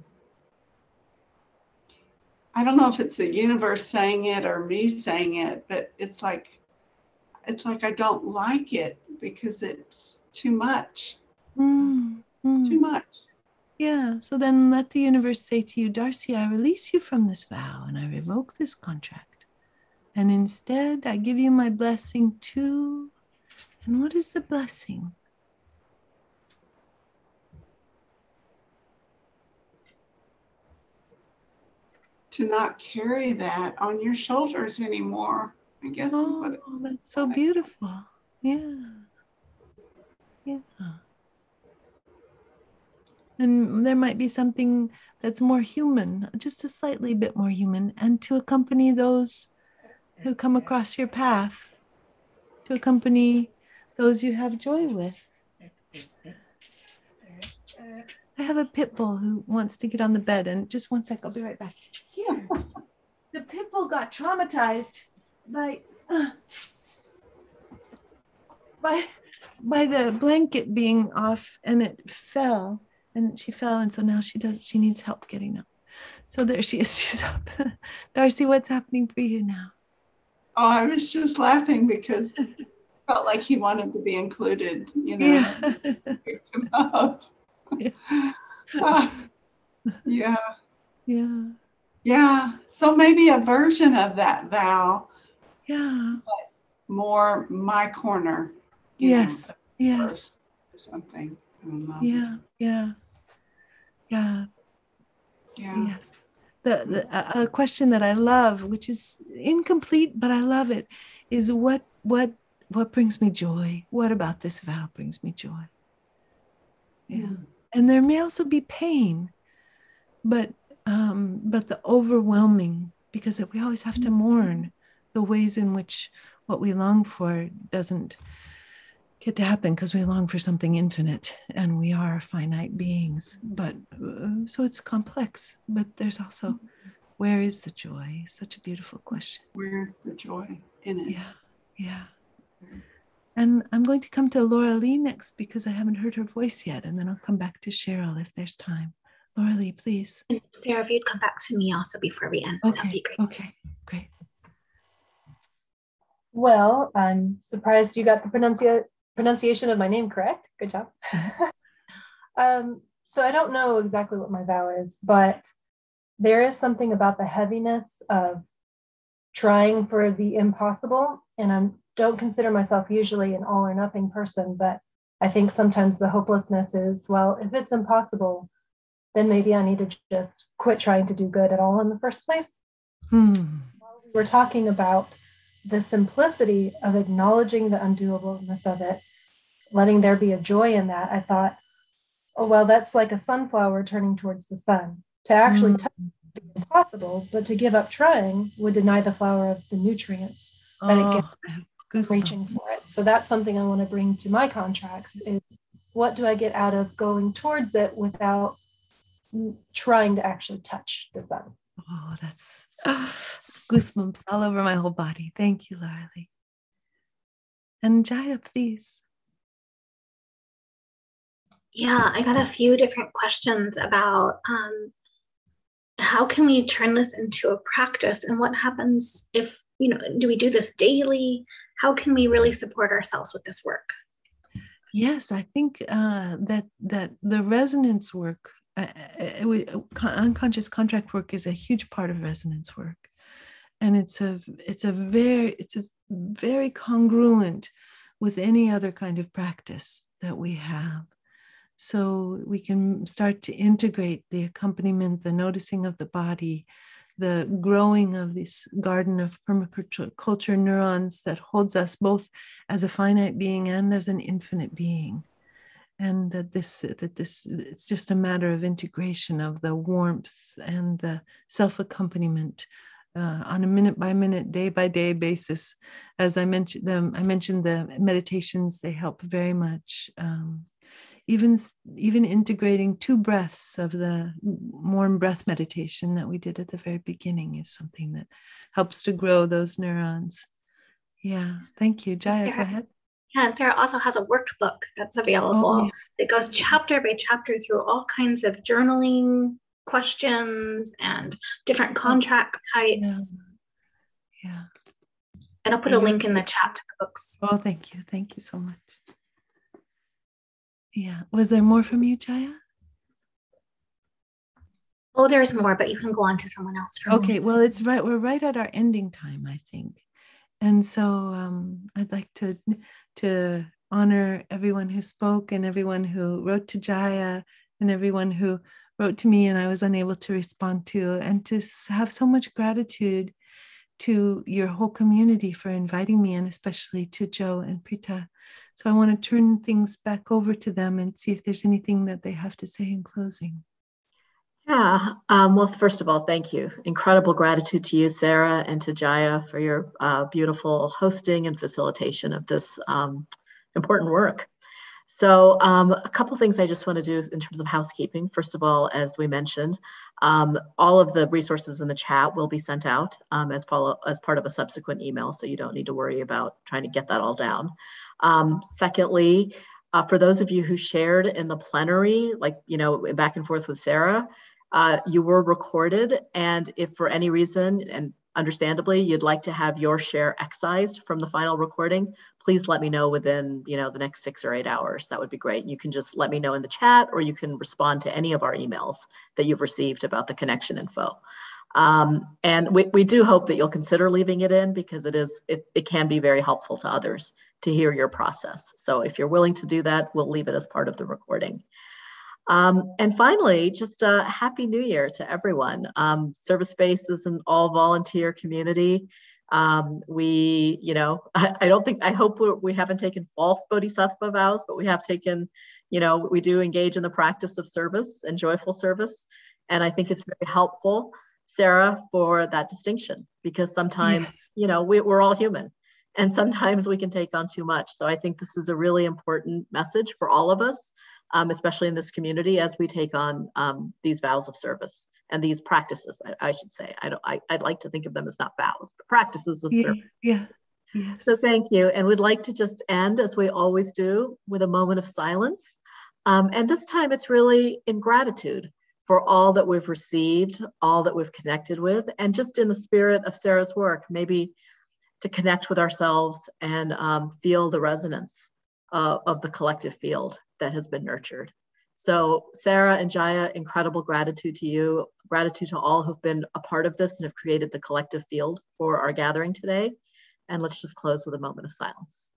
I don't know if it's the universe saying it or me saying it, but it's like, it's like I don't like it because it's too much. Mm, mm. Too much. Yeah, so then let the universe say to you, Darcy, I release you from this vow and I revoke this contract. And instead, I give you my blessing too. And what is the blessing? To not carry that on your shoulders anymore, I guess. Oh, is what it, that's so beautiful. Yeah. Yeah. And there might be something that's more human, just a slightly bit more human, and to accompany those who come across your path, to accompany those you have joy with. I have a pit bull who wants to get on the bed, and just one sec, I'll be right back. Here, the pit bull got traumatized by, uh, by, by the blanket being off, and it fell. And she fell, and so now she does. She needs help getting up. So there she is. She's up. Darcy, what's happening for you now? Oh, I was just laughing because it felt like he wanted to be included. You know. Yeah. yeah. uh, yeah. Yeah. Yeah. So maybe a version of that vow. Yeah. But more my corner. Yes. Know, yes. Or something. I don't know. Yeah. Yeah. Yeah. Yeah. Yes. The, the a question that I love, which is incomplete, but I love it, is what what what brings me joy? What about this vow brings me joy? Yeah. Mm. And there may also be pain, but um, but the overwhelming, because we always have to mourn the ways in which what we long for doesn't get to happen, because we long for something infinite and we are finite beings. But uh, so it's complex, but there's also, where is the joy? Such a beautiful question. Where is the joy in it? Yeah, yeah. And I'm going to come to Laura Lee next because I haven't heard her voice yet, and then I'll come back to Cheryl if there's time. Laura Lee, please. And Sarah, if you'd come back to me also before we end, okay. that'd be great. Okay, great. Well, I'm surprised you got the pronunci pronunciation of my name correct. Good job. um, so I don't know exactly what my vow is, but there is something about the heaviness of trying for the impossible. And I don't consider myself usually an all or nothing person, but I think sometimes the hopelessness is, well, if it's impossible, then maybe I need to just quit trying to do good at all in the first place. Hmm. While we were talking about the simplicity of acknowledging the undoableness of it, letting there be a joy in that, I thought, oh, well, that's like a sunflower turning towards the sun. To actually Mm. touch it is impossible, but to give up trying would deny the flower of the nutrients that Oh, it gets from reaching for it. So that's something I want to bring to my contracts is, what do I get out of going towards it without trying to actually touch the sun? Oh, that's oh, goosebumps all over my whole body. Thank you, Laura Lee. And Jaya, please. Yeah, I got a few different questions about um, how can we turn this into a practice, and what happens if, you know, do we do this daily? How can we really support ourselves with this work? Yes, I think uh, that that the resonance work, uh, it would, unconscious contract work, is a huge part of resonance work, and it's a it's a very it's a very congruent with any other kind of practice that we have. So we can start to integrate the accompaniment, the noticing of the body, the growing of this garden of permaculture neurons that holds us both as a finite being and as an infinite being. And that this, that this, it's just a matter of integration of the warmth and the self-accompaniment uh, on a minute by minute, day by day basis. As I mentioned them, I mentioned the meditations, they help very much. Um, Even, even integrating two breaths of the warm breath meditation that we did at the very beginning is something that helps to grow those neurons. Yeah, thank you. Jaya, Sarah, go ahead. Yeah, and Sarah also has a workbook that's available. Oh, yes. It goes chapter by chapter through all kinds of journaling questions and different contract types. Yeah. yeah. And I'll put a link in the chat to the books. Oh, thank you. Thank you so much. Yeah. Was there more from you, Jaya? Oh, there's more, but you can go on to someone else. For okay. Well, it's right. We're right at our ending time, I think. And so um, I'd like to, to honor everyone who spoke and everyone who wrote to Jaya and everyone who wrote to me and I was unable to respond to, and to have so much gratitude to your whole community for inviting me, and especially to Joe and Prita. So I want to turn things back over to them and see if there's anything that they have to say in closing. Yeah, um, well, first of all, thank you. Incredible gratitude to you, Sarah, and to Jaya for your uh, beautiful hosting and facilitation of this um, important work. So um, a couple things I just want to do in terms of housekeeping. First of all, as we mentioned, um, all of the resources in the chat will be sent out um, as, follow, as part of a subsequent email, so you don't need to worry about trying to get that all down. Um, secondly, uh, for those of you who shared in the plenary, like, you know, back and forth with Sarah, uh, you were recorded, and if for any reason, and understandably, you'd like to have your share excised from the final recording, please let me know within, you know, the next six or eight hours. That would be great. You can just let me know in the chat, or you can respond to any of our emails that you've received about the connection info. Um, and we, we do hope that you'll consider leaving it in, because it is it, it can be very helpful to others to hear your process. So if you're willing to do that, we'll leave it as part of the recording. Um, and finally, just a happy new year to everyone. Um, Service Space is an all volunteer community. Um, we, you know, I, I don't think, I hope we're, we haven't taken false bodhisattva vows, but we have taken, you know, we do engage in the practice of service and joyful service. And I think it's very helpful, Sarah, for that distinction, because sometimes, yeah. you know, we, we're all human and sometimes we can take on too much. So I think this is a really important message for all of us, um, especially in this community, as we take on um, these vows of service and these practices, I, I should say. I don't, I, I'd like to think of them as not vows, but practices of yeah, service. Yeah. Yes. So thank you. And we'd like to just end, as we always do, with a moment of silence. Um, and this time it's really in gratitude for all that we've received, all that we've connected with, and just in the spirit of Sarah's work, maybe to connect with ourselves and um, feel the resonance uh, of the collective field that has been nurtured. So Sarah and Jaya, incredible gratitude to you, gratitude to all who've been a part of this and have created the collective field for our gathering today. And let's just close with a moment of silence.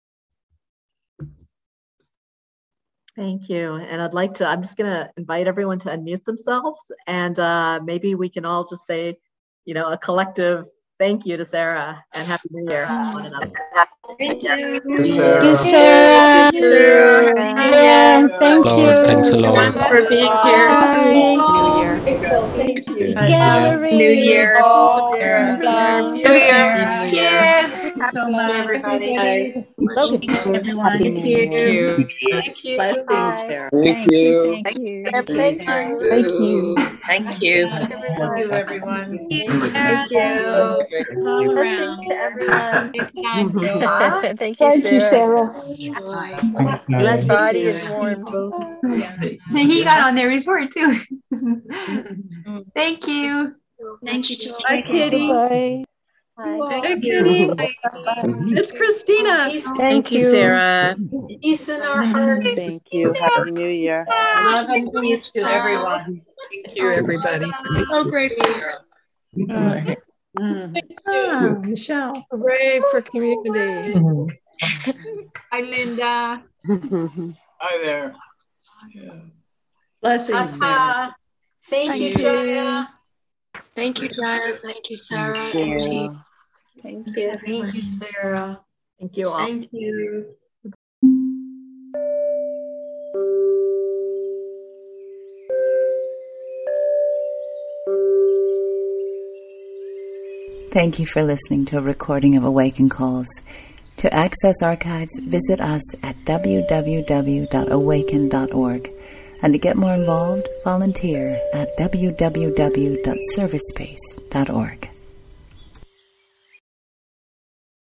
Thank you. And I'd like to, I'm just going to invite everyone to unmute themselves, and uh, maybe we can all just say, you know, a collective thank you to Sarah and Happy New Year. Thank you. Thank you, Sarah. Thank you, Sarah. Yeah, thank Lord, you. thanks a lot. Thanks for being here. New Year. Thank you. Gallery. New Year. Oh, New Year. Thank you. Thank you so much, everybody. Happy New Year. Thank you. Blessings, Sarah. Thank you. Thank you. Thank you. Thank you. Thank you. Thank you, everyone. Thank you. Blessings to everyone. Thank you, Sarah. My body is warmed. He got on there before too. Thank you. Thank you. Bye, Kitty. Bye. Hey, Kitty. It's Christina. Thank you, Sarah. Peace in our hearts. Thank you. Happy New Year. Love and peace to everyone. Thank you, everybody. So great, Sarah. Mm. Ah, Michelle. Hooray for community. Hi, Linda. Hi there. Blessings, Sarah. Thank, Thank you, Jaya. Thank you, Jaya. Thank you, Sarah. Thank you. Thank you. Thank you, Sarah. Thank you all. Thank you. Thank you for listening to a recording of Awaken Calls. To access archives, visit us at w w w dot awaken dot org. And to get more involved, volunteer at w w w dot service space dot org.